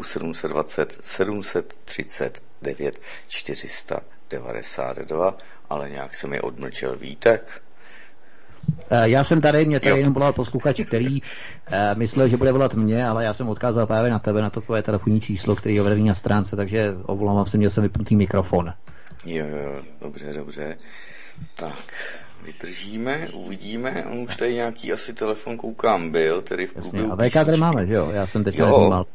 Speaker 4: 739 492, ale nějak se mi odmlčel Vítek.
Speaker 1: Já jsem tady, mě tady jenom volal posluchač, který myslel, že bude volat mě, ale já jsem odkázal právě na tebe, na to tvoje telefonní číslo, který je vedený na stránce, takže omlouvám se, měl jsem vypnutý mikrofon.
Speaker 4: Jo, dobře. Tak, vydržíme, uvidíme. On už tady nějaký asi telefon, koukám, byl, tedy v klubu.
Speaker 1: Jasně, a VK tady máme, že jo? Já jsem teď nevnímal.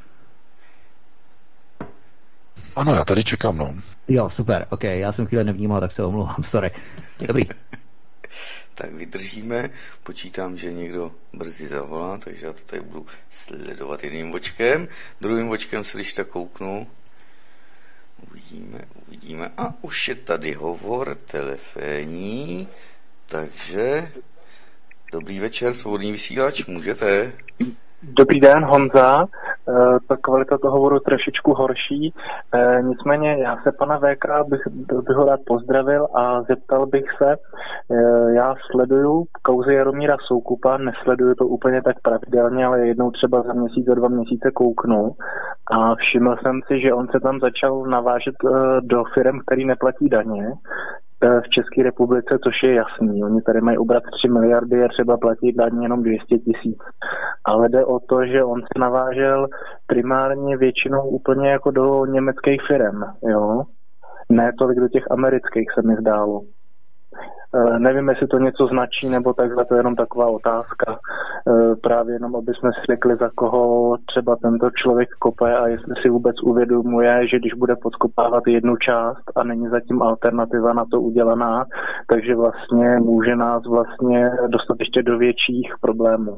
Speaker 5: Ano, já tady čekám, no.
Speaker 1: Jo, super, ok, já jsem chvíli nevnímal, tak se omlouvám, sorry. Dobrý.
Speaker 4: Tak vydržíme, počítám, že někdo brzy zavolá, takže já to tady budu sledovat jedním očkem. Druhým očkem se když tak kouknu. Uvidíme. A už je tady hovor telefonní, takže dobrý večer, svobodný vysílač, můžete?
Speaker 6: Dobrý den, Honza. Ta kvalita toho hovoru trošičku horší. Nicméně já se pana VK bych ho rád pozdravil a zeptal bych se, já sleduju kauzy Jaromíra Soukupa, nesleduju to úplně tak pravidelně, ale jednou třeba za měsíc, za 2 měsíce kouknu a všiml jsem si, že on se tam začal navážet do firem, který neplatí daně v České republice, což je jasný. Oni tady mají obrat 3 miliardy a třeba platí daň jenom 200 000. Ale jde o to, že on se navážel primárně většinou úplně jako do německých firem, jo. Ne tolik do těch amerických, se mi zdálo. Nevím, jestli to něco značí, nebo takhle, to je jenom taková otázka. Právě jenom, aby jsme si řekli, za koho třeba tento člověk kope a jestli si vůbec uvědomuje, že když bude podkopávat jednu část a není zatím alternativa na to udělaná, takže vlastně může nás vlastně dostat ještě do větších problémů.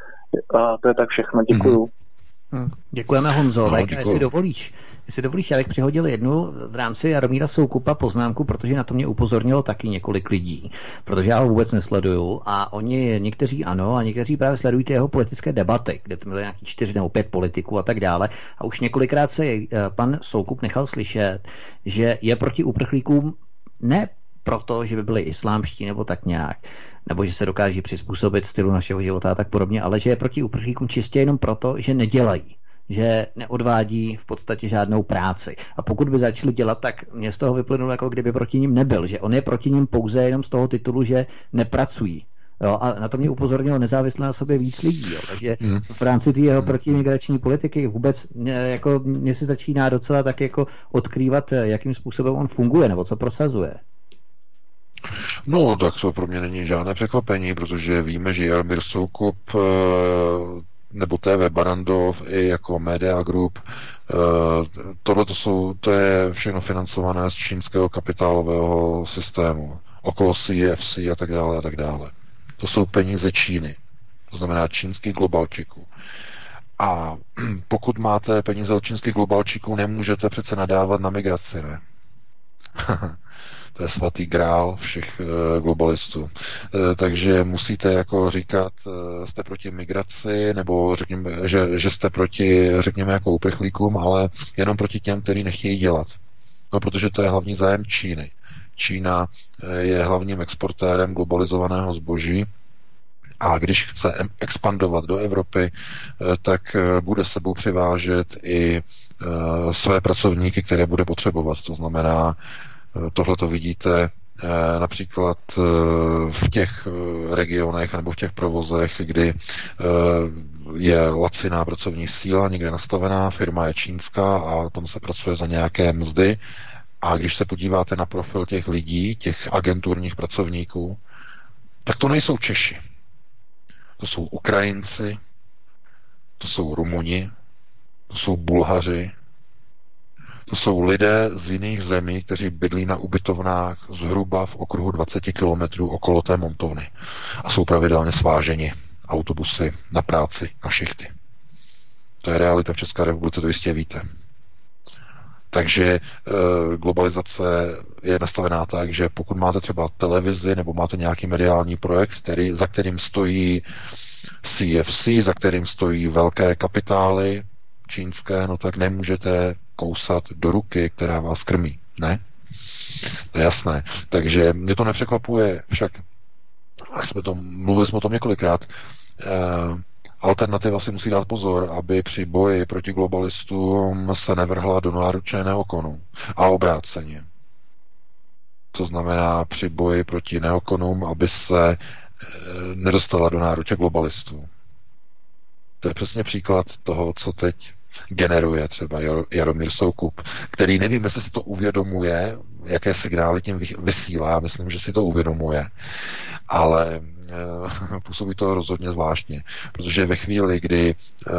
Speaker 6: A to je tak všechno. Děkuju.
Speaker 1: Děkujeme, Honzo. No, jestli dovolíš, já bych přihodil jednu v rámci Jaromíra Soukupa poznámku, protože na to mě upozornilo taky několik lidí, protože já ho vůbec nesleduju a oni někteří ano a někteří právě sledují ty jeho politické debaty, kde tam byly nějaký 4 nebo 5 politiků a tak dále a už několikrát se pan Soukup nechal slyšet, že je proti uprchlíkům ne proto, že by byli islámští nebo tak nějak, nebo že se dokáží přizpůsobit stylu našeho života a tak podobně, ale že je proti uprchlíkům čistě jenom proto, že nedělají, že neodvádí v podstatě žádnou práci. A pokud by začali dělat, tak mě z toho vyplynulo, jako kdyby proti ním nebyl, že on je proti ním pouze jenom z toho titulu, že nepracují. Jo, a na to mě upozornilo nezávisle na sobě víc lidí. Jo. Takže v rámci té jeho protimigrační politiky vůbec jako mě si začíná docela tak jako odkrývat, jakým způsobem on funguje nebo co prosazuje.
Speaker 5: No, tak to pro mě není žádné překvapení, protože víme, že Jaromír Soukup nebo TV Barrandov i jako Media Group, to je všechno financované z čínského kapitálového systému, okolo CFC a tak dále a tak dále. To jsou peníze Číny, to znamená čínských globalčiků. A pokud máte peníze od čínských globalčiků, nemůžete přece nadávat na migraci, ne? To je svatý grál všech globalistů. Takže musíte jako říkat, jste proti migraci, nebo řekněme, že jste proti, řekněme, jako uprchlíkům, ale jenom proti těm, kteří nechtějí dělat. No, protože to je hlavní zájem Číny. Čína je hlavním exportérem globalizovaného zboží a když chce expandovat do Evropy, tak bude sebou přivážet i své pracovníky, které bude potřebovat. To znamená, tohle to vidíte například v těch regionech nebo v těch provozech, kdy je laciná pracovní síla někde nastavená, firma je čínská a tam se pracuje za nějaké mzdy. A když se podíváte na profil těch lidí, těch agenturních pracovníků, tak to nejsou Češi. To jsou Ukrajinci, to jsou Rumuni, to jsou Bulhaři, to jsou lidé z jiných zemí, kteří bydlí na ubytovnách zhruba v okruhu 20 kilometrů okolo té montovny a jsou pravidelně sváženi autobusy na práci, na šichty. To je realita v České republice, to jistě víte. Takže globalizace je nastavená tak, že pokud máte třeba televizi nebo máte nějaký mediální projekt, za kterým stojí CFC, za kterým stojí velké kapitály čínské, no tak nemůžete kousat do ruky, která vás krmí. Ne? To je jasné. Takže mě to nepřekvapuje, však mluvili jsme o tom několikrát, alternativa si musí dát pozor, aby při boji proti globalistům se nevrhla do náruče neokonů. A obráceně. To znamená při boji proti neokonům, aby se nedostala do náruče globalistů. To je přesně příklad toho, co teď generuje třeba Jaromír Soukup, který nevím, jestli si to uvědomuje, jaké signály tím vysílá, myslím, že si to uvědomuje, ale působí to rozhodně zvláštně, protože ve chvíli, kdy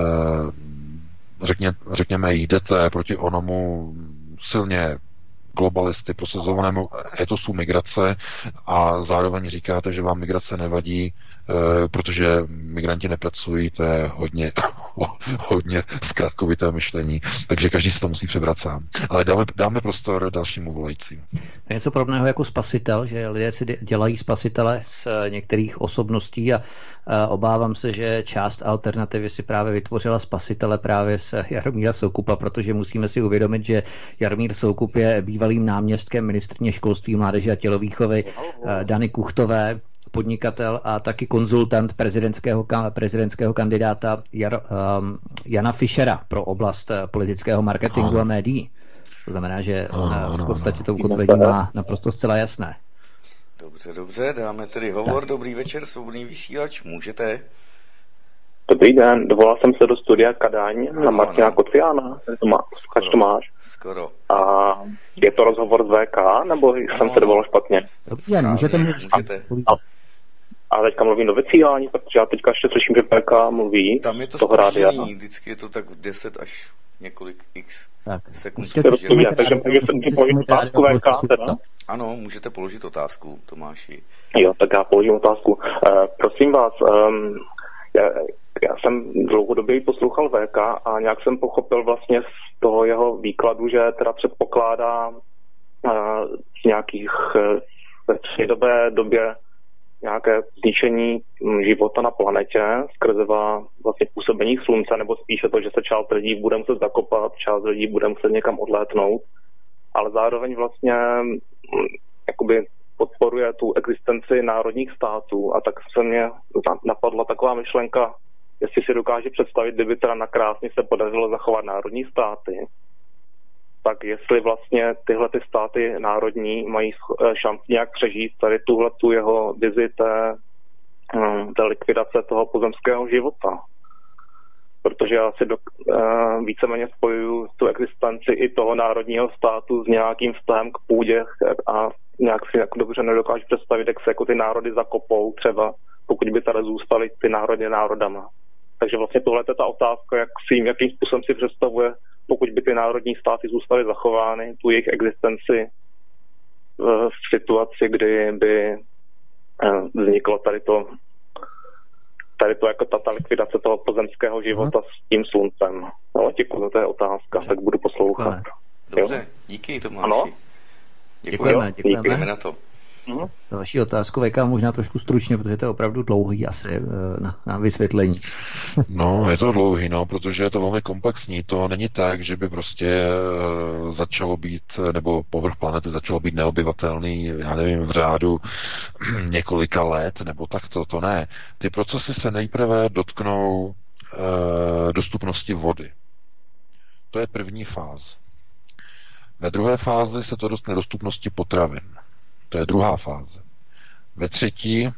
Speaker 5: řekněme, jdete proti onomu silně globalisty prosazovanému etosu migrace a zároveň říkáte, že vám migrace nevadí, protože migranti nepracují, to je hodně zkratkovité myšlení, takže každý si to musí přebrat sám. Ale dáme prostor dalšímu volajícímu.
Speaker 1: Něco podobného jako spasitel, že lidé si dělají spasitele z některých osobností a obávám se, že část alternativy si právě vytvořila spasitele právě z Jaromíra Soukupa, protože musíme si uvědomit, že Jaromír Soukup je bývalým náměstkem ministryně školství, mládeže a tělovýchovy Dany Kuchtové, podnikatel a taky konzultant prezidentského kandidáta Jana Fischera pro oblast politického marketingu a médií. To znamená, že v podstatě to ukotvení má naprosto zcela jasné.
Speaker 4: Dobře, dáme tedy hovor. Dobrý večer, svobodný vysílač, můžete?
Speaker 7: Dobrý den, dovolal jsem se do studia Kadaň na Martina Kotriána. Tomáš.
Speaker 4: Skoro.
Speaker 7: A je to rozhovor z VK, nebo jsem se dovolal špatně?
Speaker 1: Dobře, můžete.
Speaker 7: A teďka mluvím do vysílání, protože já teďka ještě slyším, že VK mluví.
Speaker 4: Tam je to zpoždění, vždycky je to tak 10 až několik x sekund.
Speaker 7: Takže položím otázku VK teda?
Speaker 4: Ano, můžete položit otázku, Tomáši.
Speaker 7: Jo, tak já položím otázku. Prosím vás, já jsem dlouhodobě poslouchal VK a nějak jsem pochopil vlastně z toho jeho výkladu, že teda předpokládá v nějakých ve střednědobé době nějaké zničení života na planetě skrze vlastně působení slunce, nebo spíše to, že se část lidí bude muset zakopat, část lidí bude muset někam odlétnout, ale zároveň vlastně jakoby podporuje tu existenci národních států a tak se mě napadla taková myšlenka, jestli si dokáže představit, kdyby teda nakrásně se podařilo zachovat národní státy, tak jestli vlastně tyhle ty státy národní mají šanci nějak přežít tady tu jeho vizi té likvidace toho pozemského života. Protože já si víceméně spojuju tu existenci i toho národního státu s nějakým vztahem k půdě a nějak si jako dobře nedokážu představit, jak se jako ty národy zakopou třeba, pokud by tady zůstaly ty národy národama. Takže vlastně tohle je ta otázka, jakým způsobem si představuje, pokud by ty národní státy zůstaly zachovány, tu jejich existenci v situaci, kdy by vzniklo tady to jako ta likvidace toho pozemského života s tím sluncem. No, děkuji, to je otázka, tak budu poslouchat.
Speaker 4: Dobře, díky Tomáši.
Speaker 7: Ano?
Speaker 1: Děkujeme
Speaker 4: na to.
Speaker 1: Další otázku VK možná trošku stručně, protože to je opravdu dlouhý asi na vysvětlení.
Speaker 5: No, je to dlouhý, protože je to velmi komplexní. To není tak, že by prostě začalo být, nebo povrch planety začalo být neobyvatelný, já nevím, v řádu několika let, nebo takto, to ne. Ty procesy se nejprve dotknou dostupnosti vody. To je první fáze. Ve druhé fázi se to dotkne dostupnosti potravin. To je druhá fáze. Ve třetí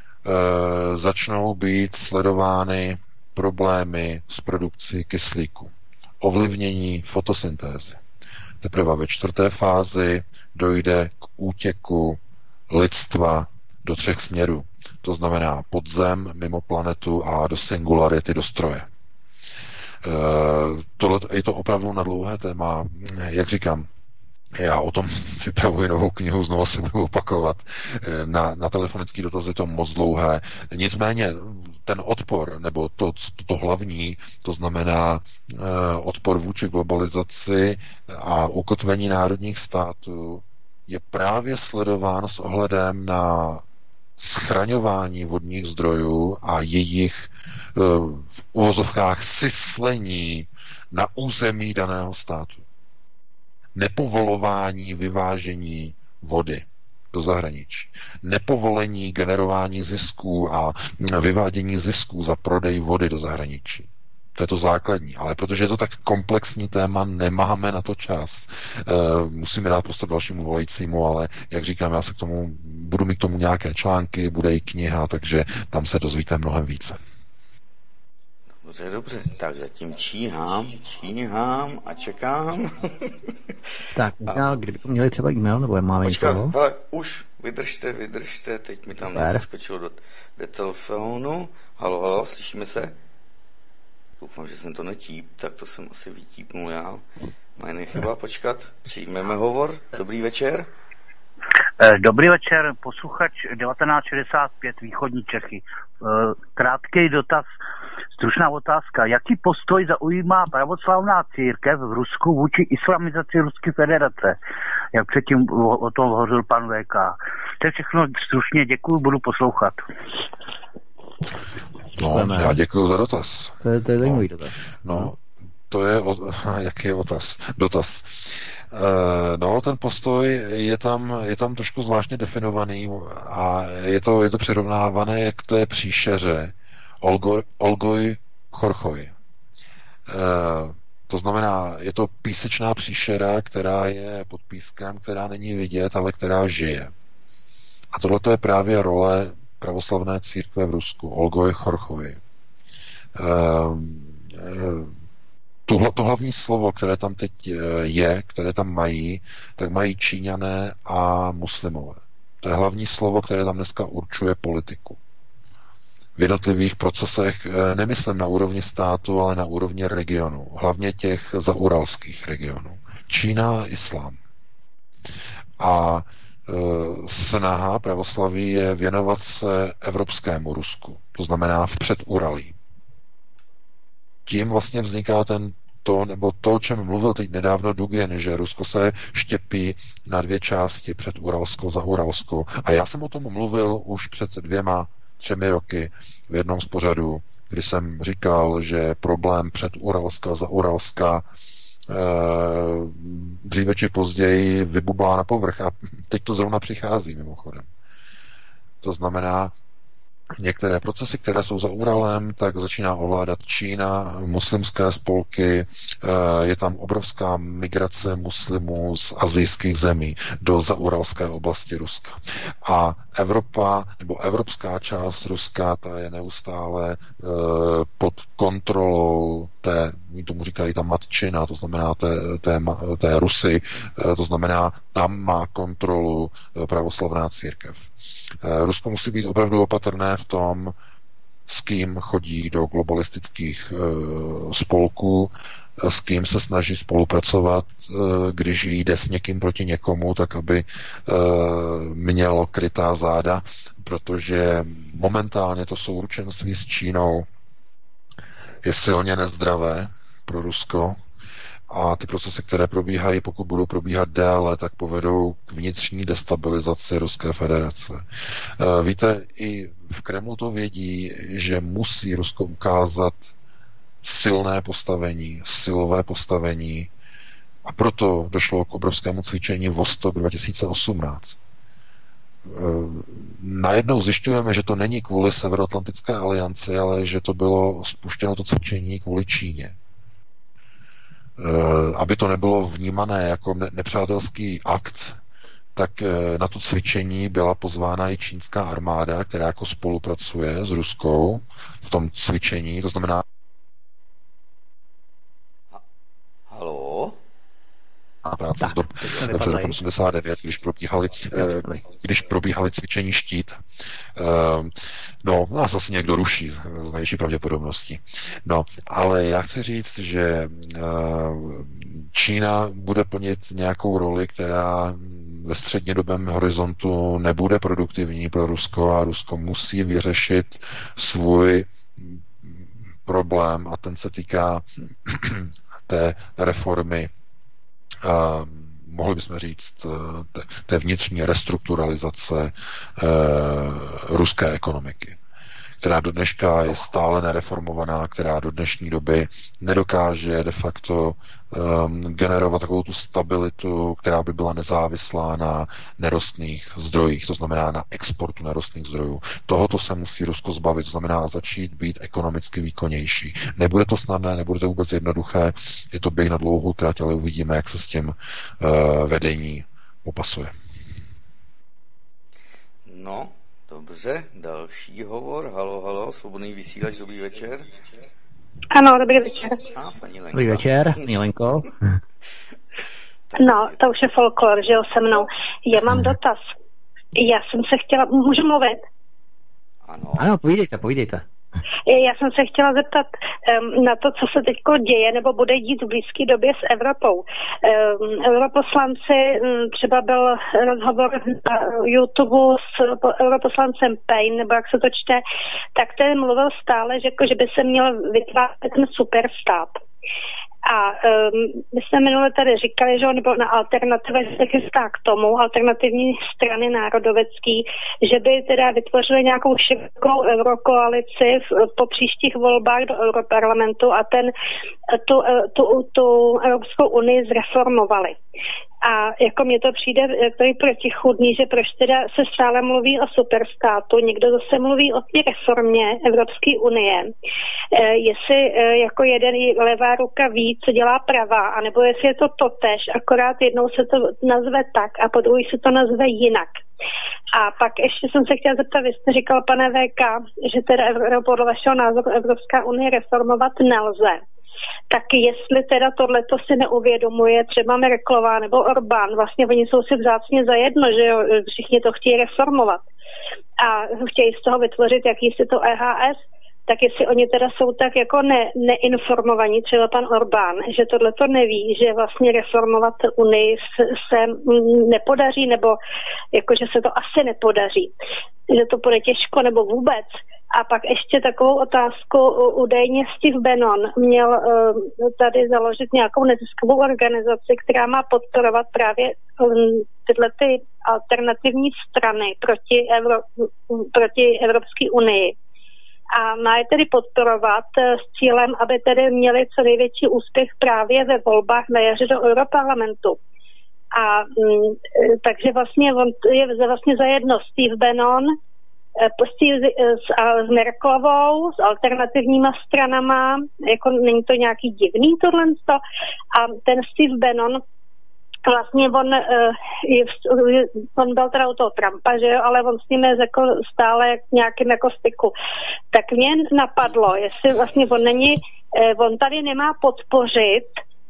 Speaker 5: začnou být sledovány problémy s produkcí kyslíku, ovlivnění fotosyntézy. Teprve ve čtvrté fázi dojde k útěku lidstva do 3 směrů. To znamená podzem, mimo planetu a do singularity, do stroje. Tohle je to opravdu na dlouhé téma. Jak říkám, já o tom připravuji novou knihu, znovu se budu opakovat. Na telefonický dotaz je to moc dlouhé. Nicméně ten odpor, nebo to hlavní, to znamená odpor vůči globalizaci a ukotvení národních států, je právě sledován s ohledem na schraňování vodních zdrojů a jejich v uvozovkách syslení na území daného státu. Nepovolování vyvážení vody do zahraničí. Nepovolení generování zisků a vyvádění zisků za prodej vody do zahraničí. To je to základní. Ale protože je to tak komplexní téma, nemáme na to čas. Musíme dát prostor dalšímu volajícímu, ale jak říkám, já se k tomu budu mít k tomu nějaké články, bude i kniha, takže tam se dozvíte mnohem více.
Speaker 4: Dobře, tak zatím číhám a čekám.
Speaker 1: Tak, možná, kdybychom měli třeba e-mail, nebo máme
Speaker 4: někoho? Hele, už, vydržte, teď mi tam zaskočilo do telefonu. Halo, slyšíme se? Doufám, že jsem to netíp, tak to jsem asi vytípnul já. Mají chyba, počkat, přijmeme hovor. Dobrý večer.
Speaker 8: Dobrý večer, posluchač 1965, východní Čechy. Krátký dotaz, stručná otázka. Jaký postoj zaujímá pravoslavná církev v Rusku vůči islamizaci Ruské federace? Jak předtím o tom hovořil pan VK. To je všechno stručně, děkuji, budu poslouchat.
Speaker 5: No, já děkuji za dotaz.
Speaker 1: To je zajímavý dotaz.
Speaker 5: No, to je, jaký je dotaz. No, ten postoj je tam trošku zvláštně definovaný a je to přirovnávané k té příšeře Olgoj Chorchoj. To znamená, je to písečná příšera, která je pod pískem, která není vidět, ale která žije. A tohle je právě role pravoslavné církve v Rusku, Olgoj Chorchoj. To hlavní slovo, které tam teď je, které tam mají, tak mají Číňané a muslimové. To je hlavní slovo, které tam dneska určuje politiku. V jednotlivých procesech, nemyslím na úrovni státu, ale na úrovni regionu, hlavně těch zauralských regionů. Čína a islám. A snaha pravoslaví je věnovat se evropskému Rusku, to znamená v předuralí. Tím vlastně vzniká to, o čem mluvil teď nedávno Dugin, že Rusko se štěpí na dvě části, předuralskou, zauralskou. A já jsem o tom mluvil už před 2-3 roky v jednom z pořadů, kdy jsem říkal, že problém předuralská a zauralská dříve či později vybublá na povrch a teď to zrovna přichází mimochodem. To znamená, některé procesy, které jsou za Uralem, tak začíná ovládat Čína, muslimské spolky, je tam obrovská migrace muslimů z asijských zemí do zauralské oblasti Ruska. A Evropa, nebo evropská část Ruska, ta je neustále pod kontrolou tomu říkají ta matčina, to znamená té Rusy, to znamená, tam má kontrolu pravoslavná církev. Rusko musí být opravdu opatrné v tom, s kým chodí do globalistických spolků, s kým se snaží spolupracovat, když jde s někým proti někomu, tak aby mělo krytá záda, protože momentálně to souručenství s Čínou je silně nezdravé pro Rusko a ty procesy, které probíhají, pokud budou probíhat déle, tak povedou k vnitřní destabilizaci Ruské federace. Víte, i v Kremlu to vědí, že musí Rusko ukázat silné postavení, silové postavení a proto došlo k obrovskému cvičení Vostok 2018. Najednou zjišťujeme, že to není kvůli Severoatlantické alianci, ale že to bylo spuštěno to cvičení kvůli Číně. Aby to nebylo vnímané jako nepřátelský akt, tak na to cvičení byla pozvána i čínská armáda, která jako spolupracuje s ruskou v tom cvičení, to znamená...
Speaker 4: Halo?
Speaker 5: Práce v roce 89, když probíhaly cvičení Štít. Nás asi někdo ruší z největší pravděpodobností. Ale já chci říct, že Čína bude plnit nějakou roli, která ve střednědobém horizontu nebude produktivní pro Rusko a Rusko musí vyřešit svůj problém a ten se týká té reformy, mohli bychom říct, té vnitřní restrukturalizace ruské ekonomiky, která do dneška je stále nereformovaná, která do dnešní doby nedokáže de facto generovat takovou tu stabilitu, která by byla nezávislá na nerostných zdrojích, to znamená na exportu nerostných zdrojů. Tohoto se musí Rusko zbavit, to znamená začít být ekonomicky výkonnější. Nebude to snadné, nebude to vůbec jednoduché, je to běh na dlouhou trať, ale uvidíme, jak se s tím vedení popasuje.
Speaker 4: No, dobře, další hovor. Halo, svobodný vysílač, dobrý večer.
Speaker 9: Ano, dobrý večer.
Speaker 4: Paní Lenka.
Speaker 1: Dobrý večer, Milenko.
Speaker 9: No, to už je folklor, že jo, se mnou. Já mám dotaz. Já jsem se chtěla, můžu mluvit?
Speaker 1: Ano, povídejte.
Speaker 9: Já jsem se chtěla zeptat na to, co se teď děje nebo bude dít v blízké době s Evropou. Europoslanci, třeba byl rozhovor na YouTube s europoslancem Payne, nebo jak se to čte, tak ten mluvil stále, že by se měl vytvářet ten superstát. A my jsme minule tady říkali, že on byl na alternativě, že se chystá k tomu, alternativní strany národovecký, že by teda vytvořili nějakou širokou eurokoalici po příštích volbách do Europarlamentu a tu Evropskou unii zreformovali. A jako mně to přijde takový protichůdný, že proč teda se stále mluví o superstátu, někdo zase mluví o té reformě Evropské unie. Jestli jako jeden levá ruka ví, co dělá pravá, anebo jestli je to totéž, akorát jednou se to nazve tak a po druhé se to nazve jinak. A pak ještě jsem se chtěla zeptat, vy jste říkal, pane VK, že teda podle vašeho názoru Evropská unie reformovat nelze. Tak jestli teda tohleto si neuvědomuje třeba Merkelová nebo Orbán, vlastně oni jsou si vzácně zajedno, že jo, všichni to chtějí reformovat a chtějí z toho vytvořit jakýsi to EHS, tak jestli oni teda jsou tak jako neinformovaní, třeba pan Orbán, že tohleto neví, že vlastně reformovat Unii se nepodaří, nebo jako, že se to asi nepodaří, že to bude těžko nebo vůbec. A pak ještě takovou otázku, údajně Steve Bannon měl tady založit nějakou neziskovou organizaci, která má podporovat právě tyhle ty alternativní strany proti Evropské unii. A má je tedy podporovat s cílem, aby tedy měli co největší úspěch právě ve volbách na jaře do Europarlamentu. A takže vlastně on je vlastně zajedno Steve Bannon s Merkelovou, s alternativníma stranama, jako není to nějaký divný tohleto. A ten Steve Bannon vlastně on byl teda u toho Trumpa, že jo, ale on s ním je jako stále nějakým jako styku. Tak mě napadlo, jestli vlastně on tady nemá podpořit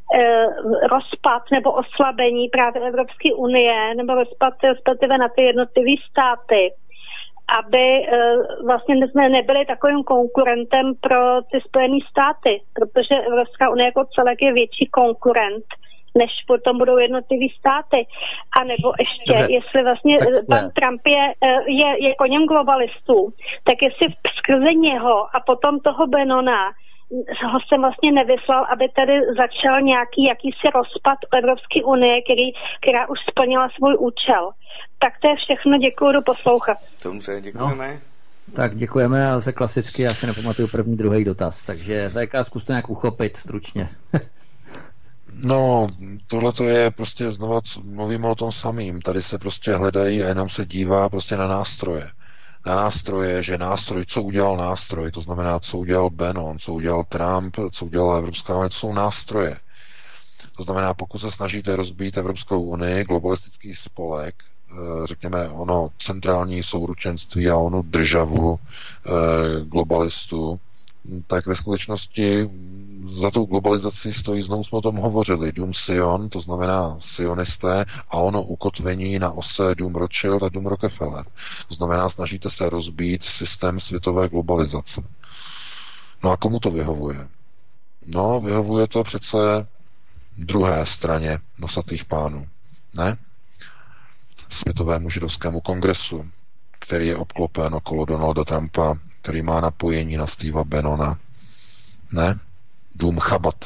Speaker 9: rozpad nebo oslabení právě Evropské unie, nebo rozpad respektive na ty jednotlivé státy, aby vlastně jsme nebyli takovým konkurentem pro ty Spojené státy, protože Evropská unie jako celek je větší konkurent, než potom budou jednotlivý státy. A nebo ještě, jestli vlastně pan Trump je koněm globalistů, tak jestli skrze něho a potom toho Bannona ho jsem vlastně nevyslal, aby tady začal jakýsi rozpad Evropské unie, která už splnila svůj účel. Tak to je všechno, děkuju, jdu poslouchat.
Speaker 4: Dobře, děkujeme.
Speaker 1: No. Tak děkujeme, ale se klasicky, já si nepamatuju první, druhý dotaz, takže VK zkuste nějak uchopit stručně.
Speaker 5: No, tohle to je prostě znova, mluvíme o tom samým, tady se prostě hledají a jenom se dívá prostě na nástroje. Na nástroje, že nástroj, co udělal nástroj, to znamená, co udělal Bannon, co udělal Trump, co udělala Evropská unie, to jsou nástroje. To znamená, pokud se snažíte rozbít Evropskou unii, globalistický spolek, řekněme ono centrální souručenství a onu državu globalistů, tak ve skutečnosti za tou globalizací stojí, znovu jsme o tom hovořili, Dům Sion, to znamená sionisté, a ono ukotvení na ose Dům Rothschild a Dům Rockefeller. To znamená, snažíte se rozbít systém světové globalizace. No a komu to vyhovuje? No, vyhovuje to přece druhé straně nosatých pánů, ne? Světovému židovskému kongresu, který je obklopen okolo Donalda Trumpa, který má napojení na Steva Bannona, ne? Dům Chabad.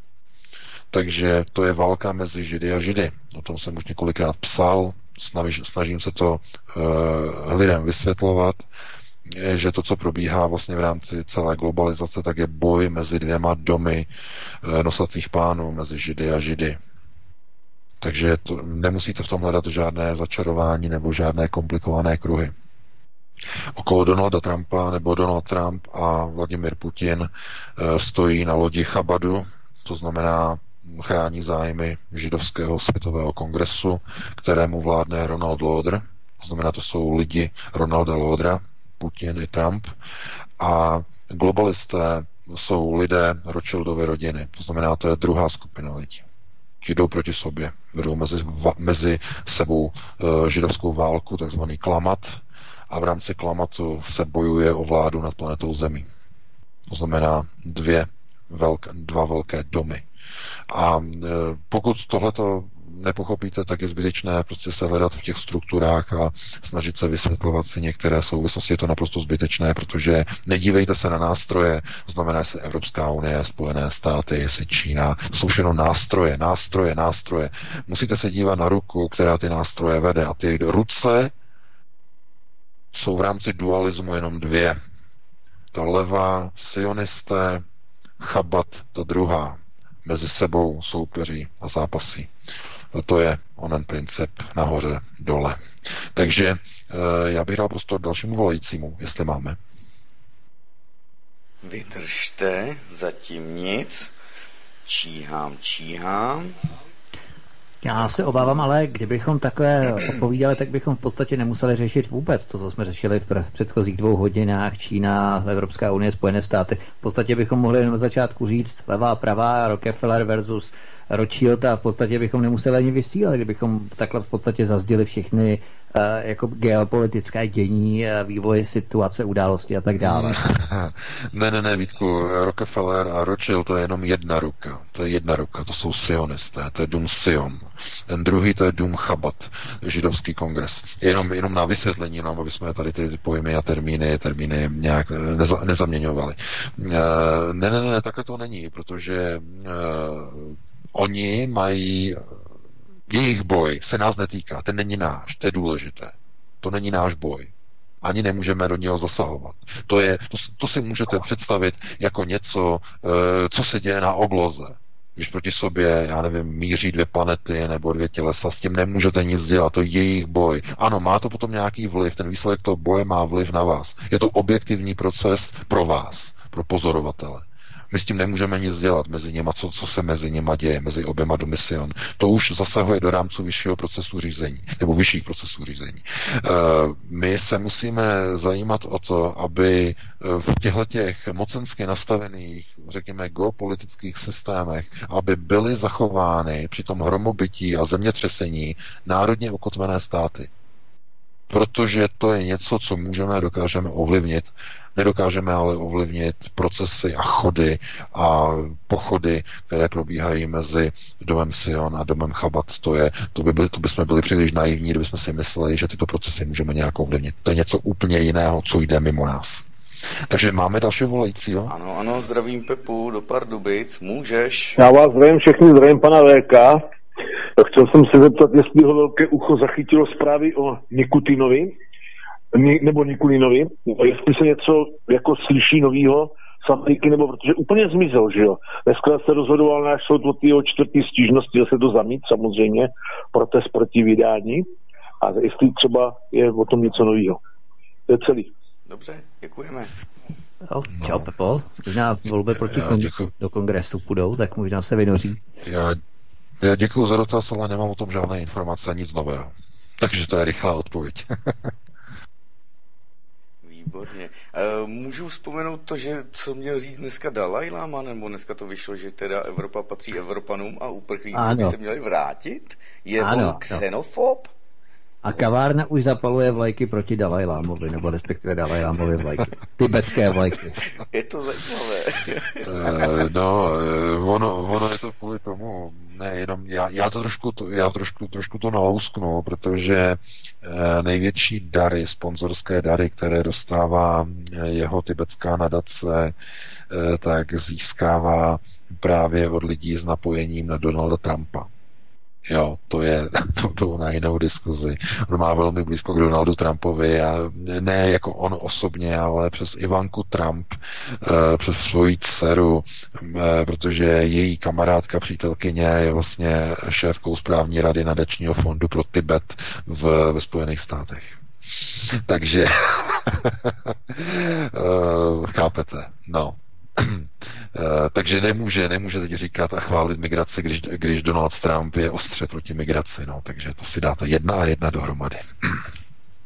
Speaker 5: Takže to je válka mezi Židy a Židy. O tom jsem už několikrát psal, snažím se to lidem vysvětlovat, že to, co probíhá vlastně v rámci celé globalizace, tak je boj mezi dvěma domy nosatých pánů, mezi Židy a Židy. Takže nemusíte v tom hledat žádné začarování nebo žádné komplikované kruhy. Okolo Donalda Trumpa nebo Donald Trump a Vladimir Putin stojí na lodi Chabadu, to znamená chrání zájmy židovského světového kongresu, kterému vládne Ronald Lauder, To znamená, to jsou lidi Ronalda Lodra, Putin i Trump. A globalisté jsou lidé Rothschildovy rodiny. To znamená, to je druhá skupina lidí. Jdou proti sobě, vedou mezi sebou židovskou válku, takzvaný klamat, a v rámci klamatu se bojuje o vládu nad planetou Zemí. To znamená dva velké domy. A pokud tohleto nepochopíte, tak je zbytečné prostě se hledat v těch strukturách a snažit se vysvětlovat si některé souvislosti. Je to naprosto zbytečné, protože nedívejte se na nástroje, znamená, jestli Evropská unie, Spojené státy, jestli Čína, to jsou všechno nástroje. Musíte se dívat na ruku, která ty nástroje vede, a ty ruce jsou v rámci dualismu jenom dvě. Ta levá, sionisté, Chabad, ta druhá. Mezi sebou soupeří a zápasí. To je onen princip nahoře, dole. Takže já bych dal prostor dalšímu volajícímu, jestli máme.
Speaker 4: Vydržte, zatím nic. Číhám.
Speaker 1: Já se obávám, ale kdybychom takhle odpovídali, tak bychom v podstatě nemuseli řešit vůbec to, co jsme řešili v předchozích 2 hodinách, Čína, Evropská unie, Spojené státy. V podstatě bychom mohli na začátku říct levá, pravá, Rockefeller versus Rothschild, a v podstatě bychom nemuseli ani vysílat, kdybychom takhle v podstatě zazděli všechny jako geopolitické dění, vývoj situace, události a tak dále.
Speaker 5: Ne, Vítku, Rockefeller a Rothschild, to je jenom jedna ruka. To jsou sionisté, to je dům Sion. Ten druhý, to je dům Chabad, židovský kongres. Jenom na vysvětlení, jenom aby jsme tady ty pojmy a termíny nějak nezaměňovali. Ne, takhle to není, protože oni mají, jejich boj se nás netýká, ten není náš, to je důležité. To není náš boj. Ani nemůžeme do něho zasahovat. To si můžete představit jako něco, co se děje na obloze. Když proti sobě, já nevím, míří 2 planety nebo 2 tělesa, s tím nemůžete nic dělat, to je jejich boj. Ano, má to potom nějaký vliv, ten výsledek toho boje má vliv na vás. Je to objektivní proces pro vás, pro pozorovatele. My s tím nemůžeme nic dělat mezi něma, co se mezi něma děje, mezi oběma domy Sion. To už zasahuje do rámcu vyššího procesu řízení, nebo vyšších procesů řízení. My se musíme zajímat o to, aby v těchto mocensky nastavených, řekněme, geopolitických systémech, aby byly zachovány při tom hromobytí a zemětřesení národně ukotvené státy. Protože to je něco, co můžeme a dokážeme ovlivnit. Nedokážeme ale ovlivnit procesy a chody a pochody, které probíhají mezi domem Sion a domem Chabad. To bychom byli příliš naivní, kdybychom si mysleli, že tyto procesy můžeme nějak ovlivnit. To je něco úplně jiného, co jde mimo nás. Takže máme dalšího volajícího.
Speaker 4: Ano, zdravím Pepu, do Pardubic, můžeš.
Speaker 10: Já vás zdravím pana VK. Chtěl jsem se zeptat, jestli ho velké ucho zachytilo zprávy o Nikutinovi, nebo Nikulinovi, jestli se něco jako slyší novýho z Ameriky, nebo protože úplně zmizel, že jo. Dneska se rozhodoval náš soud o jeho 4. stížnosti, že se to zamít, samozřejmě, protest proti vydání, a jestli třeba je o tom něco novýho. To je celý.
Speaker 4: Dobře, děkujeme.
Speaker 1: Čau, Pepo. Možná volby do kongresu půjdou, tak možná se vynoří.
Speaker 5: Já děkuju za dotaz, ale nemám o tom žádné informace, nic nového. Takže to je rychlá odpověď.
Speaker 4: Výborně. Můžu vzpomenout to, že co měl říct dneska Dalaj Lama, nebo dneska to vyšlo, že teda Evropa patří Evropanům a uprchlíci by se měli vrátit? Je on xenofob?
Speaker 1: A kavárna už zapaluje vlajky proti Dalaj Lámovi, nebo respektive Dalaj Lámovi vlajky. Tibetské vlajky.
Speaker 4: Je to zajímavé.
Speaker 5: Ono je to kvůli tomu, ne, jenom já trošku to nalousknu, protože největší dary, sponzorské dary, které dostává jeho tibetská nadace, tak získává právě od lidí s napojením na Donalda Trumpa. Jo, to na jinou diskuzi. On má velmi blízko k Donaldu Trumpovi a ne jako on osobně, ale přes Ivanku Trump, přes svoji dceru, protože její kamarádka, přítelkyně je vlastně šéfkou správní rady nadačního fondu pro Tibet ve Spojených státech. Takže chápete, no. Takže nemůže teď říkat a chválit migraci, když Donald Trump je ostře proti migraci, no, takže to si dáte 1 a 1 dohromady.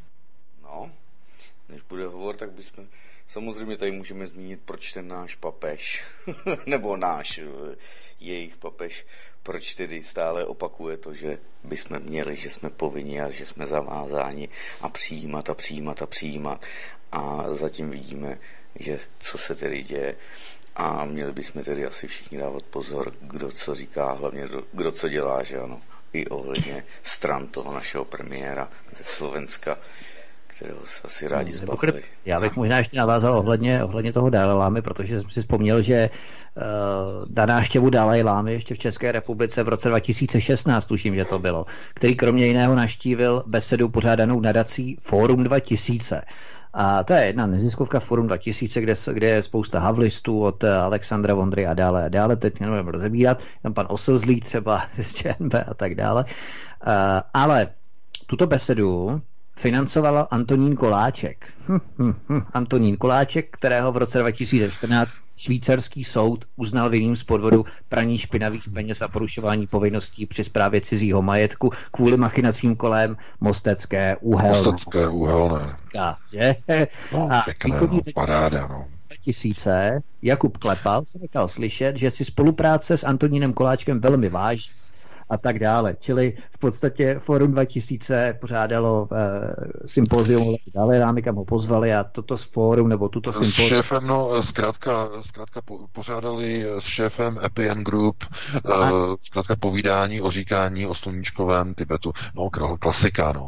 Speaker 4: bude hovor, tak bychom samozřejmě tady můžeme zmínit, proč ten náš papež, nebo jejich papež, proč tedy stále opakuje to, že bychom měli, že jsme povinni a že jsme zavázáni a přijímat. A zatím vidíme, že co se tedy děje. A měli bychom tedy asi všichni dávat pozor, kdo co říká, hlavně kdo co dělá, že ano, i ohledně stran toho našeho premiéra ze Slovenska, kterého se asi rádi zbavili.
Speaker 1: Já bych možná ještě navázal ohledně toho Dalaj Lámy, protože jsem si vzpomněl, že na návštěvu Dalaj Lámy ještě v České republice v roce 2016, tuším, že to bylo, který kromě jiného navštívil besedu pořádanou nadací Fórum 2000. A to je jedna neziskovka Forum 2000, kde je spousta havlistů od Alexandra Vondry a dále. Teď nebudeme rozebírat. Tam pan Oslzlý třeba z ČNB a tak dále. Ale tuto besedu financovala Antonín Koláček. Antonín Koláček, kterého v roce 2014 švýcarský soud uznal vinným z podvodu praní špinavých peněz a porušování povinností při správě cizího majetku kvůli machinacím kolem Mostecké uhelné. Že? A východní
Speaker 5: paráda, no.
Speaker 1: 2000 Jakub Klepal se nechal slyšet, že si spolupráce s Antonínem Koláčkem velmi váží a tak dále. Čili v podstatě Fórum 2000 pořádalo sympozium Dalaj Lámy, kam ho pozvali a toto fórum nebo tuto sympozium.
Speaker 5: S šéfem, zkrátka pořádali s šéfem EPN Group zkrátka povídání o říkání o sluníčkovém Tibetu. No, klasika, no.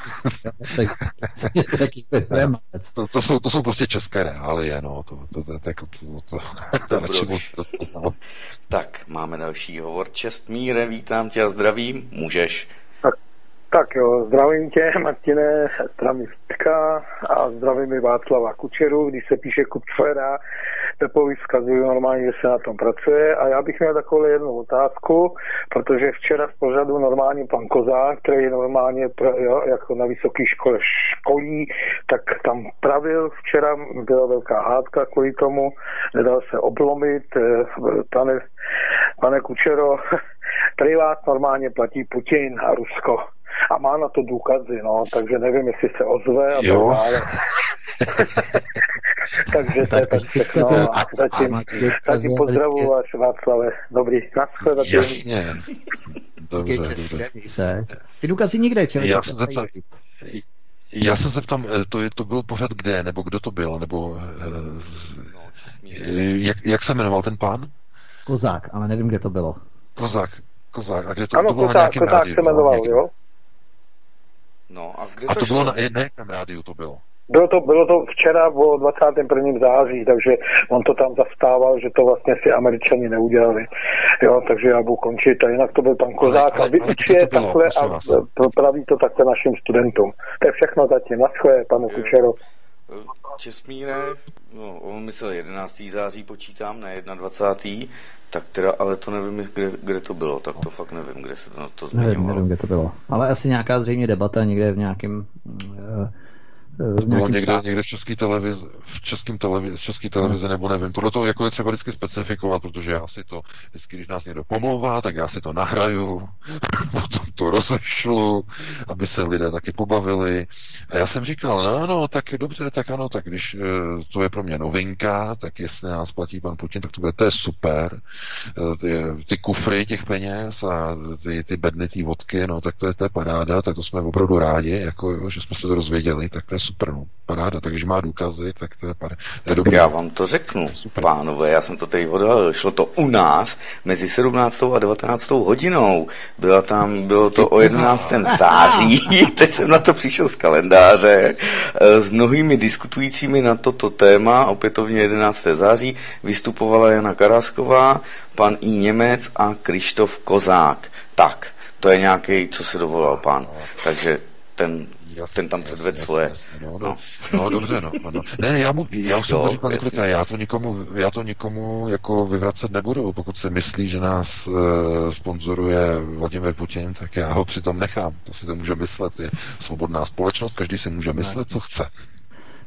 Speaker 5: To jsou prostě české reálie, no.
Speaker 4: Tak, máme další hovor. Čestmíre, vítám tě a zdravím. Můžeš.
Speaker 11: Tak jo, zdravím tě, Martine, zdravím Vítka a zdravím i Václava Kučeru, když se píše Kupfera, Pepovi vzkazuju normálně, že se na tom pracuje a já bych měl takovou jednu otázku, protože včera v pořadu normálně pan Kozák, který je normálně jako na vysoké škole školí, tak tam pravil, včera byla velká hádka kvůli tomu, nedal se oblomit, pane Kučero, tady vás normálně platí Putin a Rusko. A má na to důkazy, no, takže nevím, jestli se ozve a tak dále. Takže to je tak všechno a zatím pozdravuji vás, Václave. Dobrý, nashledanou.
Speaker 5: Jasně. Dobře.
Speaker 1: Ty důkazy nikde, čili...
Speaker 5: Já se zeptám, to byl pořad kde, nebo kdo to byl, nebo jak se jmenoval ten pán?
Speaker 1: Kozák, ale nevím, kde to bylo.
Speaker 5: Kozák. A kde to,
Speaker 11: ano,
Speaker 5: to bylo
Speaker 11: Kozák,
Speaker 5: na nějakém rádiu?
Speaker 11: Se jmenoval, jo?
Speaker 4: No, a kde
Speaker 5: to bylo na jakém rádiu to bylo?
Speaker 11: Bylo to včera o 21. září, takže on to tam zastával, že to vlastně si Američani neudělali. Jo, takže já budu končit. A jinak to byl pan Kozák a vyučuje takhle a praví to takhle našim studentům. To je všechno zatím. Naschle, panu Kučero.
Speaker 4: Čestmíre, no, on myslel 11. září počítám, ne 21. Tak teda, ale to nevím, kde to bylo, tak to fakt nevím, kde se to zmiňovalo.
Speaker 1: Nevím, kde to bylo. Ale asi nějaká zřejmě debata někde v nějakém...
Speaker 5: bylo někde v české televizi, české televizi, nebo nevím. Tohle jako je třeba vždycky specifikovat, protože já si to vždycky, když nás někdo pomlouvá, tak já si to nahraju, potom to rozešlu, aby se lidé taky pobavili. A já jsem říkal, no, tak dobře, tak ano, tak když to je pro mě novinka, tak jestli nás platí pan Putin, tak to je super. Ty kufry těch peněz a ty bedny, ty vodky, no, tak to je paráda, tak to jsme opravdu rádi, jako, že jsme se to dozvěděli, tak to je super, no, paráda, takže má důkazy, tak to je paráda.
Speaker 4: Tak já vám to řeknu, pánové, já jsem to tady odhalil, šlo to u nás mezi 17. a 19. hodinou, bylo to o 11. září, teď jsem na to přišel z kalendáře, s mnohými diskutujícími na toto téma, opětovně 11. září, vystupovala Jana Karásková, pan I. Němec a Krištof Kozák. Tak, to je nějaký, co se dovolal pán, takže ten tam předvedl svoje.
Speaker 5: No, dobře, no. Ne, já už jsem to říkal několikrát, já to nikomu jako vyvracet nebudu, pokud se myslí, že nás sponzoruje Vladimir Putin, tak já ho přitom nechám. To si to může myslet, je svobodná společnost, každý si může myslet, co chce.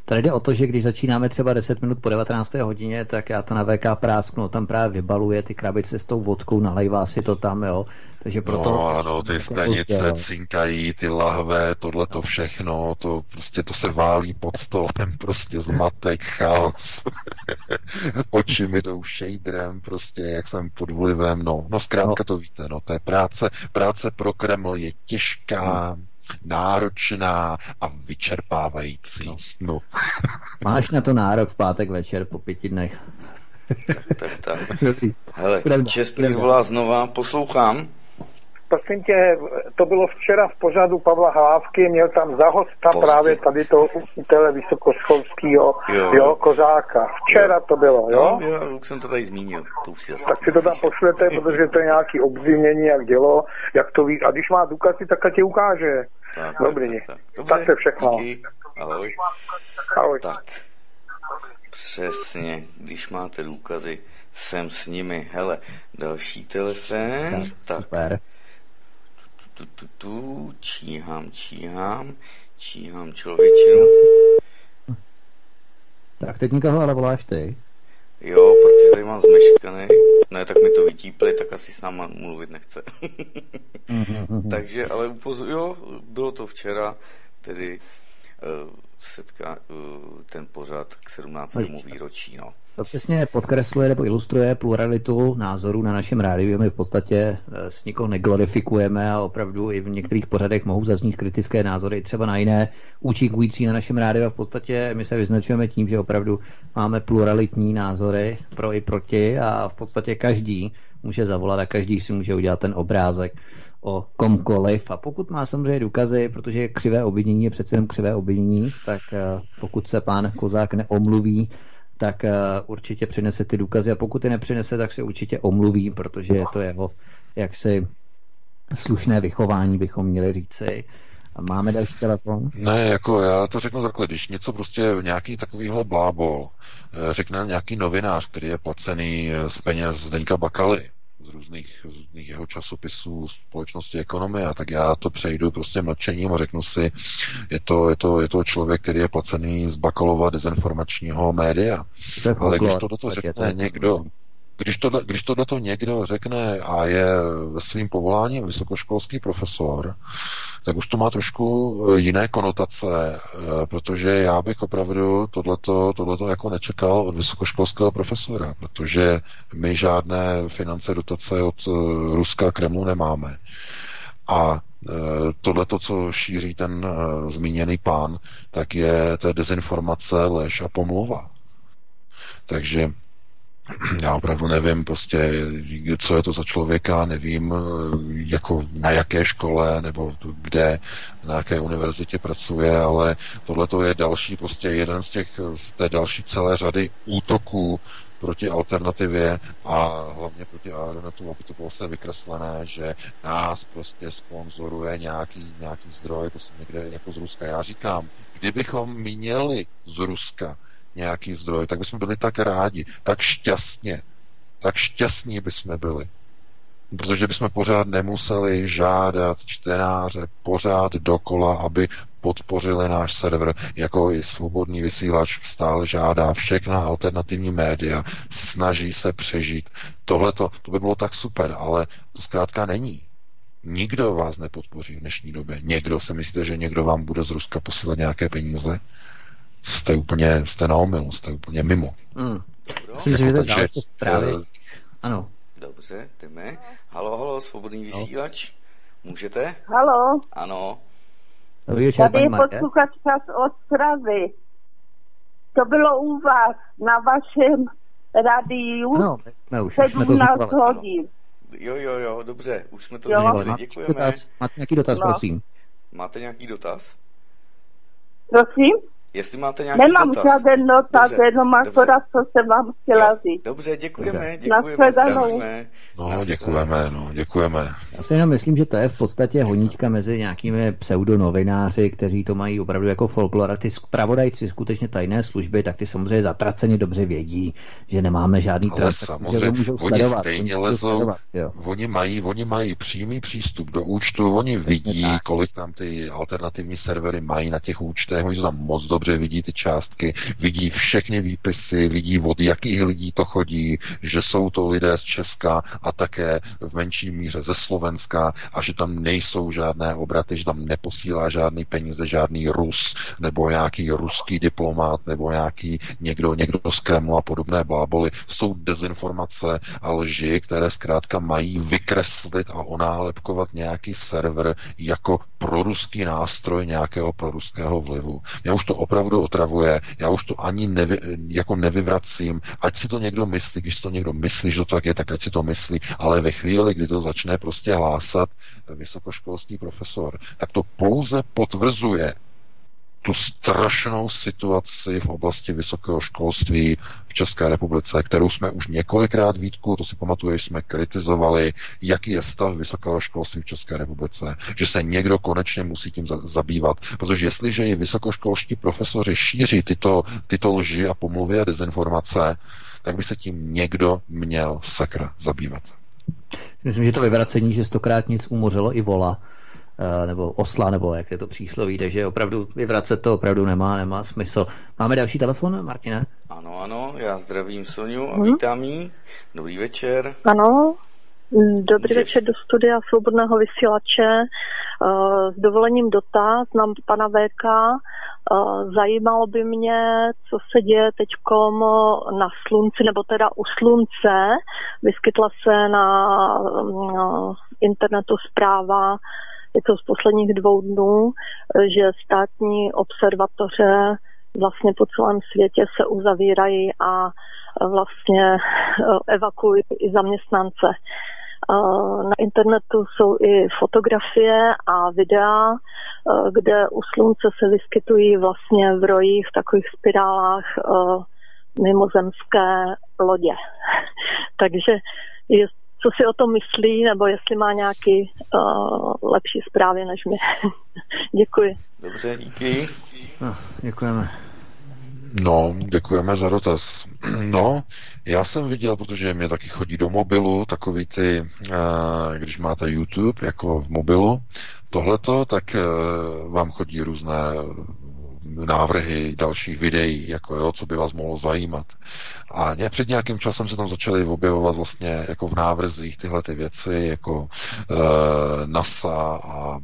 Speaker 1: Tady jde o to, že když začínáme třeba 10 minut po 19. hodině, tak já to na VK prásknu, tam právě vybaluje ty krabice s tou vodkou, nalejvá si to tam, jo. Takže proto...
Speaker 5: No ano, ty sklenice cinkají, ty lahve, tohleto všechno, to prostě to se válí pod stolem, prostě zmatek, chaos. Oči mi jdou shaderem, prostě jak jsem pod vlivem, no zkrátka to víte, no to je práce pro Kreml je těžká, náročná a vyčerpávající. No.
Speaker 1: Máš na to nárok v pátek večer po 5 dnech.
Speaker 4: Tak. Hele, čestný volá znova, poslouchám.
Speaker 11: Prosím tě, to bylo včera v pořadu Pavla Hlávky, měl tam za hosta právě tady toho učitele vysokoškolského, jo, Kozáka. Včera to bylo, jo?
Speaker 4: Jo, už jsem to tady zmínil.
Speaker 11: Tak si to tam pošlete, protože to je nějaký obvinění, jak dělo, jak to ví. A když má důkazy, tak tě ukáže. Dobrý. Tak to je všechno.
Speaker 4: Díky. Ahoj. Tak. Přesně, když máte důkazy, jsem s nimi. Hele, další telefon. Tak.
Speaker 1: Super.
Speaker 4: Číhám člověčinu.
Speaker 1: Tak teď nikoho ale voláš ty.
Speaker 4: Jo, protože tady mám zmeškaný. Ne, tak mi to vytípli, tak asi s náma mluvit nechce. Takže, ale jo, bylo to včera, tedy ten pořad k 17. výročí, no.
Speaker 1: To přesně podkresluje nebo ilustruje pluralitu názorů na našem rádiu. My v podstatě s nikoho neglorifikujeme a opravdu i v některých pořadech mohou zaznít kritické názory třeba na jiné účinkující na našem rádiu a v podstatě my se vyznačujeme tím, že opravdu máme pluralitní názory pro i proti a v podstatě každý může zavolat a každý si může udělat ten obrázek o komkoliv a pokud má samozřejmě důkazy, protože křivé obvinění je přece jen křivé obvinění, tak pokud se pán Kozák neomluví, tak určitě přinese ty důkazy a pokud je nepřinese, tak se určitě omluví, protože je to jeho jaksi slušné vychování, bychom měli říci. A máme další telefon?
Speaker 5: Ne, jako já to řeknu takhle, když něco prostě nějaký takovýhle blábol řekne nějaký novinář, který je placený z peněz Zdeňka Bakaly, z různých jeho časopisů společnosti Ekonomie, tak já to přejdu prostě mlčením a řeknu si, je to člověk, který je placený z Bakalova dezinformačního média. Ale když to řekne někdo, když tohleto někdo řekne a je ve svým povoláním vysokoškolský profesor, tak už to má trošku jiné konotace, protože já bych opravdu tohleto jako nečekal od vysokoškolského profesora, protože my žádné finance, dotace od Ruska, Kremlu nemáme. A tohleto, co šíří ten zmíněný pán, tak to je dezinformace, lež a pomluva. Takže já opravdu nevím prostě, co je to za člověka, nevím, jako na jaké škole, nebo kde, na jaké univerzitě pracuje, ale tohleto je další, prostě jeden z té další celé řady útoků proti alternativě a hlavně proti Aeronetu, aby to bylo se vykreslené, že nás prostě sponzoruje nějaký zdroj, prostě někde jako z Ruska. Já říkám, kdybychom měli z Ruska nějaký zdroj, tak bychom byli tak rádi, tak šťastní bychom byli. Protože bychom pořád nemuseli žádat čtenáře pořád dokola, aby podpořili náš server, jako i Svobodný vysílač stále žádá všechna alternativní média, snaží se přežít. Tohleto, to by bylo tak super, ale to zkrátka není. Nikdo vás nepodpoří v dnešní době. Někdo, myslíte, že někdo vám bude z Ruska posílat nějaké peníze? Jste na omylu, jste úplně mimo.
Speaker 1: Myslím, že to je záležitost právě. Ano.
Speaker 4: Dobře, jdeme. Halo, Svobodný vysílač. Můžete?
Speaker 9: Halo.
Speaker 4: Ano.
Speaker 9: Tady je posluchačka z Ostravy. To bylo u vás na vašem rádiu.
Speaker 1: No, už jsme to
Speaker 9: 17 hodin.
Speaker 4: Jo, dobře, už jsme to zjistili, děkujeme.
Speaker 1: Máte nějaký dotaz, prosím?
Speaker 4: Máte nějaký dotaz?
Speaker 9: Prosím?
Speaker 4: Jestli máte nějaký
Speaker 9: Nemám
Speaker 4: dotaz.
Speaker 9: žádný dotaz, jenom akorát, co jsem vám chtěla říct.
Speaker 4: Dobře, děkujeme,
Speaker 9: zdravíme.
Speaker 5: Děkujeme.
Speaker 1: Já si jenom myslím, že to je v podstatě honička mezi nějakými pseudonovináři, kteří to mají opravdu jako folklor. A ty zpravodajci, skutečně tajné služby, tak ty samozřejmě zatraceně dobře vědí, že nemáme žádný
Speaker 5: trest. Ale samozřejmě, oni stejně lezou, oni mají přímý přístup do účtu, oni vidí, kolik tam ty alternativní servery mají na těch účtech, oni to tam moc dobře dobře vidí ty částky, vidí všechny výpisy, vidí od jakých lidí to chodí, že jsou to lidé z Česka a také v menší míře ze Slovenska a že tam nejsou žádné obraty, že tam neposílá žádný peníze, žádný Rus nebo nějaký ruský diplomát nebo nějaký někdo z Kremlu a podobné bláboli. Jsou dezinformace a lži, které zkrátka mají vykreslit a onálepkovat nějaký server jako proruský nástroj nějakého proruského vlivu. Já už to opravdu otravuje, já už to ani nevyvracím, ať si to někdo myslí, když to někdo myslí, že to tak je, tak ať si to myslí, ale ve chvíli, kdy to začne prostě hlásat vysokoškolský profesor, tak to pouze potvrzuje tu strašnou situaci v oblasti vysokého školství v České republice, kterou jsme už několikrát, Vítku, to si pamatuješ, jsme kritizovali, jaký je stav vysokého školství v České republice, že se někdo konečně musí tím zabývat, protože jestliže i vysokoškolští profesoři šíří tyto lži a pomluvy a dezinformace, tak by se tím někdo měl sakra zabývat.
Speaker 1: Myslím, že to vyvracení, že 100krát nic umořilo i vola, nebo osla, nebo jak je to přísloví, takže opravdu vyvracet to opravdu nemá smysl. Máme další telefon, Martine?
Speaker 4: Ano, já zdravím Soňu a vítám jí. Dobrý večer.
Speaker 12: Ano, dobrý večer do studia Svobodného vysílače. S dovolením dotaz na pana VK. Zajímalo by mě, co se děje teďkom na slunci, nebo teda u slunce. Vyskytla se na internetu zpráva, je to z posledních 2 dnů, že státní observatoře vlastně po celém světě se uzavírají a vlastně evakuují i zaměstnance. Na internetu jsou i fotografie a videa, kde u slunce se vyskytují vlastně v rojích, v takových spirálách mimozemské lodě. Takže co si o tom myslí, nebo jestli má nějaký lepší zprávy než my. Děkuji.
Speaker 4: Dobře, díky.
Speaker 1: Děkujeme.
Speaker 5: No, děkujeme za dotaz. No, já jsem viděl, protože mě taky chodí do mobilu takový ty, když máte YouTube jako v mobilu, tohleto, tak vám chodí různé návrhy dalších videí, jako jo, co by vás mohlo zajímat. A před nějakým časem se tam začaly objevovat vlastně jako v návrzích tyhle ty věci, jako NASA a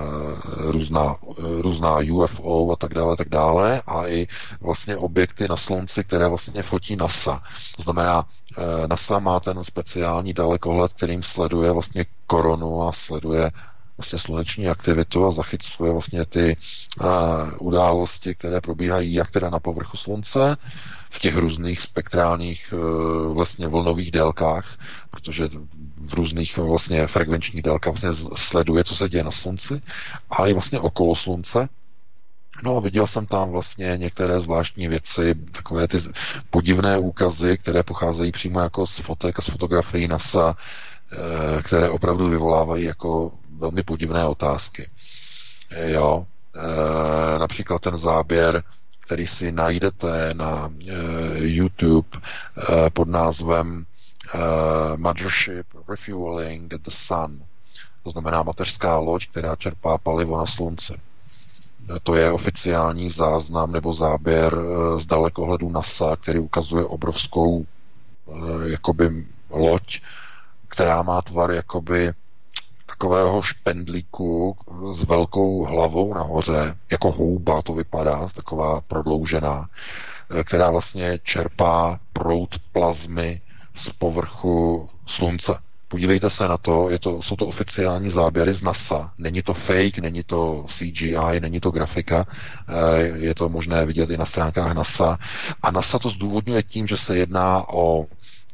Speaker 5: různá UFO a tak dále a i vlastně objekty na slunci, které vlastně fotí NASA. To znamená, NASA má ten speciální dalekohled, kterým sleduje vlastně koronu a sleduje vlastně sluneční aktivitu a zachycuje vlastně ty události, které probíhají jak teda na povrchu slunce, v těch různých spektrálních vlastně vlnových délkách, protože v různých vlastně frekvenčních délkách vlastně sleduje, co se děje na slunci a i vlastně okolo slunce. No a viděl jsem tam vlastně některé zvláštní věci, takové ty podivné úkazy, které pocházejí přímo jako z fotek a z fotografií NASA, které opravdu vyvolávají jako velmi podivné otázky. Jo, například ten záběr, který si najdete na YouTube pod názvem Mothership Refueling the Sun. To znamená mateřská loď, která čerpá palivo na slunci. To je oficiální záznam nebo záběr z dalekohledu NASA, který ukazuje obrovskou jakoby loď, která má tvar jakoby takového špendlíku s velkou hlavou nahoře, jako houba to vypadá, taková prodloužená, která vlastně čerpá proud plazmy z povrchu slunce. Podívejte se na to, jsou to oficiální záběry z NASA. Není to fake, není to CGI, není to grafika, je to možné vidět i na stránkách NASA. A NASA to zdůvodňuje tím, že se jedná o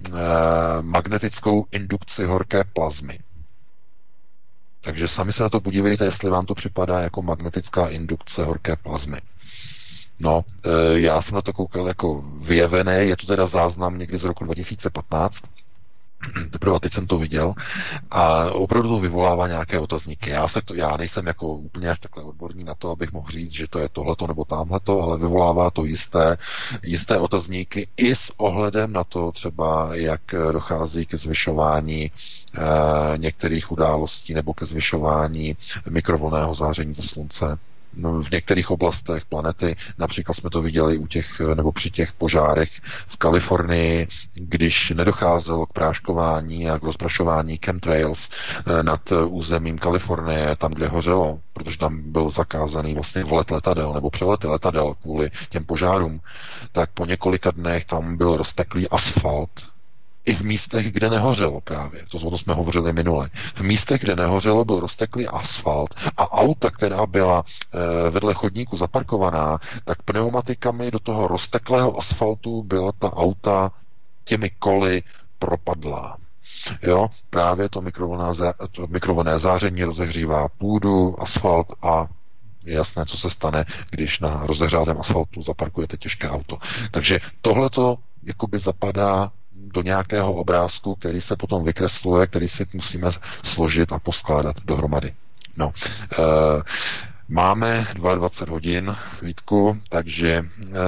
Speaker 5: magnetickou indukci horké plazmy. Takže sami se na to podívejte, jestli vám to připadá jako magnetická indukce horké plazmy. No, já jsem na to koukal jako vyjevené, je to teda záznam někdy z roku 2015, teprve teď jsem to viděl a opravdu to vyvolává nějaké otazníky. Já nejsem jako úplně až takhle odborný na to, abych mohl říct, že to je tohleto nebo tamhleto, ale vyvolává to jisté otazníky i s ohledem na to třeba, jak dochází ke zvyšování některých událostí nebo ke zvyšování mikrovlnného záření ze slunce. v některých oblastech planety. Například jsme to viděli nebo při těch požárech v Kalifornii, když nedocházelo k práškování a k rozprašování chemtrails nad územím Kalifornie, tam, kde hořelo, protože tam byl zakázaný vlastně vlet letadel nebo přelety letadel kvůli těm požárům, tak po několika dnech tam byl rozteklý asfalt. I v místech, kde nehořelo právě. O tom jsme hovořili minule. V místech, kde nehořelo, byl rozteklý asfalt a auta, která byla vedle chodníku zaparkovaná, tak pneumatikami do toho rozteklého asfaltu byla ta auta těmi koly propadlá. Jo, právě to mikrovlnné záření rozehřívá půdu, asfalt a je jasné, co se stane, když na rozehřátém asfaltu zaparkujete těžké auto. Takže tohleto jakoby zapadá do nějakého obrázku, který se potom vykresluje, který si musíme složit a poskládat dohromady. No, máme 22 hodin, Vítku, takže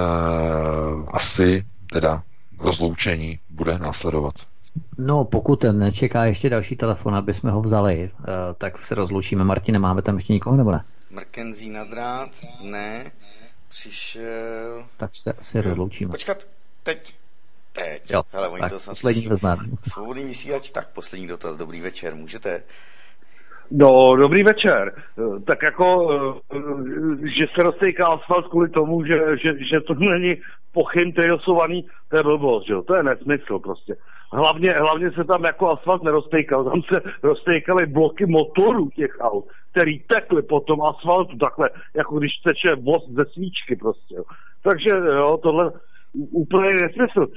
Speaker 5: asi teda rozloučení bude následovat.
Speaker 1: No, pokud nečeká ještě další telefon, aby jsme ho vzali, tak se rozloučíme. Martine, máme tam ještě někoho, nebo ne?
Speaker 4: Mrkenzí na drát? Ne. Přišel...
Speaker 1: Tak se asi rozloučíme.
Speaker 4: Počkat, teď.
Speaker 1: Jo,
Speaker 4: hele, oni
Speaker 1: tak
Speaker 4: to
Speaker 1: poslední dotaz.
Speaker 4: Svobodný vysílač, tak poslední dotaz. Dobrý večer, můžete?
Speaker 10: No, dobrý večer. Tak jako, že se roztejká asfalt kvůli tomu, že to není pochemtrailsovaný, to je blbost, že jo? To je nesmysl prostě. Hlavně se tam jako asfalt neroztejkal, tam se roztejkaly bloky motorů těch aut, který tekly po tom asfaltu, takhle, jako když teče voz ze svíčky prostě. Jo. Takže jo, tohle úplně nesmysl.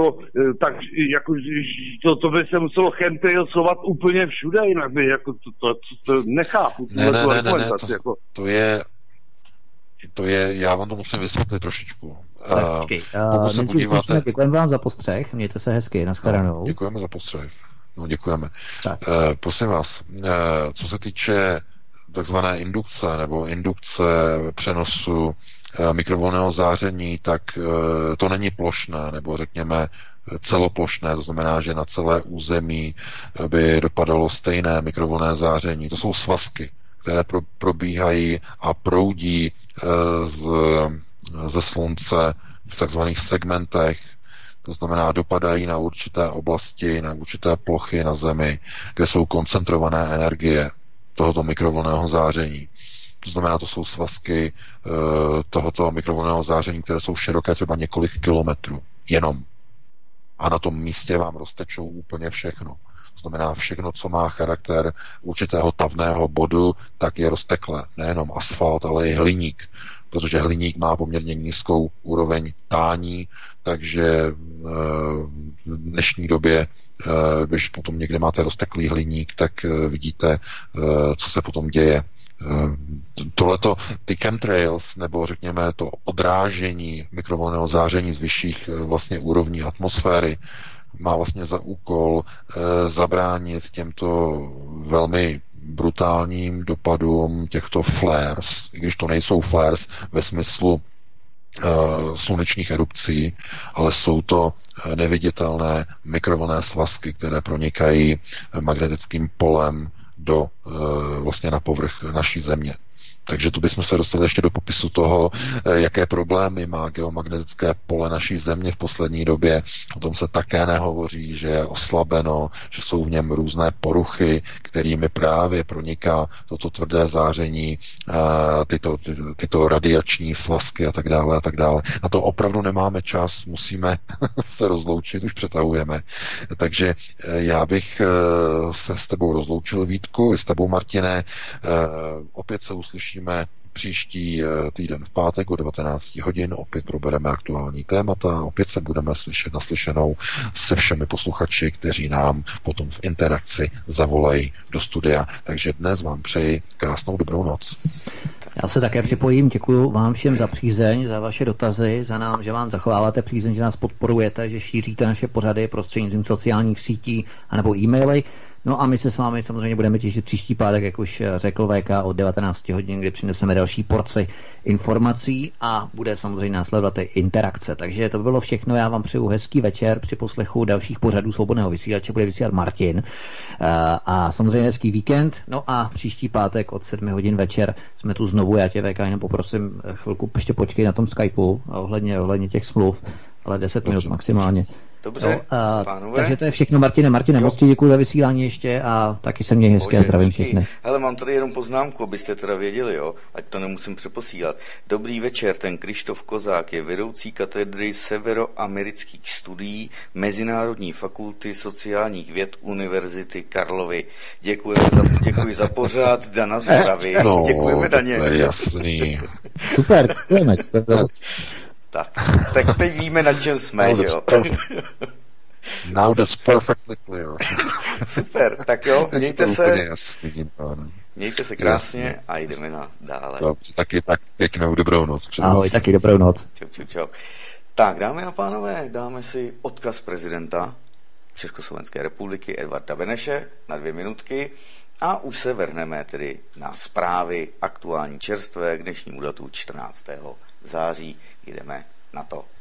Speaker 10: To by se muselo chemtrailsovat úplně všude, jinak by jako to nechápu.
Speaker 5: Ne, to je, já vám to musím vysvětlit trošičku.
Speaker 1: Děkujeme vám za postřeh, mějte se hezky, nashledanou.
Speaker 5: Děkujeme za postřeh. No, děkujeme. Prosím vás, co se týče takzvané indukce nebo indukce přenosu mikrovlnného záření, tak to není plošné, nebo řekněme celoplošné, to znamená, že na celé území by dopadalo stejné mikrovlnné záření. To jsou svazky, které probíhají a proudí ze slunce v takzvaných segmentech, to znamená dopadají na určité oblasti, na určité plochy na Zemi, kde jsou koncentrované energie tohoto mikrovlnného záření. To znamená, to jsou svazky tohoto mikrovlnného záření, které jsou široké třeba několik kilometrů. Jenom. A na tom místě vám roztečou úplně všechno. To znamená, všechno, co má charakter určitého tavného bodu, tak je rozteklé. Nejenom asfalt, ale i hliník. Protože hliník má poměrně nízkou úroveň tání, takže v dnešní době, když potom někde máte rozteklý hliník, tak vidíte, co se potom děje. Tohleto, ty chemtrails, nebo řekněme to odrážení mikrovlnného záření z vyšších vlastně úrovní atmosféry, má vlastně za úkol zabránit těmto velmi brutálním dopadům těchto flares, i když to nejsou flares ve smyslu slunečních erupcí, ale jsou to neviditelné mikrovlnné svazky, které pronikají magnetickým polem vlastně na povrch naší Země. Takže tu bychom se dostali ještě do popisu toho, jaké problémy má geomagnetické pole naší Země v poslední době. O tom se také nehovoří, že je oslabeno, že jsou v něm různé poruchy, kterými právě proniká toto tvrdé záření, tyto radiační svazky a tak dále a tak dále. Na to opravdu nemáme čas, musíme se rozloučit, už přetahujeme. Takže já bych se s tebou rozloučil, Vítku, i s tebou, Martine. Opět se uslyšíme příští týden v pátek o 19 hodin. Opět probereme aktuální témata, opět se budeme slyšet naslyšenou se všemi posluchači, kteří nám potom v interakci zavolají do studia. Takže dnes vám přeji krásnou dobrou noc.
Speaker 1: Já se také připojím, děkuji vám všem za přízeň, za vaše dotazy, za nám, že vám zachováváte přízeň, že nás podporujete, že šíříte naše pořady prostřednictvím sociálních sítí anebo e-maily. No a my se s vámi samozřejmě budeme těšit příští pátek, jak už řekl VK, od 19 hodin, kdy přineseme další porci informací a bude samozřejmě následovat i interakce. Takže to by bylo všechno. Já vám přeju hezký večer při poslechu dalších pořadů Svobodného vysílače. Bude vysílat Martin. A samozřejmě hezký víkend. No a příští pátek od 7 hodin večer jsme tu znovu. Já tě, VK, jenom poprosím chvilku, ještě počkej na tom Skypeu ohledně těch smluv, ale 10 minut maximálně.
Speaker 4: Dobře, pánové.
Speaker 1: Takže to je všechno, Martine, moc ti děkuji za vysílání ještě a taky se měj hezky a zdravím všechny.
Speaker 4: Hele, mám tady jenom poznámku, abyste teda věděli, jo, ať to nemusím přeposílat. Dobrý večer, ten Krištof Kozák je vedoucí katedry severoamerických studií Mezinárodní fakulty sociálních věd Univerzity Karlovy. Děkuji za pořád, Dana z Moravy.
Speaker 5: No,
Speaker 4: děkujeme, Daně.
Speaker 5: To je jasný.
Speaker 1: Super, děkujeme.
Speaker 4: Tak teď víme, na čem jsme, že jo?
Speaker 5: Now that's perfectly clear.
Speaker 4: Super, tak jo, mějte se krásně a jdeme dále.
Speaker 5: Dobře, taky tak pěknou dobrou noc.
Speaker 1: Ahoj, taky dobrou noc.
Speaker 4: Čau. Tak, dámy a pánové, dáme si odkaz prezidenta Československé republiky Edvarda Beneše na 2 minutky a už se vrhneme tedy na zprávy aktuální čerstvé k dnešnímu datu 14. září. Jdeme na to.